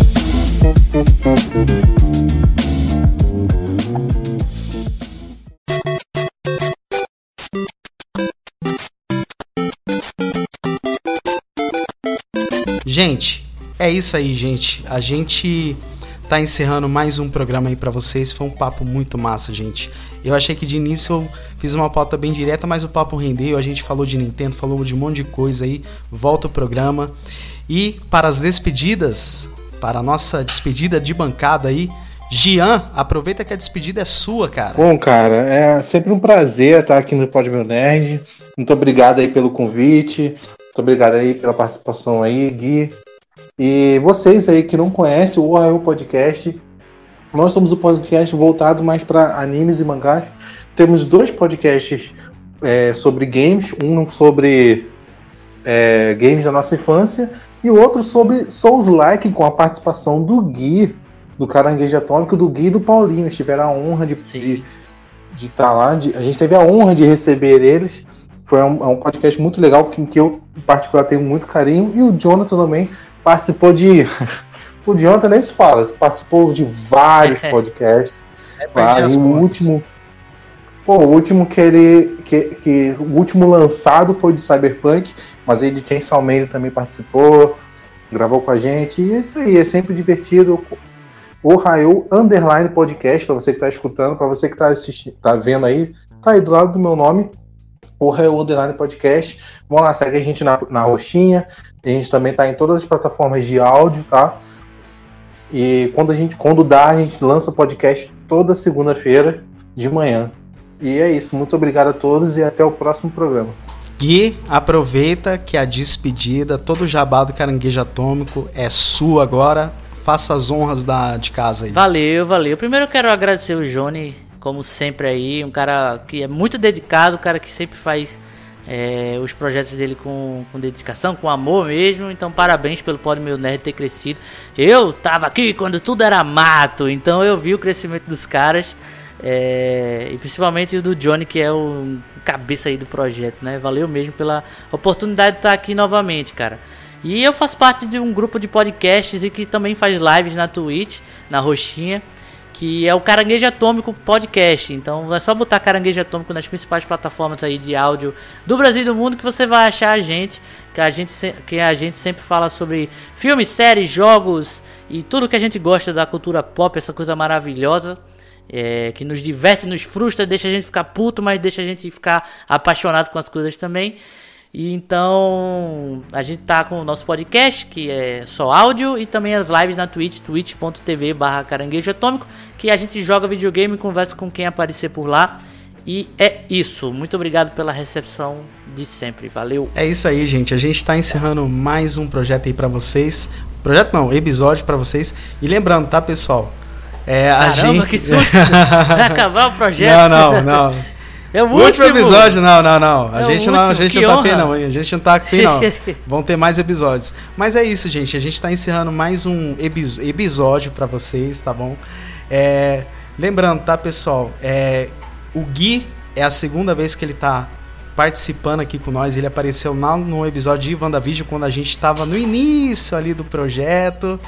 Gente, é isso aí, gente. A gente tá encerrando mais um programa aí pra vocês. Foi um papo muito massa, gente. Eu achei que de início eu fiz uma pauta bem direta, mas o papo rendeu. A gente falou de Nintendo, falou de um monte de coisa aí. Volta o programa. E para as despedidas, para a nossa despedida de bancada aí, Gian, aproveita que a despedida é sua, cara. Bom, cara, é sempre um prazer estar aqui no Pod Meu Nerd. Muito obrigado aí pelo convite. Muito obrigado aí pela participação aí, Gui. E vocês aí que não conhecem o Ohio Podcast, nós somos um podcast voltado mais para animes e mangás. Temos dois podcasts é, sobre games, um sobre é, games da nossa infância e o outro sobre Souls-like, com a participação do Gui, do Caranguejo Atômico, do Gui e do Paulinho. Eles tiveram a honra de estar de, de tá lá, de, a gente teve a honra de receber eles. Foi um, um podcast muito legal, em que eu, em particular, tenho muito carinho. E o Jonathan também participou de... o Jonathan nem se fala, participou de vários podcasts. É, perdi as o contas. último, pô, o último que ele... Que, que, o último lançado foi de Cyberpunk, mas ele de Chainsaw Man também participou, gravou com a gente. E é isso aí, é sempre divertido. O Rael Underline Podcast, para você que está escutando, para você que está assistindo, tá vendo aí, tá aí do lado do meu nome. O Rael Underline Podcast. Vamos lá, segue a gente na, na roxinha. A gente também tá em todas as plataformas de áudio, tá? E quando a gente, quando dá, a gente lança podcast toda segunda-feira de manhã. E é isso. Muito obrigado a todos e até o próximo programa. Gui, aproveita que a despedida, todo o jabá do Caranguejo Atômico é sua agora. faça as honras da, de casa aí. Valeu, valeu. Primeiro eu quero agradecer o Johnny, como sempre aí, um cara que é muito dedicado, um cara que sempre faz é, os projetos dele com, com dedicação, com amor mesmo. Então parabéns pelo Pod Meu Nerd ter crescido. Eu tava aqui quando tudo era mato, então eu vi o crescimento dos caras. É, e principalmente o do Johnny, que é o cabeça aí do projeto, né? Valeu mesmo pela oportunidade de estar aqui novamente, cara. E eu faço parte de um grupo de podcasts e que também faz lives na Twitch, na roxinha, que é o Caranguejo Atômico Podcast. Então é só botar Caranguejo Atômico nas principais plataformas aí de áudio do Brasil e do mundo que você vai achar a gente, que a gente, que a gente sempre fala sobre filmes, séries, jogos e tudo que a gente gosta da cultura pop, essa coisa maravilhosa. É, que nos diverte, nos frustra, deixa a gente ficar puto, mas deixa a gente ficar apaixonado com as coisas também. E então a gente tá com o nosso podcast, que é só áudio, e também as lives na Twitch, twitch ponto tv barra caranguejo atômico, que a gente joga videogame e conversa com quem aparecer por lá. E é isso. Muito obrigado pela recepção de sempre. Valeu. É isso aí, gente. A gente tá encerrando mais um projeto aí pra vocês. Projeto não, episódio pra vocês. E lembrando, tá, pessoal? É, a Caramba, gente... que susto! Vai acabar o projeto? Não, não, não. É o último. último episódio, não, não, não. A é gente último, não, a gente que não tá honra. aqui, não. A gente não tá aqui, não. Vão ter mais episódios. Mas é isso, gente. A gente tá encerrando mais um ebis- episódio pra vocês, tá bom? É, lembrando, tá, pessoal? É, o Gui é a segunda vez que ele tá participando aqui com nós. Ele apareceu lá no episódio de WandaVision, quando a gente tava no início ali do projeto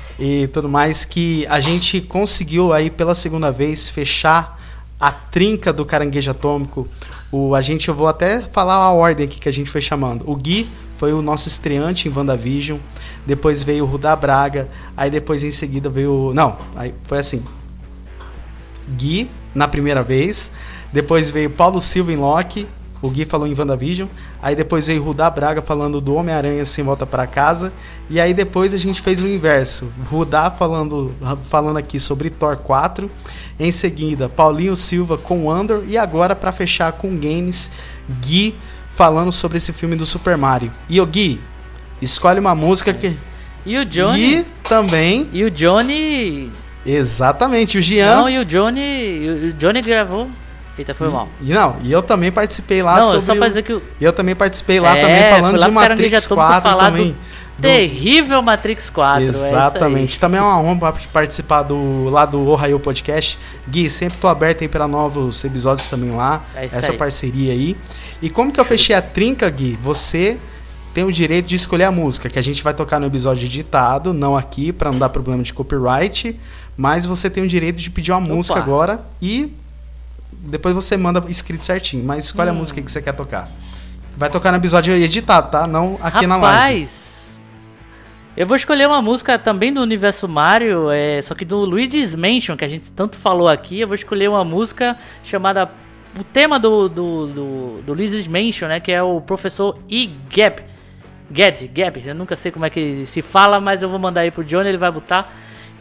e tudo mais, que a gente conseguiu aí pela segunda vez fechar a trinca do Caranguejo Atômico. O, a gente, eu vou até falar a ordem aqui que a gente foi chamando. O Gui foi o nosso estreante em WandaVision, depois veio o Rudá Braga, aí depois em seguida veio... Não, aí foi assim. Gui, na primeira vez, depois veio Paulo Silva em Loki, o Gui falou em WandaVision, aí depois veio Rudá Braga falando do Homem-Aranha Sem Volta Pra Casa, e aí depois a gente fez o inverso, Rudá falando, falando aqui sobre Thor quatro, em seguida Paulinho Silva com Andor, e agora para fechar com games, Gui falando sobre esse filme do Super Mario. E o Gui, escolhe uma música que... E o Johnny... E também... E o Johnny... Exatamente, o Jean... Não, e o Johnny... O Johnny gravou... Eita, foi mal. E, não, e eu também participei lá não, sobre... Só pra o, dizer que o... eu também participei lá é, também falando lá de Matrix quatro também. Do terrível Matrix quatro. Exatamente. É também é uma honra participar do, lá do Ohio Podcast. Gui, sempre tô aberto aí para novos episódios também lá. É isso essa aí. Parceria aí. E como que eu fechei a trinca, Gui? Você tem o direito de escolher a música, que a gente vai tocar no episódio editado, não aqui, para não dar problema de copyright. Mas você tem o direito de pedir uma Opa. música agora e depois você manda escrito certinho. Mas escolhe hum. a música que você quer tocar. Vai tocar no episódio editado, tá? Não aqui Rapaz, na live. Eu vou escolher uma música também do universo Mario, é, só que do Luigi's Mansion, que a gente tanto falou aqui. Eu vou escolher uma música chamada... O tema do, do, do, do Luigi's Mansion, né? Que é o professor E. Gap. Gad, Gap, eu nunca sei como é que se fala, mas eu vou mandar aí pro Johnny, ele vai botar.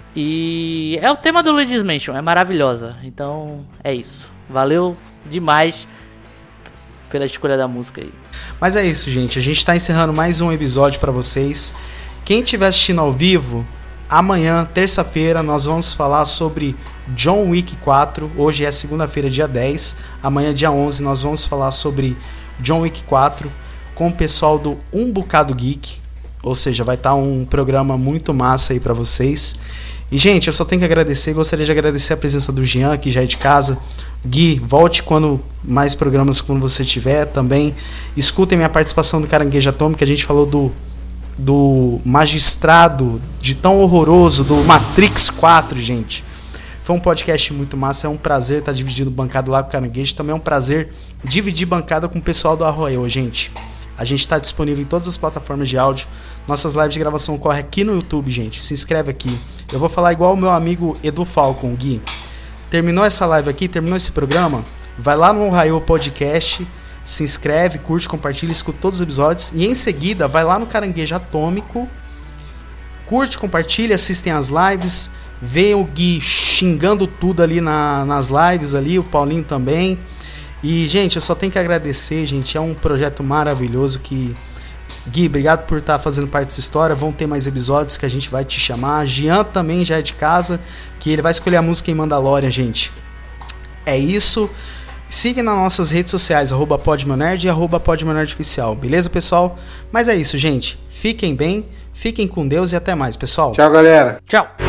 E é o tema do Luigi's Mansion, é maravilhosa. Então é isso. Valeu demais pela escolha da música aí. Mas é isso, gente. A gente tá encerrando mais um episódio pra vocês. Quem estiver assistindo ao vivo, amanhã, terça-feira, nós vamos falar sobre John Wick quatro. Hoje é segunda-feira, dia dez. Amanhã, dia onze, nós vamos falar sobre John Wick quatro com o pessoal do Um Bocado Geek. Ou seja, vai estar um programa muito massa aí pra vocês. E, gente, eu só tenho que agradecer. Gostaria de agradecer a presença do Jean, que já é de casa. Gui, volte quando mais programas quando você tiver também. Escutem minha participação do Caranguejo Atômico, que a gente falou do, do magistrado de tão horroroso, do Matrix quatro, gente. Foi um podcast muito massa, é um prazer estar dividindo bancada lá com o Caranguejo. Também é um prazer dividir bancada com o pessoal do Arroio, gente. A gente está disponível em todas as plataformas de áudio. Nossas lives de gravação correm aqui no YouTube, gente. Se inscreve aqui. Eu vou falar igual o meu amigo Edu Falcon, Gui. Terminou essa live aqui, terminou esse programa, vai lá no Ohio Podcast, se inscreve, curte, compartilha, escuta todos os episódios. E em seguida, vai lá no Caranguejo Atômico, curte, compartilha, assistem as lives, vê o Gui xingando tudo ali na, nas lives, ali, o Paulinho também. E, gente, eu só tenho que agradecer, gente. É um projeto maravilhoso que Gui, obrigado por estar fazendo parte dessa história. Vão ter mais episódios que a gente vai te chamar. Jean também já é de casa, que ele vai escolher a música em Mandalorian, gente. É isso. Siga nas nossas redes sociais, arroba podmeonerd e arroba podmeonerdOficial. Beleza, pessoal? Mas é isso, gente. Fiquem bem, fiquem com Deus e até mais, pessoal. Tchau, galera. Tchau.